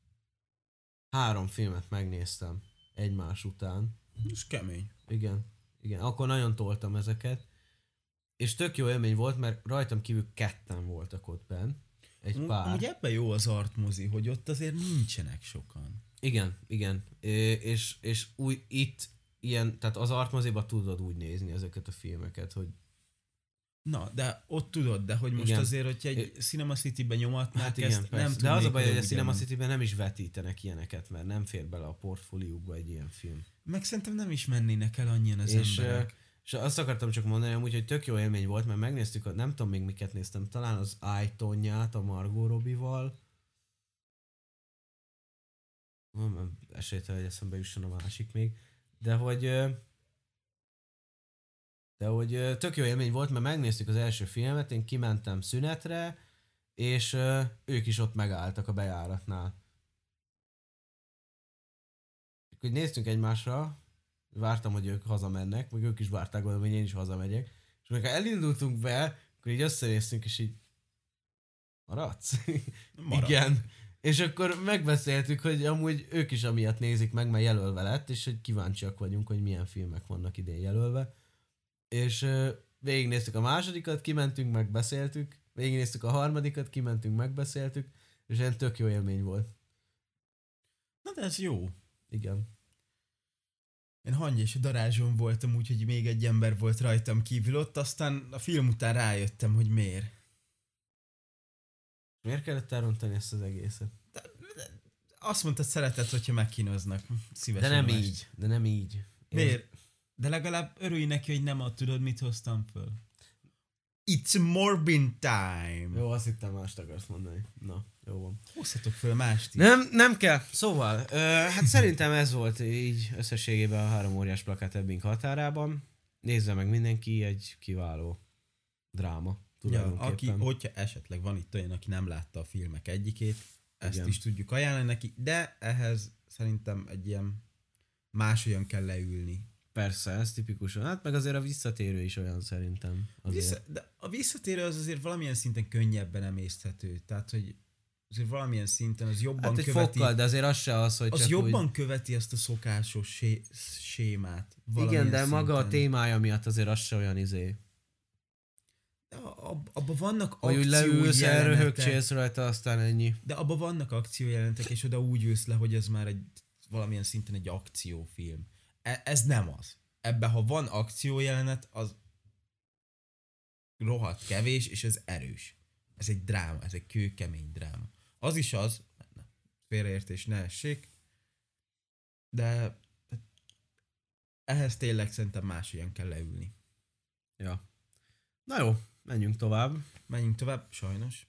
három filmet megnéztem egymás után. Ez kemény. Igen. Igen, akkor nagyon toltam ezeket. És tök jó élmény volt, mert rajtam kívül ketten voltak ott benn. Egy Am- pár. Amúgy ebben jó az artmozi, hogy ott azért nincsenek sokan. Igen, igen. É, és, és új, itt ilyen, tehát az artmoziba tudod úgy nézni ezeket a filmeket, hogy Na, de ott tudod, de hogy most Igen. azért, hogyha egy Cinema City-ben nyomatnák hát ezt, igen, nem persze. tudnék, De az a baj, hogy a ugyan Cinema van. City-ben nem is vetítenek ilyeneket, mert nem fér bele a portfóliókba egy ilyen film. Meg szerintem nem is mennének el annyian az És, emberek. ö, és azt akartam csak mondani, amúgy, hogy tök jó élmény volt, mert megnéztük, a, nem tudom még miket néztem, talán az Aitonját a Margot Robbie-val. Nem esélytelen, hogy eszembe jusson a másik még. De hogy ö, de hogy ö, tök jó élmény volt, mert megnéztük az első filmet, én kimentem szünetre, és ö, ők is ott megálltak a bejáratnál. Úgy néztünk egymásra, vártam, hogy ők hazamennek, meg ők is várták volna, hogy én is hazamegyek. És amikor elindultunk be, akkor így összenéztünk, és így maradsz? Marad. Igen. És akkor megbeszéltük, hogy amúgy ők is amiatt nézik meg, mert jelölve lett, és hogy kíváncsiak vagyunk, hogy milyen filmek vannak idén jelölve. És uh, végignéztük a másodikat, kimentünk, megbeszéltük, végignéztük a harmadikat, kimentünk, megbeszéltük, és ilyen tök jó élmény volt. Na de ez jó. Igen. Én Hangy és a darázson voltam, úgyhogy még egy ember volt rajtam kívül ott, aztán a film után rájöttem, hogy miért. Miért kellett elrontani ezt az egészet? Azt mondtad, szereted, hogyha megkínoznak. De Szívesen nem más. így, de nem így. Én- Miért? De legalább örülj neki, hogy nem tudod, mit hoztam föl. It's Morbin time! Jó, azt hittem mást akarsz mondani. Na, jó van. Hozhatok föl mást is. Nem, nem kell. Szóval, ö, hát szerintem ez volt így összességében a három óriás plakát Ebbing határában. Nézze meg mindenki, egy kiváló dráma. Ja, aki, Tulajdonképpen. hogyha esetleg van itt olyan, aki nem látta a filmek egyikét, ezt Igen. is tudjuk ajánlani neki, de ehhez szerintem egy ilyen másolyan kell leülni. Persze, ez tipikusan. Hát meg azért a visszatérő is olyan szerintem. Azért. Vissza, de a visszatérő az azért valamilyen szinten könnyebben emészthető. Tehát, hogy azért valamilyen szinten az jobban Hát egy követi, fokkal, de azért az se az, hogy az csak jobban úgy... követi azt a szokásos sé, sémát. Igen, valamilyen de maga a szinten. témája miatt azért az se olyan izé. De ab- abban vannak Hogy úgy leülsz, akciójelenetek, elröhögcsélsz rajta, aztán ennyi. de abban vannak akciójelentek, és oda úgy ülsz le, hogy ez már egy valamilyen szinten egy akciófilm. E- ez nem az. Ebben, ha van akciójelenet, az rohadt kevés, és ez erős. Ez egy dráma, ez egy kőkemény dráma. Az is az, na, félreértés ne essék, de ehhez tényleg szerintem máshogyan kell leülni. Ja. Na jó, menjünk tovább. Menjünk tovább, sajnos.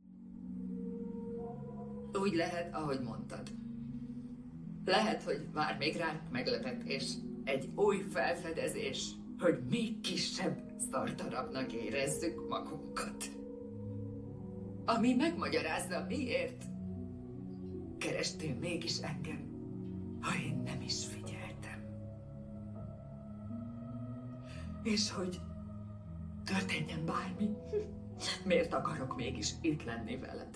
Úgy lehet, ahogy mondtad. Lehet, hogy vár még ránk meglepetés, egy új felfedezés, hogy még kisebb szardarabnak érezzük magunkat. Ami megmagyarázza, miért kerestél mégis engem, ha én nem is figyeltem. És hogy történjen bármi, miért akarok mégis itt lenni veled?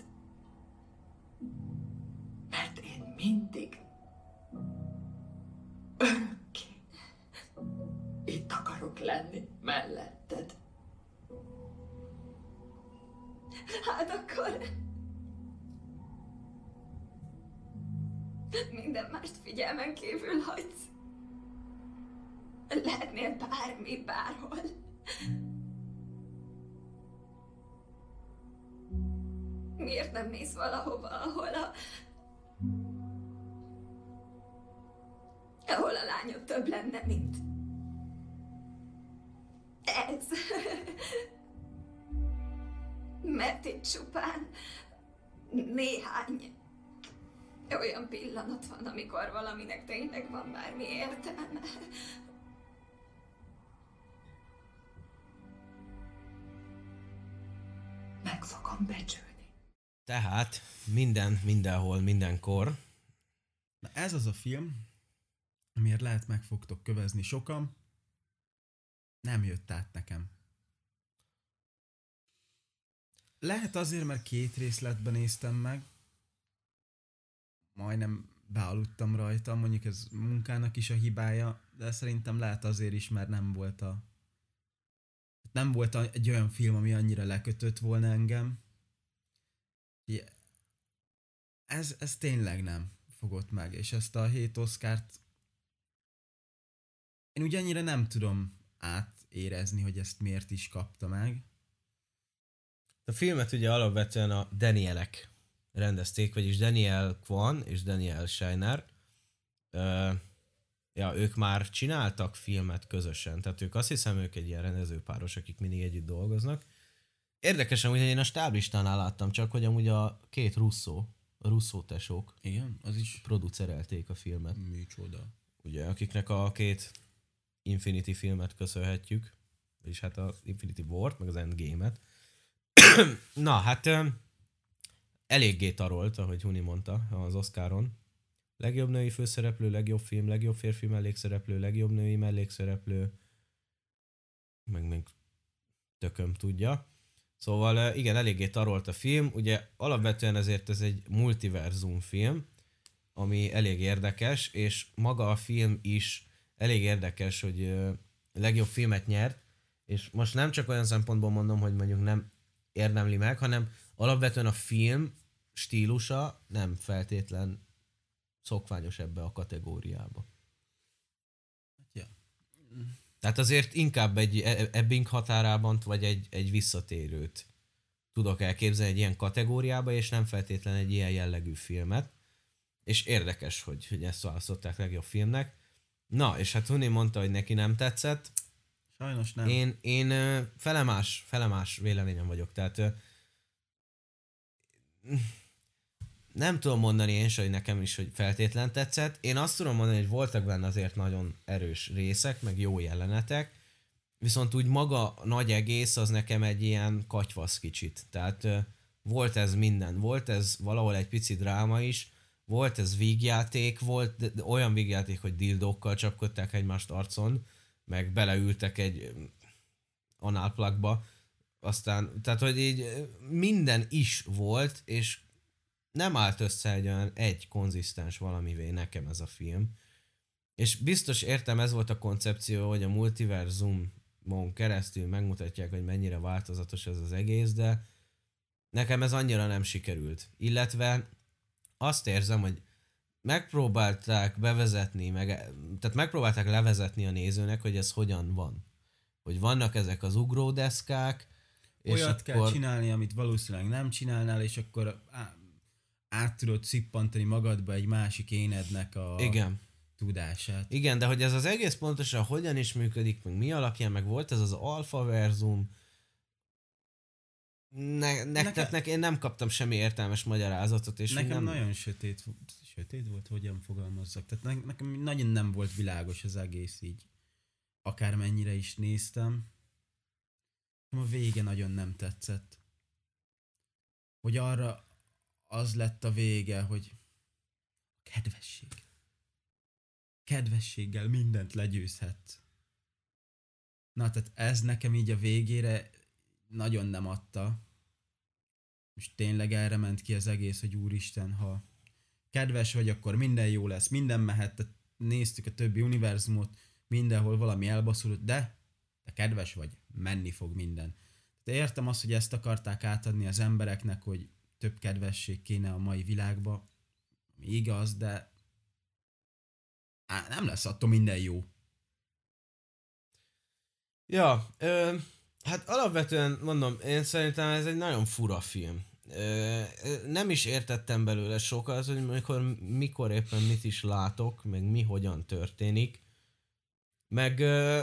Mert én mindig örökké itt akarok lenni melletted. Hát akkor minden mást figyelmen kívül hagysz. Lehetnél bármi, bárhol. Miért nem mész valahova, ahol a... ahol a lányod több lenne, mint... ez. Mert itt csupán néhány olyan pillanat van, amikor valaminek tényleg van bármi értelme. Meg fogom becsülni. Tehát minden, mindenhol, mindenkor. Na ez az a film, amiért lehet meg fogtok kövezni sokan, nem jött át nekem. Lehet azért, mert két részletben néztem meg, majdnem bealudtam rajta, mondjuk ez munkának is a hibája, de szerintem lehet azért is, mert nem volt a nem volt a, egy olyan film, ami annyira lekötött volna engem. Ez, ez tényleg nem fogott meg, és ezt a hét Oscart én úgy annyira nem tudom átérezni, hogy ezt miért is kapta meg. A filmet ugye alapvetően a Danielek rendezték, vagyis Daniel Kwan és Daniel Scheinert. Uh, ja, ők már csináltak filmet közösen, tehát ők azt hiszem, ők egy ilyen rendezőpáros, akik mindig együtt dolgoznak. Érdekesen, hogy én a stáblistánál láttam csak, hogy amúgy a két Russo, a Russo tesók Igen, az is producerelték a filmet. micsoda. Ugye, akiknek a két Infinity filmet köszönhetjük, vagyis hát az Infinity War-t, meg az Endgame-et. Na, hát eléggé tarolt, ahogy Huni mondta, az Oscaron. Legjobb női főszereplő, legjobb film, legjobb férfi mellékszereplő, legjobb női mellékszereplő, meg még tököm tudja. Szóval igen, eléggé tarolt a film. Ugye alapvetően ezért ez egy multiverzum film, ami elég érdekes, és maga a film is elég érdekes, hogy legjobb filmet nyert, és most nem csak olyan szempontból mondom, hogy mondjuk nem érdemli meg, hanem alapvetően a film stílusa nem feltétlen szokványos ebbe a kategóriába. Ja. Tehát azért inkább egy Ebbing határában, vagy egy, egy visszatérőt tudok elképzelni egy ilyen kategóriába, és nem feltétlen egy ilyen jellegű filmet. És érdekes, hogy, hogy ezt választották legjobb filmnek. Na, és hát Huni mondta, hogy neki nem tetszett. Sajnos nem. Én, én felemás, felemás véleményem vagyok, tehát nem tudom mondani én sem, hogy nekem is, hogy feltétlen tetszett. Én azt tudom mondani, hogy voltak benne azért nagyon erős részek, meg jó jelenetek, viszont úgy maga a nagy egész az nekem egy ilyen katyvasz kicsit. Tehát volt ez minden, volt ez valahol egy pici dráma is, volt ez vígjáték, volt de, de olyan vígjáték, hogy dildókkal csapkodták egymást arcon, meg beleültek egy análplugba, aztán, tehát hogy így minden is volt, és nem állt össze egy olyan egy konzisztens valamivé nekem ez a film. És biztos értem, ez volt a koncepció, hogy a multiverzumon keresztül megmutatják, hogy mennyire változatos ez az egész, de nekem ez annyira nem sikerült. Illetve azt érzem, hogy megpróbálták bevezetni, meg, tehát megpróbálták levezetni a nézőnek, hogy ez hogyan van. Hogy vannak ezek az ugródeszkák, és olyat akkor... kell csinálni, amit valószínűleg nem csinálnál, és akkor á, át tudod szippantani magadba egy másik énednek a Igen. tudását. Igen, de hogy ez az egész pontosan hogyan is működik, meg mi alapján, meg volt ez az alfaverzum, ne, nektek Neke... én nem kaptam semmi értelmes magyarázatot, és nekem nem... nagyon sötét, sötét volt, hogyan fogalmazzak. Tehát ne, nekem nagyon nem volt világos az egész így. Akármennyire is néztem. A vége nagyon nem tetszett. Hogy arra az lett a vége, hogy kedvesség. Kedvességgel mindent legyőzhetsz. Na, tehát ez nekem így a végére nagyon nem adta. Most tényleg erre ment ki az egész, hogy úristen, ha kedves vagy, akkor minden jó lesz, minden mehet, tehát néztük a többi univerzumot, mindenhol valami elbaszult, de te kedves vagy, menni fog minden. Tehát értem azt, hogy ezt akarták átadni az embereknek, hogy több kedvesség kéne a mai világba, ami igaz, de á, nem lesz attól minden jó. Ja, ö, hát alapvetően mondom, én szerintem ez egy nagyon fura film. Ö, nem is értettem belőle sokat, hogy mikor, mikor éppen mit is látok, meg mi hogyan történik. Meg, ö,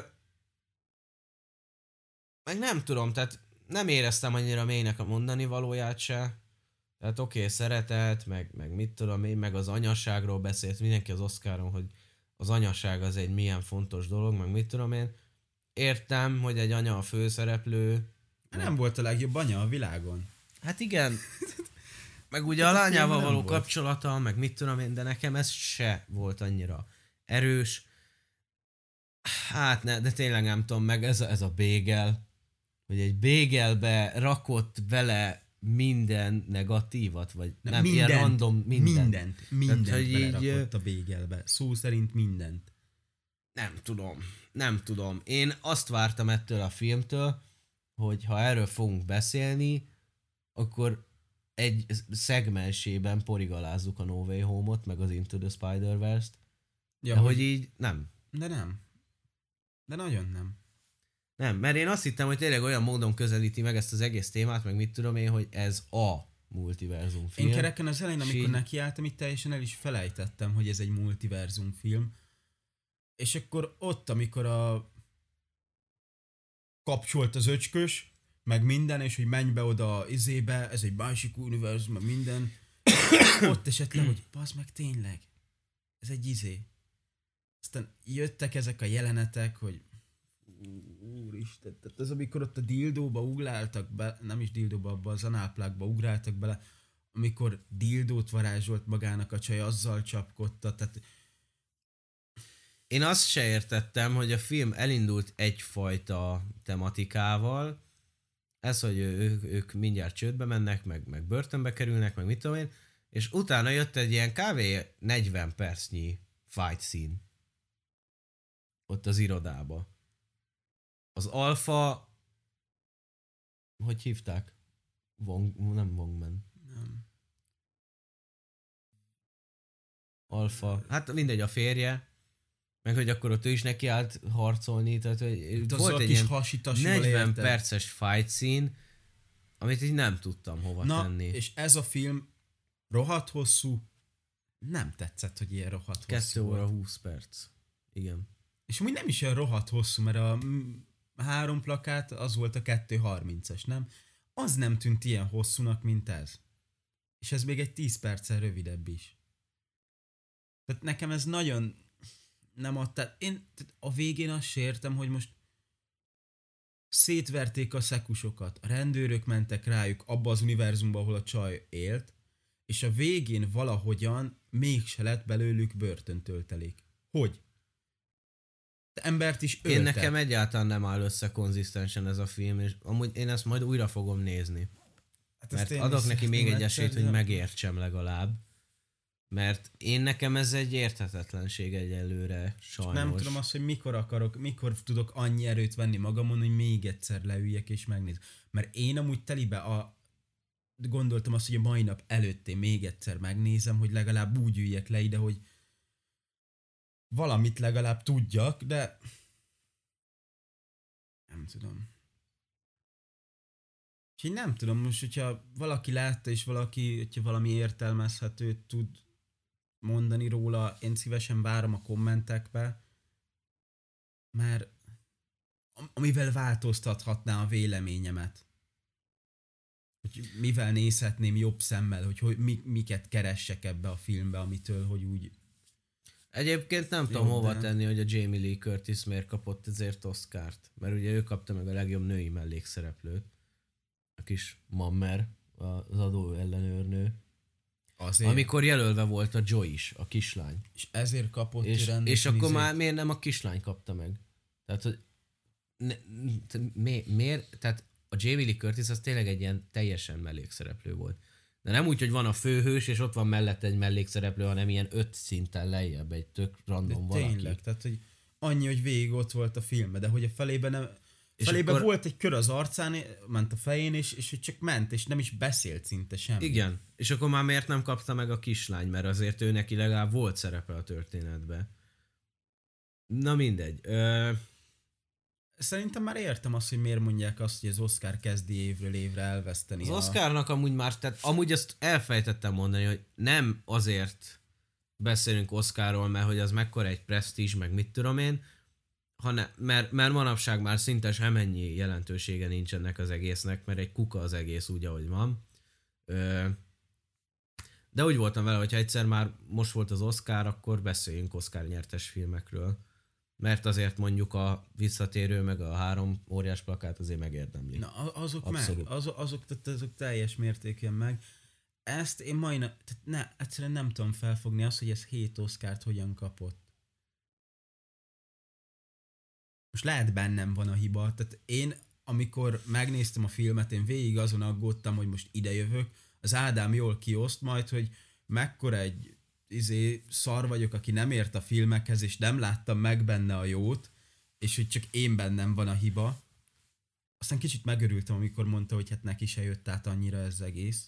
meg nem tudom, tehát nem éreztem annyira mélynek a mondani valóját se. Tehát oké, okay, szeretet, meg, meg mit tudom én, meg az anyaságról beszélt mindenki az Oscaron, hogy az anyaság az egy milyen fontos dolog, meg mit tudom én. Értem, hogy egy anya a főszereplő. Nem volt a legjobb anya a világon. Hát igen. Meg ugye a lányával való volt. Kapcsolata, meg mit tudom én, de nekem ez se volt annyira erős. Hát ne, de tényleg nem tudom, meg ez a, ez a bégel, hogy egy bégelbe rakott bele minden negatívat, vagy Na, nem, mindent, ilyen random mindent. Mindent, mindent Tehát, hogy belerakott így, a bégelbe. Szó szerint mindent. Nem tudom, nem tudom. Én azt vártam ettől a filmtől, hogy ha erről fogunk beszélni, akkor egy szegmensében porigalázzuk a No Way Home-ot, meg az Into the Spider-Verse-t. Ja, De hogy így nem. De nem. De nagyon nem. Nem, mert én azt hittem, hogy tényleg olyan módon közelíti meg ezt az egész témát, meg mit tudom én, hogy ez a multiverzum film. Én kereken az elején, amikor így... nekiálltam, itt teljesen el is felejtettem, hogy ez egy multiverzum film. És akkor ott, amikor a kapcsolt az öcskös, meg minden, és hogy menj be oda izébe, ez egy másik univerzum, meg minden. Ott esett le, hogy bazd meg tényleg, ez egy izé. Aztán jöttek ezek a jelenetek, hogy úristen, tehát az, amikor ott a dildóba ugráltak be, nem is dildóba, abba az análplákba ugráltak bele, amikor dildót varázsolt magának a csaj, azzal csapkodta, tehát Én azt se értettem, hogy a film elindult egyfajta tematikával, ez, hogy ő, ők mindjárt csődbe mennek, meg, meg börtönbe kerülnek, meg mit tudom én, és utána jött egy ilyen kávé negyven percnyi fight scene ott az irodába. Az alfa, hogy hívták? Wong, nem Wongman. nem. Alfa, hát mindegy, a férje, meg hogy akkor ott ő is neki állt harcolni, tehát hogy Az volt a egy kis ilyen hasitasival negyven érted? perces fight scene, amit így nem tudtam hova Na, tenni. és ez a film rohadt hosszú, nem tetszett, hogy ilyen rohadt hosszú Kettő óra volt. húsz perc. Igen. És úgy nem is olyan rohadt hosszú, mert a mm, három plakát az volt a kettő harmincas, nem? Az nem tűnt ilyen hosszúnak, mint ez. És ez még egy tíz perccel rövidebb is. Tehát nekem ez nagyon nem adta. Én tehát a végén azt se értem, hogy most szétverték a szekusokat, a rendőrök mentek rájuk abba az univerzumba, ahol a csaj élt, és a végén valahogyan mégse lett belőlük börtöntöltelék. Hogy? De embert is öltek. Én nekem egyáltalán nem áll össze konzisztensen ez a film, és amúgy én ezt majd újra fogom nézni. Hát ezt Mert én adok is neki még szeretném egy egyszer, esélyt, hogy de- megértsem legalább. Mert én nekem ez egy érthetetlenség egyelőre, sajnos. Nem tudom azt, hogy mikor akarok, mikor tudok annyi erőt venni magamon, hogy még egyszer leüljek és megnéz. Mert én amúgy telibe a... gondoltam azt, hogy a mai nap előtt én még egyszer megnézem, hogy legalább úgy üljek le ide, hogy valamit legalább tudjak, de nem tudom. És én nem tudom, most, hogyha valaki látta, és valaki, hogyha valami értelmezhetőt tud mondani róla, én szívesen várom a kommentekbe, mert am- amivel változtathatná a véleményemet. Hogy mivel nézhetném jobb szemmel, hogy, hogy mi, miket keressek ebbe a filmbe, amitől, hogy úgy... Egyébként nem tudom Jó, hova de- tenni, hogy a Jamie Lee Curtis miért kapott ezért Oscart. Mert ugye ő kapta meg a legjobb női mellékszereplőt. A kis Mammer, az adó ellenőrnő. Azért, Amikor jelölve volt a Joy is, a kislány. és ezért kapott És, rendesen és akkor izét. már miért nem a kislány kapta meg? Tehát, hogy ne, te- mi, miért? Tehát a Jamie Lee Curtis az tényleg egy ilyen teljesen mellékszereplő volt. De nem úgy, hogy van a főhős, és ott van mellette egy mellékszereplő, hanem ilyen öt szinten lejjebb egy tök random De valaki. tényleg, tehát hogy annyi, hogy végig ott volt a filmben, de hogy a felében nem... És Felében akkor- volt egy kör az arcán, ment a fején, és, és hogy csak ment, és nem is beszélt szinte semmi. Igen, és akkor már miért nem kapta meg a kislány, mert azért ő neki legalább volt szerepe a történetben. Na mindegy. Ö, Szerintem már értem azt, hogy miért mondják azt, hogy az Oscar kezdi évről évre elveszteni. az a... Oscarnak amúgy már, tehát amúgy azt elfejtettem mondani, hogy nem azért beszélünk Oscarról, mert hogy az mekkora egy presztízs, meg mit tudom én, hanem, mert, mert manapság már szinte semennyi jelentősége nincs ennek az egésznek, mert egy kuka az egész úgy, ahogy van. Ö, de úgy voltam vele, hogyha egyszer már most volt az Oscar, akkor beszéljünk Oscar nyertes filmekről. Mert azért mondjuk a visszatérő, meg a három óriás plakát azért megérdemli. Na, a- azok Abszolút. meg, azok, azok, tehát azok teljes mértékben meg. Ezt én majdnem, tehát ne, egyszerűen nem tudom felfogni azt, hogy ez hét Oscart hogyan kapott. Most lehet bennem van a hiba, tehát én amikor megnéztem a filmet, én végig azon aggódtam, hogy most idejövök, az Ádám jól kioszt majd, hogy mekkora egy izé, szar vagyok, aki nem ért a filmekhez, és nem láttam meg benne a jót, és hogy csak én bennem van a hiba. Aztán kicsit megörültem, amikor mondta, hogy hát neki se jött át annyira ez egész.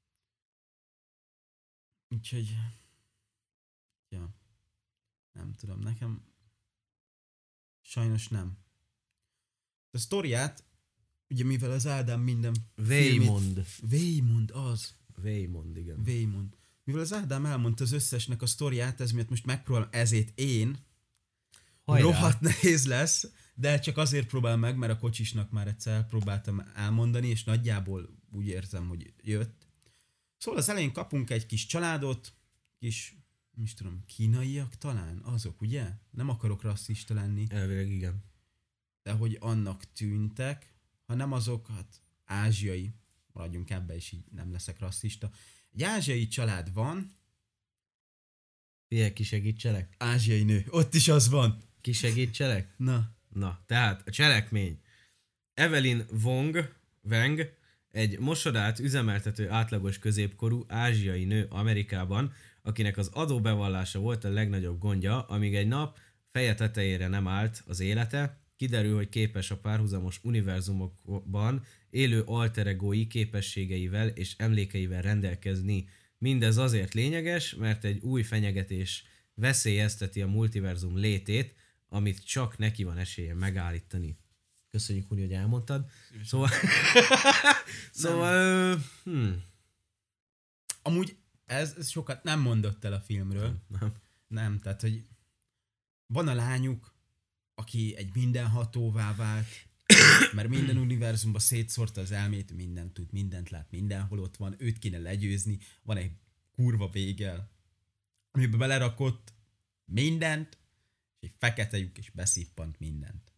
Úgyhogy... Ja. Nem tudom, nekem... Sajnos nem. A sztoriát, ugye mivel az Ádám minden... Waymond. Waymond, az. Waymond, igen. Waymond. Mivel az Ádám elmondta az összesnek a sztoriát, ez miatt most megpróbálom, ezért én... Hajrá. Rohadt nehéz lesz, de csak azért próbálom meg, mert a kocsisnak már egyszer elpróbáltam elmondani, és nagyjából úgy érzem, hogy jött. Szóval az elején kapunk egy kis családot, kis, nem is tudom, kínaiak talán, azok, ugye? Nem akarok rasszista lenni. Elvileg igen. De hogy annak tűntek, ha nem azok, hát ázsiai, maradjunk ebbe, és így nem leszek rasszista. Egy ázsiai család van. Figyelj, kisegítselek? Ázsiai nő, ott is az van. Kisegítselek? Na. Na, tehát a cselekmény. Evelyn Wong, Wang, egy mosodát üzemeltető átlagos középkorú ázsiai nő Amerikában, akinek az adóbevallása volt a legnagyobb gondja, amíg egy nap feje tetejére nem állt az élete, kiderül, hogy képes a párhuzamos univerzumokban élő alter egói képességeivel és emlékeivel rendelkezni. Mindez azért lényeges, mert egy új fenyegetés veszélyezteti a multiverzum létét, amit csak neki van esélye megállítani. Köszönjük, Uni, hogy elmondtad. Szóval... szóval... Hmm. Amúgy ez, ez sokat nem mondott el a filmről. Nem, nem. Nem, tehát, hogy van a lányuk, aki egy mindenhatóvá vált, mert minden univerzumban szétszórta az elmét, mindent tud, mindent lát, mindenhol ott van, őt kéne legyőzni, van egy kurva végel, amiben belerakott mindent, és egy fekete lyuk, és beszippant mindent.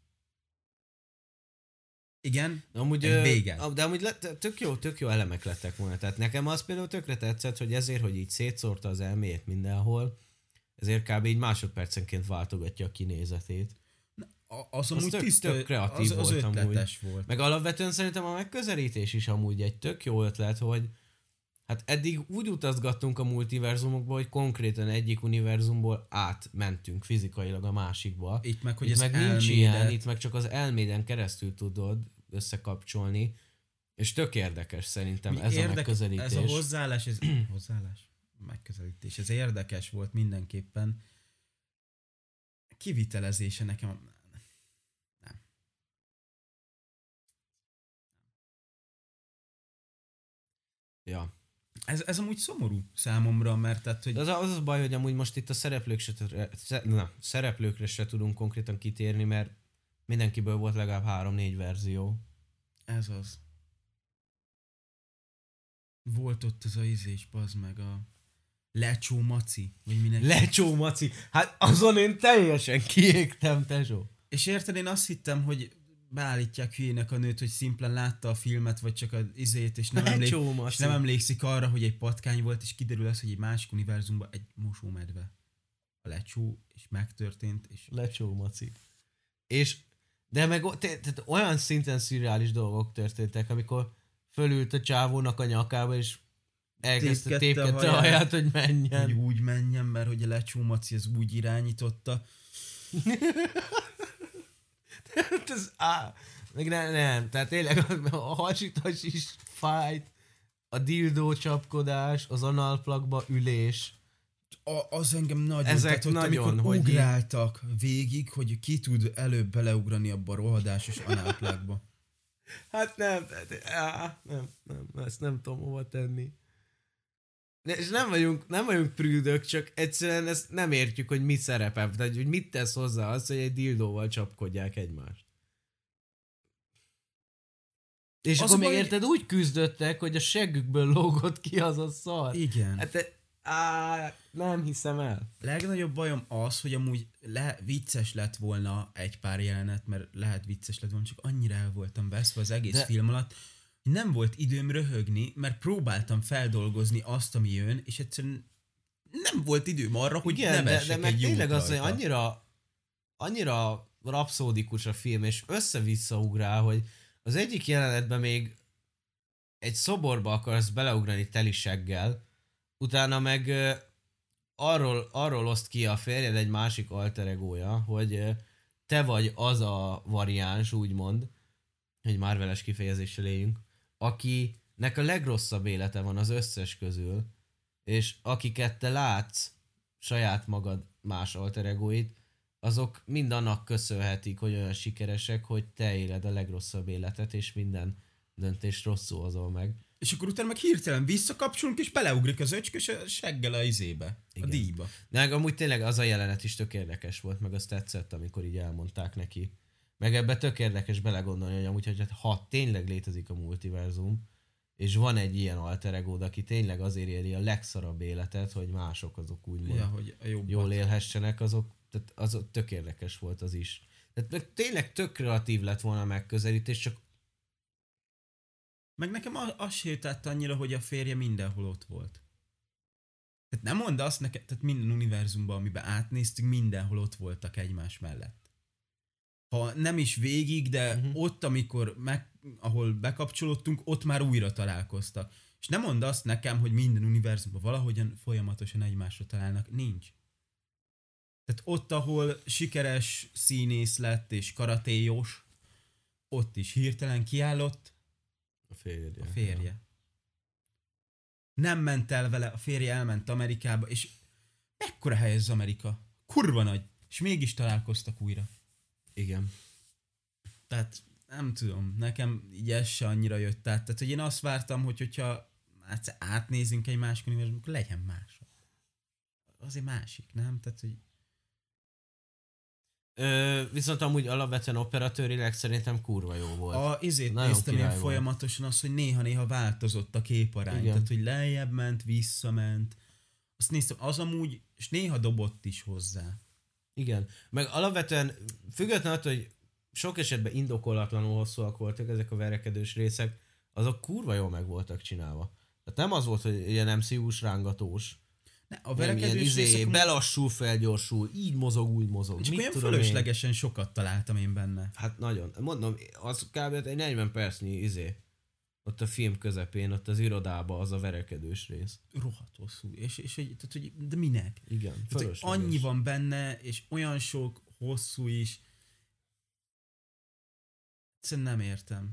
Igen, amúgy, egy végel. De amúgy le, tök jó, tök jó elemek lettek volna. Tehát nekem az például tökre tetszett, hogy ezért, hogy így szétszórta az elméjét mindenhol, ezért kb. Így másodpercenként váltogatja a kinézetét. Az amúgy tök, tiszta, tök kreatív az, az volt ötletes amúgy. volt. Meg alapvetően szerintem a megközelítés is amúgy egy tök jó ötlet, hogy hát eddig úgy utazgattunk a multiverzumokba, hogy konkrétan egyik univerzumból átmentünk fizikailag a másikba. Itt meg, hogy itt ez meg elmédet... nincs ilyen, itt meg csak az elméden keresztül tudod összekapcsolni, és tök érdekes szerintem Mi ez érdek... a megközelítés. Ez a hozzáállás, ez hozzáállás, megközelítés, ez érdekes volt mindenképpen. Kivitelezése nekem nem. Ja. Ez, ez amúgy szomorú számomra, mert tehát, hogy... De az, az a baj, hogy amúgy most itt a szereplők se, na, szereplőkre se tudunk konkrétan kitérni, mert mindenkiből volt legalább három-négy verzió. Ez az. Volt ott az a izés, bazd meg a... Lecsó Maci, vagy minek... Lecsó Maci! Hát azon én teljesen kiégtem, tesó. És érted, én azt hittem, hogy beállítják hülyének a nőt, hogy szimplán látta a filmet, vagy csak az izét, és nem, emlék, és nem emlékszik arra, hogy egy patkány volt, és kiderül az, hogy egy másik univerzumban egy mosómedve. A lecsó, és megtörtént, és... Lecsó Maci. És, de meg tehát olyan szinten szürreális dolgok történtek, amikor fölült a csávónak a nyakába, és elkezdte tépkedte a haját, hogy menjen. Hogy úgy menjen, mert hogy a Lecsó Maci az úgy irányította. ez, á, meg nem, nem, tehát tényleg a hasítas is fájt, a dildó csapkodás, az analplagba ülés. A, az engem nagyon, ezek tehát, nagyon, amikor hogy ugráltak végig, hogy ki tud előbb beleugrani abba a rohadásos analplagba. Hát nem, á, nem, nem, ezt nem tudom hova tenni. De, és nem vagyunk, nem vagyunk prűdök, csak egyszerűen ezt nem értjük, hogy mit szerepel, tehát hogy mit tesz hozzá az, hogy egy dildóval csapkodják egymást. És az akkor még érted, úgy küzdöttek, hogy a seggükből lógott ki az a szar. Igen. Hát á, nem hiszem el. Legnagyobb bajom az, hogy amúgy le, vicces lett volna egy pár jelenet, mert lehet vicces lett volna, csak annyira el voltam veszve az egész De... film alatt, hogy nem volt időm röhögni, mert próbáltam feldolgozni azt, ami jön, és egyszerűen nem volt időm arra, hogy Igen, nevessek de, de meg egy jót tényleg az, rajta. hogy annyira, annyira rapszódikus a film, és össze-vissza ugrál, hogy az egyik jelenetben még egy szoborba akarsz beleugrani teli seggel, utána meg ö, arról, arról oszt ki a férjed egy másik alter egója, hogy ö, te vagy az a variáns, úgymond, hogy Marvel-es kifejezéssel éljünk, akinek a legrosszabb élete van az összes közül, és akiket te látsz saját magad más alter egóit, azok mind annak köszönhetik, hogy olyan sikeresek, hogy te éled a legrosszabb életet, és minden döntés rosszul hozol meg. És akkor utána meg hirtelen visszakapcsolunk, és beleugrik az öcskös a seggel a izébe, Igen. a díjba. De meg amúgy tényleg az a jelenet is tök érdekes volt, meg azt tetszett, amikor így elmondták neki. Meg ebbe tök érdekes belegondolni, hogy amúgy, hogy ha tényleg létezik a multiverzum, és van egy ilyen alter egód, aki tényleg azért éli a legszarabb életet, hogy mások azok úgymond Ja, hogy a jobbat. jól élhessenek, azok, tehát az tök érdekes volt az is. Tehát meg tényleg tök kreatív lett volna a megközelítés, csak Meg nekem az, az sétált annyira, hogy a férje mindenhol ott volt. Tehát nem mondd azt nekem, tehát minden univerzumban, amiben átnéztük, mindenhol ott voltak egymás mellett. Ha nem is végig, de Mhm. uh-huh. ott, amikor meg, ahol bekapcsolódtunk, ott már újra találkoztak. És nem mondd azt nekem, hogy minden univerzumban valahogyan folyamatosan egymásra találnak. Nincs. Tehát ott, ahol sikeres színész lett és karatéjós, ott is hirtelen kiállott a férje. a férje. Nem ment el vele, a férje elment Amerikába, és mekkora hely ez Amerika? Kurva nagy. És mégis találkoztak újra. Igen. Tehát nem tudom, nekem így ez se annyira jött át. Tehát, hogy én azt vártam, hogy hogyha egyszer átnézünk egy másik univerzumot, akkor legyen más. Azért másik, nem? Tehát, hogy Ö, viszont amúgy alapvetően operatőrileg szerintem kurva jó volt. a izét Nagyon néztem én király volt. folyamatosan azt, hogy néha-néha változott a képarány. Igen. Tehát, hogy lejjebb ment, visszament. Azt néztem, az amúgy, és néha dobott is hozzá. Igen. Meg alapvetően függetlenül attól, hogy sok esetben indokolatlanul hosszúak voltak ezek a verekedős részek, azok kurva jól meg voltak csinálva. Tehát nem az volt, hogy ilyen em cé u-s rángatós. Ne, a Nem ilyen verekedős izé, részek belassul, felgyorsul, így mozog, úgy mozog. csak Mit olyan tudom fölöslegesen sokat találtam én benne. Én? Hát nagyon. Mondom, az kb. Egy negyven percnyi izé. Ott a film közepén, ott az irodában az a verekedős rész. Rohadt hosszú. És, és hogy, tehát, hogy, de minek? Igen, Tehát, hogy fölösleges. annyi van benne, és olyan sok hosszú is. Egyszerűen nem értem.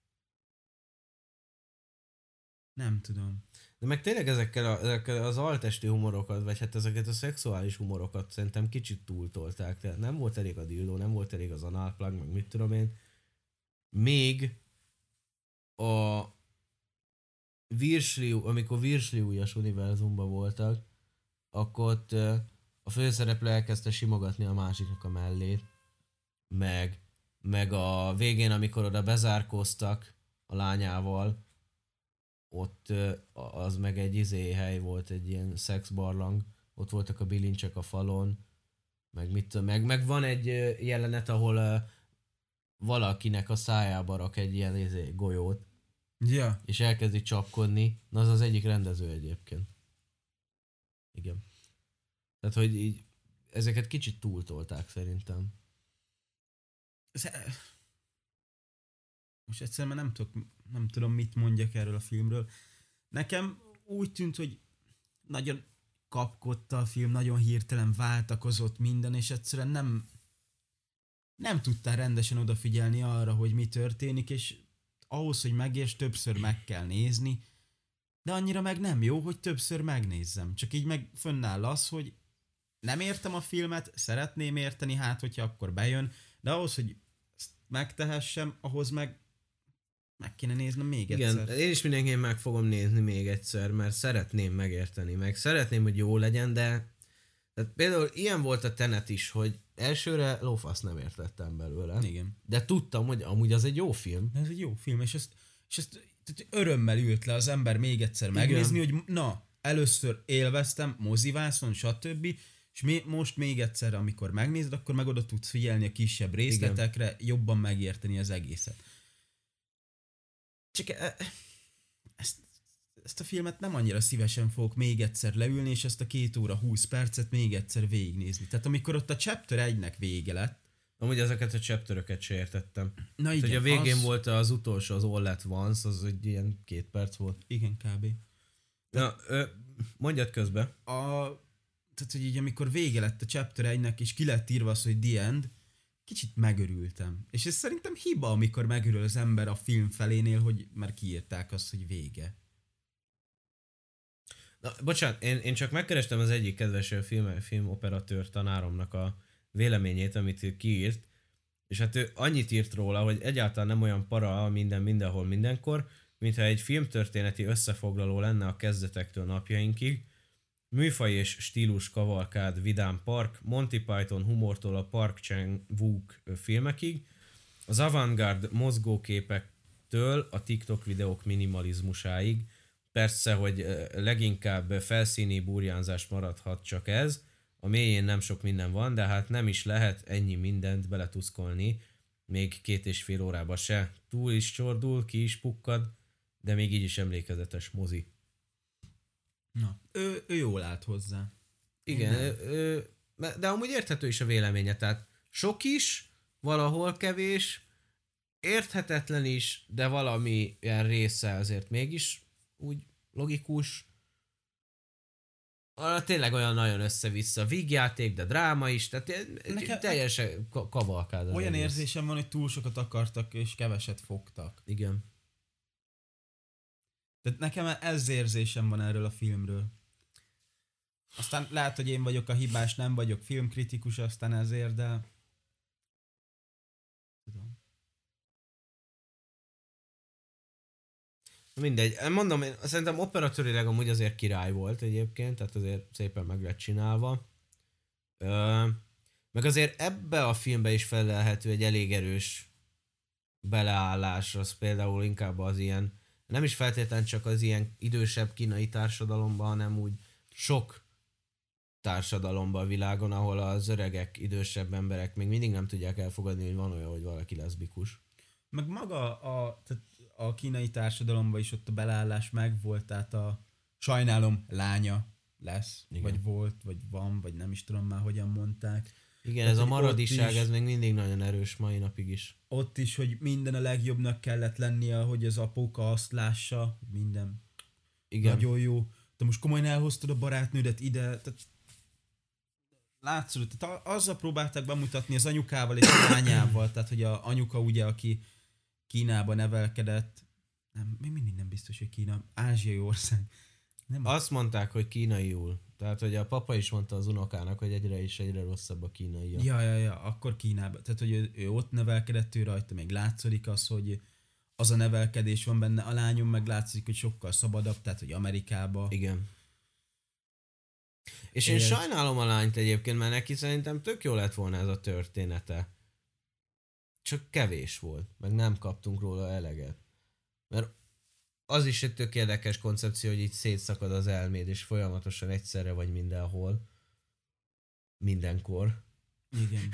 Nem tudom. De meg tényleg ezekkel, a, ezekkel az altesti humorokat, vagy hát ezeket a szexuális humorokat szerintem kicsit túltolták. Tehát nem volt elég a dildó, nem volt elég az anal plug, meg mit tudom én. Még a Virsliu, amikor Virsliu-jas univerzumban voltak, akkor ott ö, a főszereplő elkezdte simogatni a másiknak a mellét, meg, meg a végén, amikor oda bezárkóztak a lányával, ott ö, az meg egy izé hely volt, egy ilyen szexbarlang, ott voltak a bilincsek a falon, meg mit tudom, meg, meg van egy ö, jelenet, ahol ö, valakinek a szájába rak egy ilyen izé, golyót, Ja. és elkezdi csapkodni. Na, az az egyik rendező egyébként. Igen. Tehát, hogy így ezeket kicsit túltolták szerintem. Ez- Most egyszerűen már nem, tudok, nem tudom, mit mondjak erről a filmről. Nekem úgy tűnt, hogy nagyon kapkodta a film, nagyon hirtelen váltakozott minden, és egyszerűen nem nem tudtál rendesen odafigyelni arra, hogy mi történik, és ahhoz, hogy megérts, többször meg kell nézni, de annyira meg nem jó, hogy többször megnézzem. Csak így meg fönnáll az, hogy nem értem a filmet, szeretném érteni, hát hogyha akkor bejön, de ahhoz, hogy ezt megtehessem, ahhoz meg meg kéne néznem még Igen, egyszer. én is mindenképpen meg fogom nézni még egyszer, mert szeretném megérteni, meg szeretném, hogy jó legyen, de tehát például ilyen volt a Tenet is, hogy elsőre lófasz nem értettem belőle, Igen. de tudtam, hogy amúgy az egy jó film. Ez egy jó film, és ezt, és ezt tehát örömmel ült le az ember még egyszer megnézni, hogy na, először élveztem, mozivászon, stb., és mi, most még egyszer, amikor megnézed, akkor meg oda tudsz figyelni a kisebb részletekre, igen, jobban megérteni az egészet. Csak e, ezt, ezt a filmet nem annyira szívesen fogok még egyszer leülni, és ezt a két óra húsz percet még egyszer végignézni. Tehát amikor ott a Chapter egynek vége lett, Amúgy ezeket a chapteröket se értettem. Na Hát, igen, hogy a végén az... volt az utolsó, az All at Once, az egy ilyen két perc volt. Igen, kb. Na, ö, mondjad közbe. A... Tehát, hogy így amikor vége lett a chapter egynek, és ki lett írva az, hogy the end, kicsit megörültem. És ez szerintem hiba, amikor megörül az ember a film felénél, hogy már kiírták azt, hogy vége. Na, bocsánat, én, én csak megkerestem az egyik kedves film, filmoperatőr tanáromnak a véleményét, amit ő kiírt, és hát ő annyit írt róla, hogy egyáltalán nem olyan para a minden, mindenhol, mindenkor, mintha egy filmtörténeti összefoglaló lenne a kezdetektől napjainkig, műfaj és stílus kavalkád vidám park, Monty Python humortól a Park Chan-wook filmekig, az avantgárd mozgóképektől a TikTok videók minimalizmusáig. Persze, hogy leginkább felszíni burjánzás maradhat csak ez, a mélyén nem sok minden van, de hát nem is lehet ennyi mindent beletuszkolni, még két és fél órába se. Túl is csordul, ki is pukkad, de még így is emlékezetes mozi. Na, ő, ő jól állt hozzá. Igen, ő, ő, de amúgy érthető is a véleménye, tehát sok is, valahol kevés, érthetetlen is, de valami ilyen része azért mégis úgy logikus. Ah, tényleg olyan nagyon össze-vissza, vígjáték, de dráma is, tehát Nekem, teljesen kavalkád. Olyan egész. Érzésem van, hogy túl sokat akartak és keveset fogtak. Igen. Tehát nekem ez érzésem van erről a filmről. Aztán lehet, hogy én vagyok a hibás, nem vagyok filmkritikus, aztán ezért, de... Tudom. Mindegy. Mondom, én szerintem operatőrileg amúgy azért király volt egyébként, tehát azért szépen meg lett csinálva. Ö, meg azért ebbe a filmbe is felelhető egy elég erős beleállás, az például inkább az ilyen, nem is feltétlenül csak az ilyen idősebb kínai társadalomban, hanem úgy sok társadalomban a világon, ahol az öregek, idősebb emberek még mindig nem tudják elfogadni, hogy van olyan, hogy valaki leszbikus. Meg maga a, tehát a kínai társadalomban is ott a beleállás megvolt, tehát a sajnálom lánya lesz, igen. Vagy volt, vagy van, vagy nem is tudom már hogyan mondták. Igen, tehát, ez a maradiság, is, ez még mindig nagyon erős mai napig is. Ott is, hogy minden a legjobbnak kellett lennie, hogy az apuka azt lássa, minden igen. Nagyon jó. De most komolyan elhoztad a barátnődet ide, tehát látszódott, tehát azzal próbálták bemutatni az anyukával és a lányával, tehát hogy a anyuka ugye, aki Kínában nevelkedett, nem, még mindig nem biztos, hogy Kína, ázsiai ország. Nem azt mondták, hogy kínaiul. Tehát, hogy a papa is mondta az unokának, hogy egyre is egyre rosszabb a kínai. Ja, ja, ja, akkor Kínában. Tehát, hogy ő, ő ott nevelkedett, ő rajta még látszik az, hogy az a nevelkedés van benne, a lányom meg látszik, hogy sokkal szabadabb, tehát, hogy Amerikába. Igen. És én Élet. sajnálom a lányt egyébként, mert neki szerintem tök jó lett volna ez a története. Csak kevés volt, meg nem kaptunk róla eleget. Mert az is egy tök érdekes koncepció, hogy így szétszakad az elméd, és folyamatosan egyszerre vagy mindenhol. Mindenkor. Igen.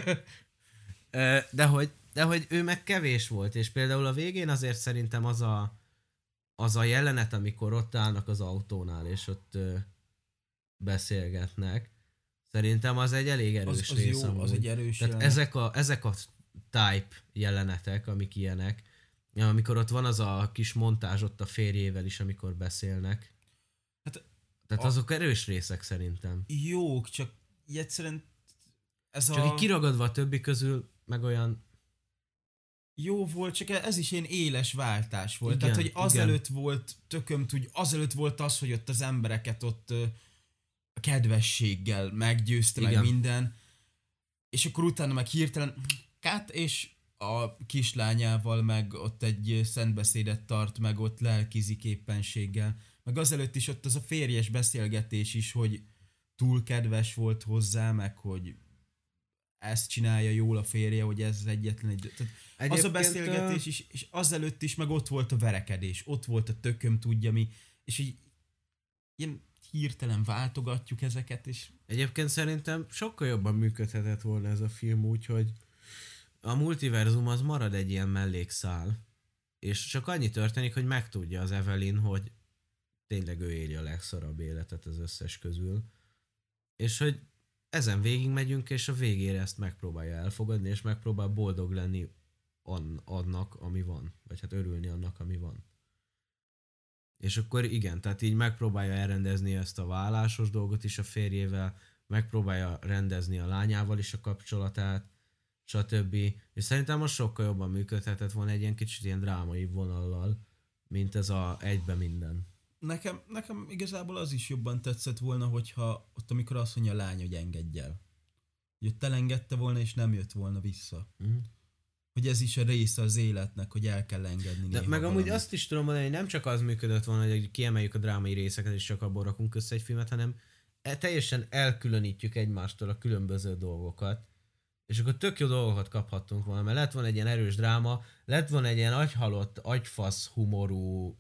de, hogy, de hogy ő meg kevés volt, és például a végén azért szerintem az a, az a jelenet, amikor ott állnak az autónál, és ott ö, beszélgetnek, szerintem az egy elég erős az, az rész. Jó, az egy erős Tehát ezek a, ezek a type jelenetek, amik ilyenek, amikor ott van az a kis montázs ott a férjével is, amikor beszélnek. Hát, Tehát a... azok erős részek szerintem. Jók, csak egyszerűen ez csak a... így kiragadva a többi közül, meg olyan... Jó volt, csak ez is ilyen éles váltás volt. Igen, Tehát, hogy azelőtt igen. volt, tököm tudj, azelőtt volt az, hogy ott az embereket ott ö, kedvességgel meggyőzte, igen. meg minden. És akkor utána meg hirtelen kát, és a kislányával meg ott egy szentbeszédet tart, meg ott lelkizik éppenséggel. Meg azelőtt is ott az a férjes beszélgetés is, hogy túl kedves volt hozzá, meg hogy ezt csinálja jól a férje, hogy ez az egyetlen egy... Tehát az a beszélgetés is, és azelőtt is meg ott volt a verekedés, ott volt a tököm tudja mi, és így ilyen hirtelen váltogatjuk ezeket, és... Egyébként szerintem sokkal jobban működhetett volna ez a film úgy, hogy a multiverzum az marad egy ilyen mellékszál, és csak annyi történik, hogy megtudja az Evelyn, hogy tényleg ő éli a legszarabb életet az összes közül, és hogy ezen végig megyünk, és a végére ezt megpróbálja elfogadni, és megpróbál boldog lenni an- annak, ami van. Vagy hát örülni annak, ami van. És akkor igen, tehát így megpróbálja elrendezni ezt a vállásos dolgot is a férjével, megpróbálja rendezni a lányával is a kapcsolatát, stb. És szerintem most sokkal jobban működhetett volna egy ilyen kicsit ilyen drámai vonallal, mint ez a egybe minden. Nekem, nekem igazából az is jobban tetszett volna, hogyha ott amikor azt mondja a lány, hogy engedj el. Hogy ott elengedte volna, és nem jött volna vissza. Mm. Hogy ez is a része az életnek, hogy el kell engedni. De meg amúgy azt is tudom mondani, hogy nem csak az működött volna, hogy kiemeljük a drámai részeket, és csak abból rakunk össze egy filmet, hanem teljesen elkülönítjük egymástól a különböző dolgokat, és akkor tök jó dolgokat kaphattunk volna, mert lett volna egy ilyen erős dráma, lett volna egy ilyen agyhalott, agyfasz humorú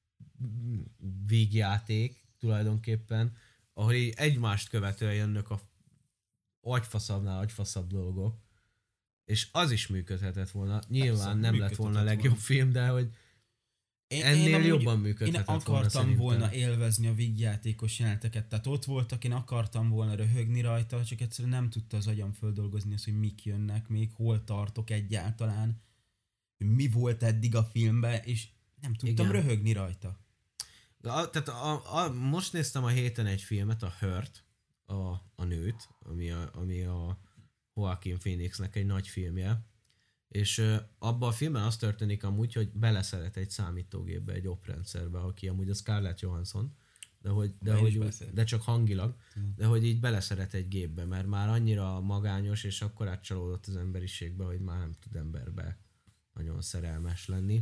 vígjáték tulajdonképpen, ahol így egymást követően jönnek a agyfaszabbnál agyfaszabb dolgok, és az is működhetett volna. Nyilván Persze, nem lett volna a legjobb volna. film, de hogy én, ennél én jobban működhetett volna. Én akartam volna, volna élvezni a vígjátékos jeleneteket, tehát ott voltak, én akartam volna röhögni rajta, csak egyszerűen nem tudta az agyam földolgozni azt, hogy mik jönnek még, hol tartok egyáltalán, mi volt eddig a filmben, és nem tudtam Igen. röhögni rajta. A, tehát a, a, most néztem a héten egy filmet, a Hurt, a, a nőt, ami a, ami a Joaquin Phoenixnek egy nagy filmje, és uh, abban a filmben az történik amúgy, hogy beleszeret egy számítógépbe, egy oprendszerbe, aki amúgy a Scarlett Johansson, de, hogy, de, hogy úgy, de csak hangilag, mm. de hogy így beleszeret egy gépbe, mert már annyira magányos, és akkor átcsalódott az emberiségbe, hogy már nem tud emberbe nagyon szerelmes lenni.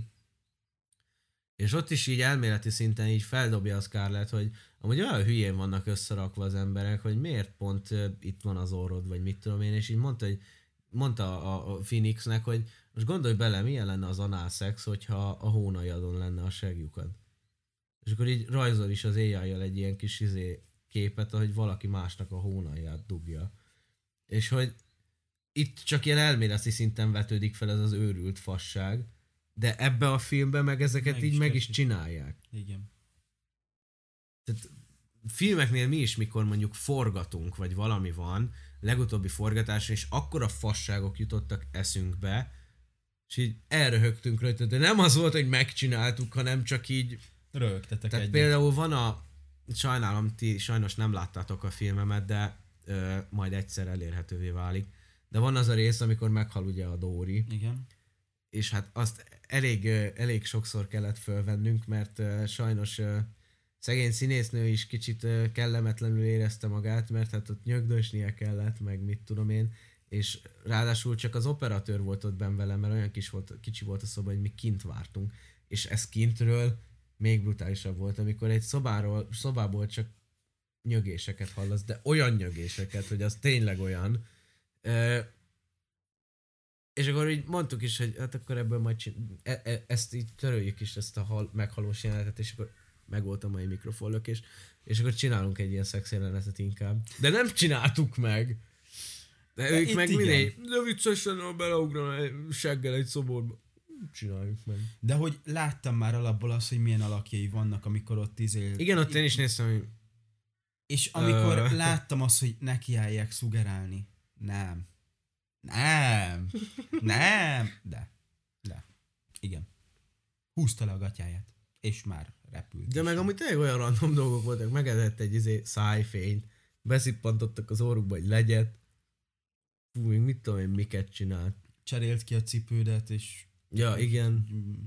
És ott is így elméleti szinten így feldobja a Scarlett, hogy amúgy olyan hülyén vannak összerakva az emberek, hogy miért pont uh, itt van az orrod, vagy mit tudom én, és így mondta, hogy mondta a, a Phoenixnek, hogy most gondolj bele, milyen lenne az análszex, hogyha a hónajadon lenne a segjukad. És akkor így rajzol is az á i-jal egy ilyen kis izé képet, ahogy valaki másnak a hónalját dugja. És hogy itt csak ilyen elméleti szinten vetődik fel ez az őrült fasság, de ebbe a filmben meg ezeket meg így is meg is csinálják. Igen. Tehát filmeknél mi is, mikor mondjuk forgatunk, vagy valami van, legutóbbi forgatáson, és akkora fasságok jutottak eszünkbe, és így elröhögtünk rajta, de nem az volt, hogy megcsináltuk, hanem csak így... Röhögtetek Tehát egyet. például van a... Sajnálom, ti sajnos nem láttátok a filmemet, de ö, majd egyszer elérhetővé válik. De van az a rész, amikor meghal ugye a Dóri. Igen. És hát azt elég, elég sokszor kellett fölvennünk, mert uh, sajnos uh, szegény színésznő is kicsit uh, kellemetlenül érezte magát, mert hát ott nyögdösnie kellett, meg mit tudom én, és ráadásul csak az operatőr volt ott benn velem, mert olyan kis volt, kicsi volt a szoba, hogy mi kint vártunk, és ez kintről még brutálisabb volt, amikor egy szobáról, szobából csak nyögéseket hallasz, de olyan nyögéseket, hogy az tényleg olyan. Uh, És akkor így mondtuk is, hogy hát akkor ebből majd csin- e- e- ezt így töröljük is, ezt a hal- meghalós jelenetet, és akkor megvolt a mai mikrofonlökés, és akkor csinálunk egy ilyen szex jelenetet inkább. De nem csináltuk meg! De, de ők meg mindegy, de vicces lenne, ha beleugrana seggel egy szoborba. Csináljuk meg. De hogy láttam már alapból azt, hogy milyen alakjai vannak, amikor ott izé... Igen, ott én is néztem, hogy... És amikor uh... láttam azt, hogy nekiállják szugerálni. Nem. Nem. Nem. De. De. Igen. Húzta le a gatyáját. És már repült. De meg amúgy tényleg olyan random dolgok voltak. Megedett egy izé szájfényt. Beszippantottak az orrukba egy legyet. Fú, még mit tudom én, miket csinált. Cserélt ki a cipődet, és... Ja, igen.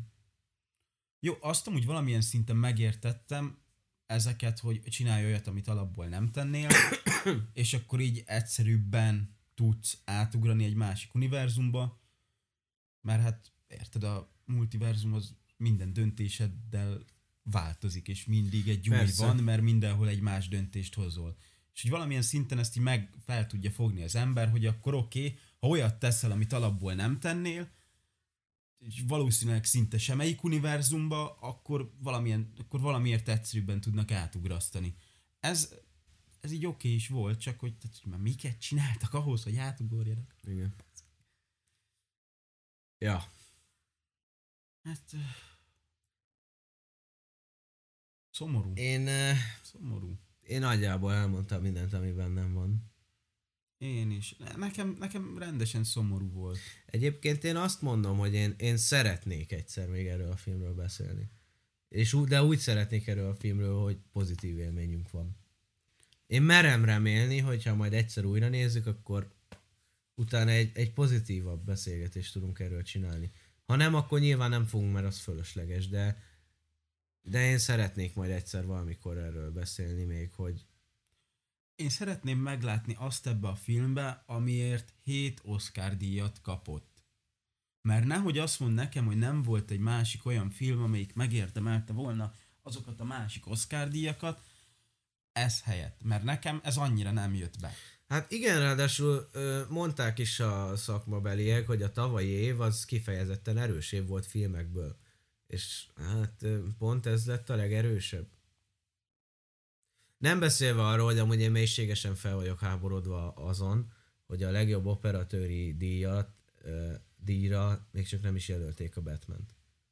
Jó, azt amúgy valamilyen szinten megértettem ezeket, hogy csinálj olyat, amit alapból nem tennél, és akkor így egyszerűbben tudsz átugrani egy másik univerzumba, mert hát érted, a multiverzum az minden döntéseddel változik, és mindig egy új Persze. van, mert mindenhol egy más döntést hozol. És hogy valamilyen szinten ezt így meg fel tudja fogni az ember, hogy akkor oké, okay, ha olyat teszel, amit alapból nem tennél, és valószínűleg szinte semmelyik univerzumba, akkor, valamilyen, akkor valamiért egyszerűbben tudnak átugrasztani. Ez, ez így oké is volt, csak hogy, tehát, hogy már miket csináltak ahhoz, hogy átugorjanak. Igen. Ja. Hát... Uh, szomorú. Én, uh, Szomorú. én nagyjából elmondtam mindent, ami bennem van. Én is. Nekem, nekem rendesen szomorú volt. Egyébként én azt mondom, hogy én, én szeretnék egyszer még erről a filmről beszélni. És ú- de úgy szeretnék erről a filmről, hogy pozitív élményünk van. Én merem remélni, hogyha majd egyszer újra nézzük, akkor utána egy, egy pozitívabb beszélgetést tudunk erről csinálni. Ha nem, akkor nyilván nem fogunk, mert az fölösleges, de, de én szeretnék majd egyszer valamikor erről beszélni még, hogy Én szeretném meglátni azt ebbe a filmbe, amiért hét Oscar díjat kapott. Mert nehogy azt mond nekem, hogy nem volt egy másik olyan film, amelyik megérdemelte volna azokat a másik Oscar díjakat, ez helyett. Mert nekem ez annyira nem jött be. hát igen, ráadásul ö, mondták is a szakmabeliek, hogy a tavalyi év az kifejezetten erős év volt filmekből. És hát ö, pont ez lett a legerősebb. Nem beszélve arról, hogy amúgy én mélységesen fel vagyok háborodva azon, hogy a legjobb operatőri díjat, ö, díjra még csak nem is jelölték a Batmant.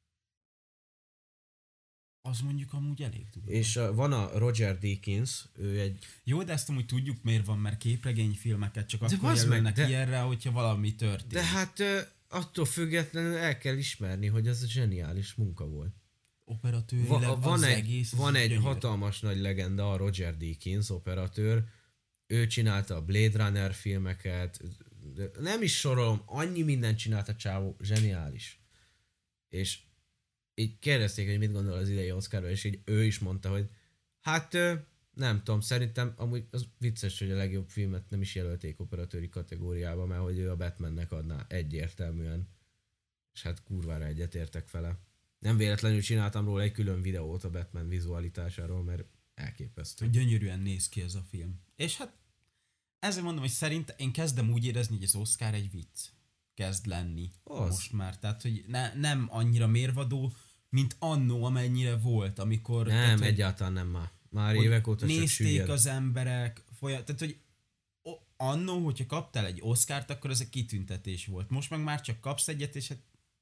Az mondjuk amúgy elég durva. És a, van a Roger Deakins, ő egy... Jó, de ezt amúgy tudjuk miért van, mert képregényfilmeket csak De akkor bazd meg, jelölnek de- ilyenre, hogyha valami történik. De hát ö, attól függetlenül el kell ismerni, hogy ez egy zseniális munka volt. Operatőrileg Va, van az egy, egész, az van egy gyönyörű. hatalmas nagy legenda, a Roger Deakins operatőr. Ő csinálta a Blade Runner filmeket, de nem is sorolom, annyi mindent csinált a csávó, zseniális. És így kérdezték, hogy mit gondol az idei Oscarról, és így ő is mondta, hogy hát ö, nem tudom, szerintem amúgy az vicces, hogy a legjobb filmet nem is jelölték operatőri kategóriába, mert hogy ő a Batmannek adná egyértelműen. És hát kurvára egyetértek vele. Nem véletlenül csináltam róla egy külön videót a Batman vizualitásáról, mert elképesztő. Gyönyörűen néz ki ez a film. És hát ezért mondom, hogy szerint én kezdem úgy érezni, hogy az Oscar egy vicc kezd lenni Az. most már. Tehát, hogy ne, nem annyira mérvadó, mint annó, amennyire volt, amikor... Nem, tehát, hogy- egyáltalán nem már. Már hogy évek óta csak nézték süllyed. az emberek, folyam, tehát hogy o- annó, hogyha kaptál egy Oscart, akkor ez egy kitüntetés volt. Most meg már csak kapsz egyet, és hát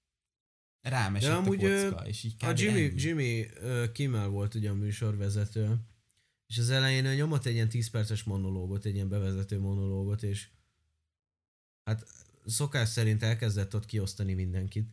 rám esett De a amúgy, kocka, ö, és így A kb. Jimmy, ennyi. Jimmy uh, Kimmel volt ugye a műsorvezető, és az elején ő nyomott egy ilyen tíz perces monológot, egy ilyen bevezető monológot, és hát szokás szerint elkezdett ott kiosztani mindenkit.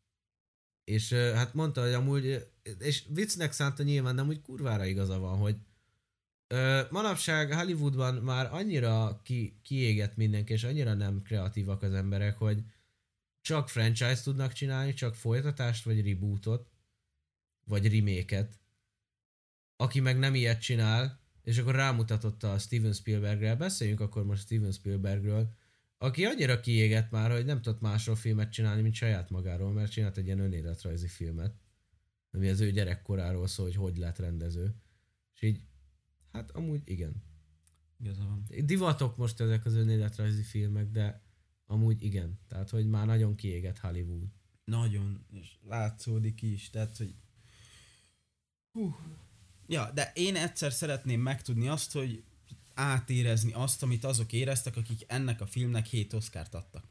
És uh, hát mondta, hogy amúgy, és viccnek szánta nyilván, de amúgy kurvára igaza van, hogy uh, manapság Hollywoodban már annyira ki, kiégett mindenki, és annyira nem kreatívak az emberek, hogy csak franchise tudnak csinálni, csak folytatást, vagy rebootot, vagy remake-et. Aki meg nem ilyet csinál, és akkor rámutatott a Steven Spielbergre, beszéljünk akkor most Steven Spielbergről, aki annyira kiégett már, hogy nem tudott másról filmet csinálni, mint saját magáról, mert csinált egy ilyen önéletrajzi filmet, ami az ő gyerekkoráról szól, hogy hogy lett rendező. És így, hát amúgy igen. Igaza van. Divatok most ezek az önéletrajzi filmek, de amúgy igen. Tehát, hogy már nagyon kiégett Hollywood. Nagyon, és látszódik is, tehát, hogy hú. Ja, de én egyszer szeretném megtudni azt, hogy átérezni azt, amit azok éreztek, akik ennek a filmnek hét Oscart adtak.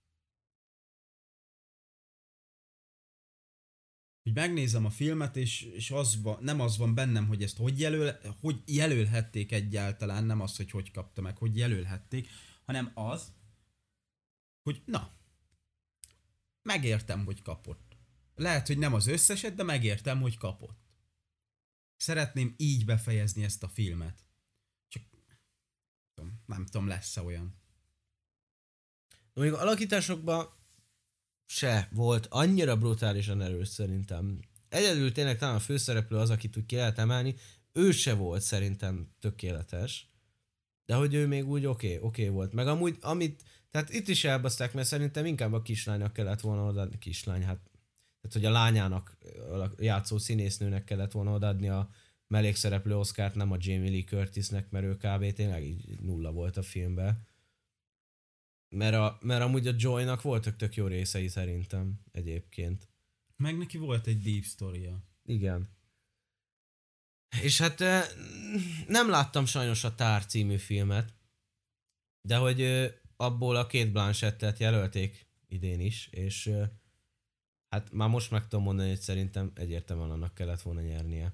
Hogy megnézem a filmet, és, és az van, nem az van bennem, hogy ezt hogy, jelöl, hogy jelölhették egyáltalán, nem az, hogy hogy kapta meg, hogy jelölhették, hanem az, hogy na, megértem, hogy kapott. Lehet, hogy nem az összeset, de megértem, hogy kapott. Szeretném így befejezni ezt a filmet. Csak tudom, nem tudom, lesz-e olyan. Még alakításokban se volt annyira brutálisan erős szerintem. Egyedül tényleg talán a főszereplő az, akit úgy ki lehet emelni, ő se volt szerintem tökéletes. De hogy ő még úgy oké, okay, oké okay volt. Meg amúgy, amit, tehát itt is elbaszták, mert szerintem inkább a kislánynak kellett volna odaadni, kislány, hát, tehát hogy a lányának, a játszó színésznőnek kellett volna odaadni a mellékszereplő Oscart, nem a Jamie Lee Curtisnek, mert ő kb. Tényleg így nulla volt a filmben. Mert, a, mert amúgy a Joy-nak voltak tök jó részei szerintem egyébként. Meg neki volt egy deep story-ja. Igen. És hát eh, nem láttam sajnos a Tár című filmet, de hogy eh, abból a Kate Blanchettet jelölték idén is, és eh, hát már most meg tudom mondani, hogy szerintem egyértelműen annak kellett volna nyernie.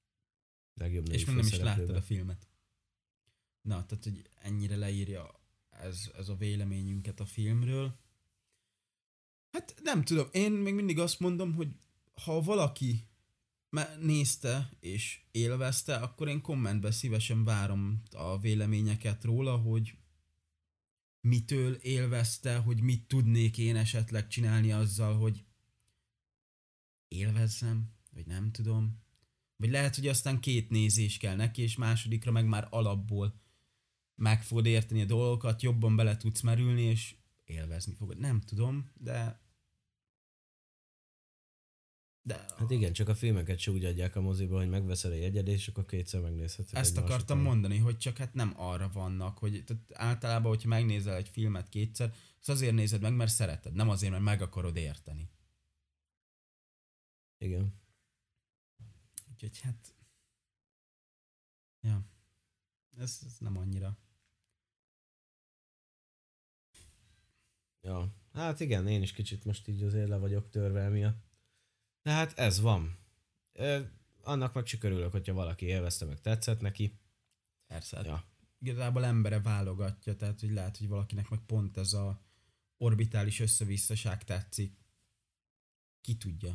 Legjobb női És még nem is főszereplőbe. láttad a filmet. Na, tehát, hogy ennyire leírja ez, ez a véleményünket a filmről. Hát nem tudom, én még mindig azt mondom, hogy ha valaki nézte és élvezte, akkor én kommentben szívesen várom a véleményeket róla, hogy mitől élvezte, hogy mit tudnék én esetleg csinálni azzal, hogy élvezzem, vagy nem tudom. Vagy lehet, hogy aztán két nézés kell neki, és másodikra meg már alapból meg fogod érteni a dolgokat, jobban bele tudsz merülni, és élvezni fogod. Nem tudom, de... de Hát igen, csak a filmeket se úgy adják a moziba, hogy megveszel egy jegyed, és akkor kétszer megnézheted. ezt akartam másikon. mondani, hogy csak hát nem arra vannak, hogy tehát általában, hogyha megnézel egy filmet kétszer, az azért nézed meg, mert szereted, nem azért, mert meg akarod érteni. Igen. Úgyhogy hát... Ja. Ez, ez nem annyira. Ja. Hát igen, én is kicsit most így azért le vagyok törve emiatt. De hát ez van. Ö, annak meg csak örülök, hogyha valaki élvezte, meg tetszett neki. Persze. Hát Ja. igazából embere válogatja, tehát hogy lehet, hogy valakinek meg pont ez a orbitális összevisszaság tetszik. Ki tudja.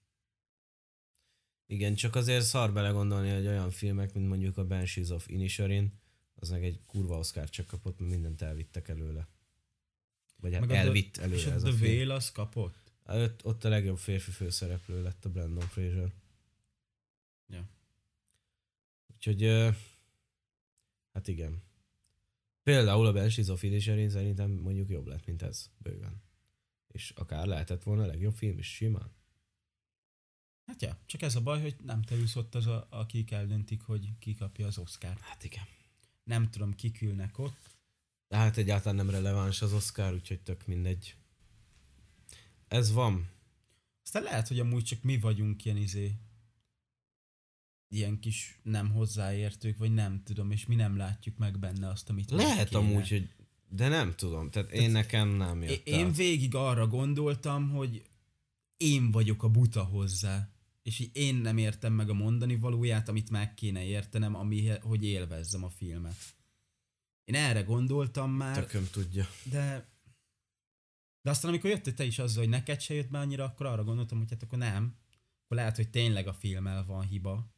Igen, csak azért szar belegondolni, hogy olyan filmek, mint mondjuk a Banshees of Inisherin, az meg egy kurva Oscar csak kapott, mert mindent elvittek előle. Vagy Meg a elvitt The- előle és a ez The a film. Whale az kapott? Ott, ott a legjobb férfi főszereplő lett a Brandon Fraser. Ja. Úgyhogy, ö, hát igen. Például a Banshees of Inisherin szerintem mondjuk jobb lett, mint ez, bőven. És akár lehetett volna a legjobb film is, simán. Hát ja, csak ez a baj, hogy nem te ülsz ott az, a, akik eldöntik, hogy ki kapja az Oscar. Hát igen. Nem tudom, kik ülnek ott. De hát egyáltalán nem releváns az Oscar, úgyhogy tök mindegy. Ez van. Aztán lehet, hogy amúgy csak mi vagyunk ilyen izé, ilyen kis nem hozzáértők, vagy nem tudom, és mi nem látjuk meg benne azt, amit meg Lehet kéne. amúgy, hogy... De nem tudom, tehát én nekem nem É- jött Én el. végig arra gondoltam, hogy én vagyok a buta hozzá, és így én nem értem meg a mondani valóját, amit meg kéne értenem, ami, hogy élvezzem a filmet. Én erre gondoltam már, Tököm tudja. de... De aztán amikor jöttél te is azzal, hogy neked se jött be annyira, akkor arra gondoltam, hogy hát akkor nem. Akkor lehet, hogy tényleg a filmmel van hiba.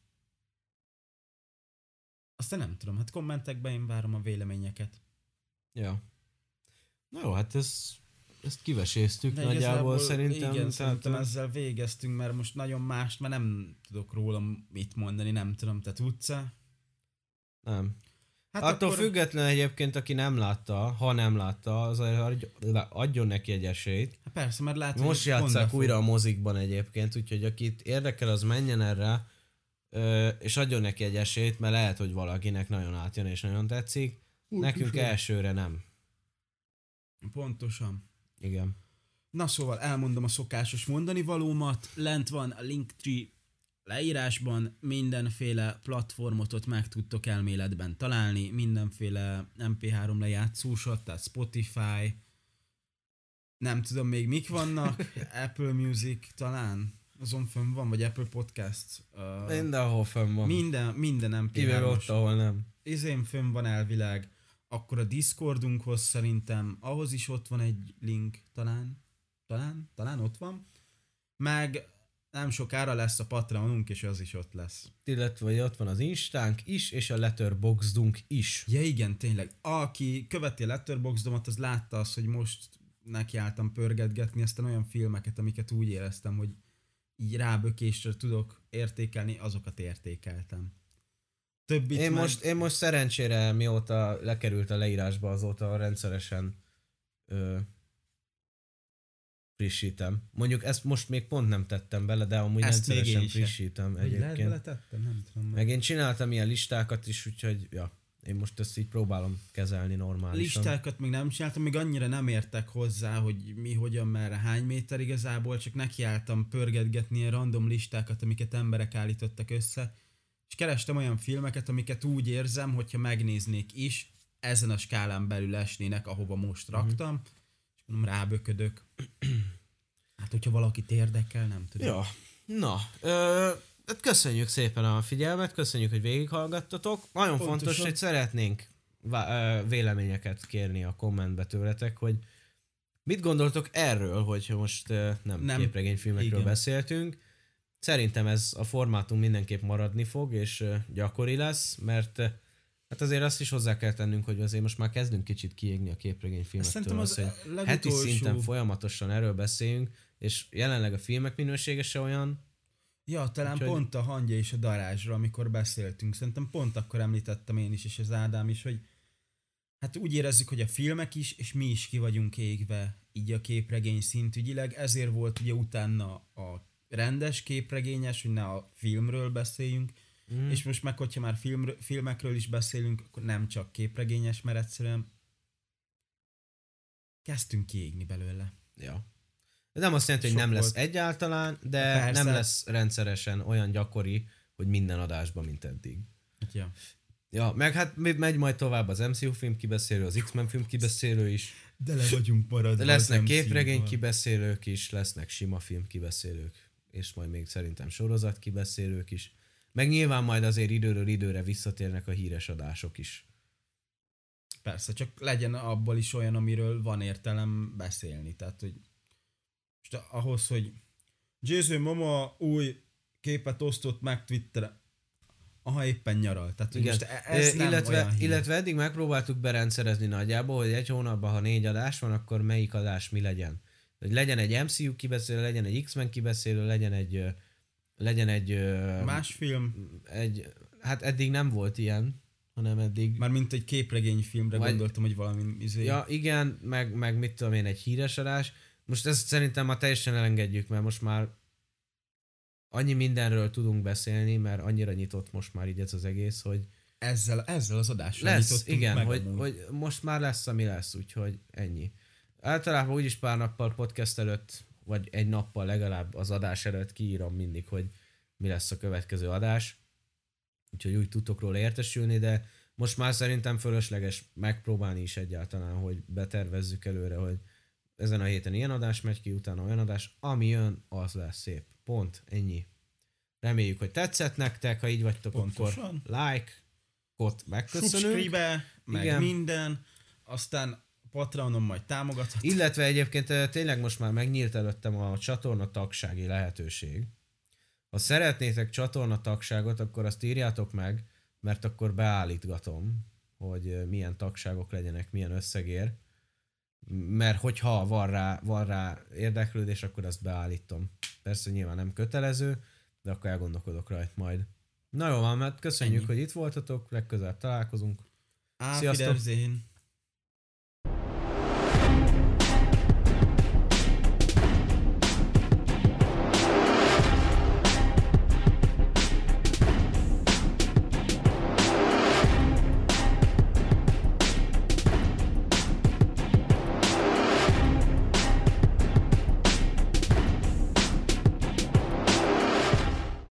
Aztán nem tudom, hát kommentekben én várom a véleményeket. Ja. Na jó, hát ez, ezt kiveséztük De nagyjából igazából szerintem. Igen, tehát, szerintem ezzel végeztünk, mert most nagyon mást, mert nem tudok róla mit mondani, nem tudom, te tudsz-e? Nem. Hát Hát Attól akkor... függetlenül egyébként, aki nem látta, ha nem látta, az adjon neki egy esélyt. Hát persze, mert látod, Most hogy pont játsszák befog- újra a mozikban egyébként, úgyhogy akit érdekel, az menjen erre, ö, és adjon neki egy esélyt, mert lehet, hogy valakinek nagyon átjön és nagyon tetszik. Nekünk elsőre nem. Pontosan. Igen. Na szóval elmondom a szokásos mondani valómat, lent van a Linktree leírásban, mindenféle platformot ott meg tudtok elméletben találni, mindenféle em pé három lejátszósat, tehát Spotify, nem tudom még mik vannak, Apple Music talán, azon fönn van, vagy Apple Podcast. Uh, Mindenhol fönn van. minden, minden em pé Kivéve három ott, ahol nem. izén fönn van elvileg, akkor a Discordunkhoz szerintem, ahhoz is ott van egy link, talán, talán, talán ott van, meg nem sokára lesz a Patreonunk, és az is ott lesz. Illetve vagy ott van az Instánk is, és a Letterboxdunk is. Ja igen, tényleg. Aki követi a Letterboxdomat, az látta azt, hogy most nekiálltam pörgetgetni aztán olyan filmeket, amiket úgy éreztem, hogy így rábökésre tudok értékelni, azokat értékeltem. Többit Én meg... most, én most szerencsére, mióta lekerült a leírásba, azóta rendszeresen ö, frissítem. Mondjuk ezt most még pont nem tettem bele, de amúgy Ezt még rendszeresen én se. frissítem Hogy lehet egyébként. beletettem? Nem tudom. Meg. Meg én csináltam ilyen listákat is, úgyhogy ja, én most ezt így próbálom kezelni normálisan. Listákat még nem csináltam, még annyira nem értek hozzá, hogy mi, hogyan, merre, hány méter igazából, csak nekiálltam pörgetgetni ilyen random listákat, amiket emberek állítottak össze, és kerestem olyan filmeket, amiket úgy érzem, hogyha megnéznék is, ezen a skálán belül esnének, ahova most raktam, uh-huh. és mondom, ráböködök. Hát, hogyha valakit érdekel, nem tudom. Ja, na, ö, hát köszönjük szépen a figyelmet, köszönjük, hogy végighallgattatok. Nagyon Pontosan. fontos, hogy szeretnénk véleményeket kérni a kommentbe tőletek, hogy mit gondoltok erről, hogyha most nem, nem képregényfilmekről igen. beszéltünk. Szerintem ez a formátum mindenképp maradni fog, és gyakori lesz, mert hát azért azt is hozzá kell tennünk, hogy azért most már kezdünk kicsit kiégni a képregényfilmektől. Az, az hogy heti szinten folyamatosan erről beszéljünk, és jelenleg a filmek minősége se olyan. Ja, talán úgyhogy... pont a Hangya és a Darázsra, amikor beszéltünk, szerintem pont akkor említettem én is, és az Ádám is, hogy hát úgy érezzük, hogy a filmek is, és mi is ki vagyunk égve így a képregény szintügyileg, ezért volt ugye utána a rendes képregényes, hogy ne a filmről beszéljünk, mm. és most meg, hogyha már film, filmekről is beszélünk, akkor nem csak képregényes, mert egyszerűen kezdtünk kiégni belőle. Ja. Ez nem azt jelenti, hogy Sok nem lesz volt. egyáltalán, de Persze. nem lesz rendszeresen olyan gyakori, hogy minden adásban, mint eddig. Ja. Ja, meg hát megy majd tovább az em cé u film kibeszélő, az X-Men film kibeszélő is. De le vagyunk maradva. Lesznek képregény kibeszélők is, lesznek sima film kibeszélők, és majd még szerintem sorozat kibeszélők is. Meg nyilván majd azért időről időre visszatérnek a híres adások is. Persze, csak legyen abból is olyan, amiről van értelem beszélni. Tehát, hogy most ahhoz, hogy Jason Momoa új képet osztott meg Twitterre, aha, éppen nyaral. Tehát, hogy most ez nem illetve, olyan hír. illetve eddig megpróbáltuk berendszerezni nagyjából, hogy egy hónapban, ha négy adás van, akkor melyik adás mi legyen. Hogy legyen egy em cé u kibeszélő, legyen egy X-Men kibeszélő, legyen egy legyen egy más film. Egy, hát eddig nem volt ilyen, hanem eddig... Mármint egy képregényfilmre vagy, gondoltam, hogy valami izé... Ja, igen, meg, meg mit tudom én, egy híres adás. Most ezt szerintem már teljesen elengedjük, mert most már annyi mindenről tudunk beszélni, mert annyira nyitott most már így ez az egész, hogy... Ezzel, ezzel az adással lesz, igen, meg hogy, hogy most már lesz, ami lesz, úgyhogy ennyi. Általában úgyis pár nappal podcast előtt, vagy egy nappal legalább az adás előtt kiírom mindig, hogy mi lesz a következő adás. Úgyhogy úgy tudtok róla értesülni, de most már szerintem fölösleges megpróbálni is egyáltalán, hogy betervezzük előre, hogy ezen a héten ilyen adás megy ki, utána olyan adás, ami jön, az lesz szép. Pont, ennyi. Reméljük, hogy tetszett nektek, ha így vagytok, pontosan. Akkor like-ot megköszönünk. Subscribe, meg igen. Minden, aztán Patreonon majd támogathat. Illetve egyébként tényleg most már megnyílt előttem a csatorna tagsági lehetőség. Ha szeretnétek csatorna tagságot, akkor azt írjátok meg, mert akkor beállítgatom, hogy milyen tagságok legyenek, milyen összegér. Mert hogyha van rá, van rá érdeklődés, akkor azt beállítom. Persze nyilván nem kötelező, de akkor elgondolkodok rajta majd. Na jó van, mert köszönjük, ennyi. Hogy itt voltatok, legközelebb találkozunk. Á, Sziasztok!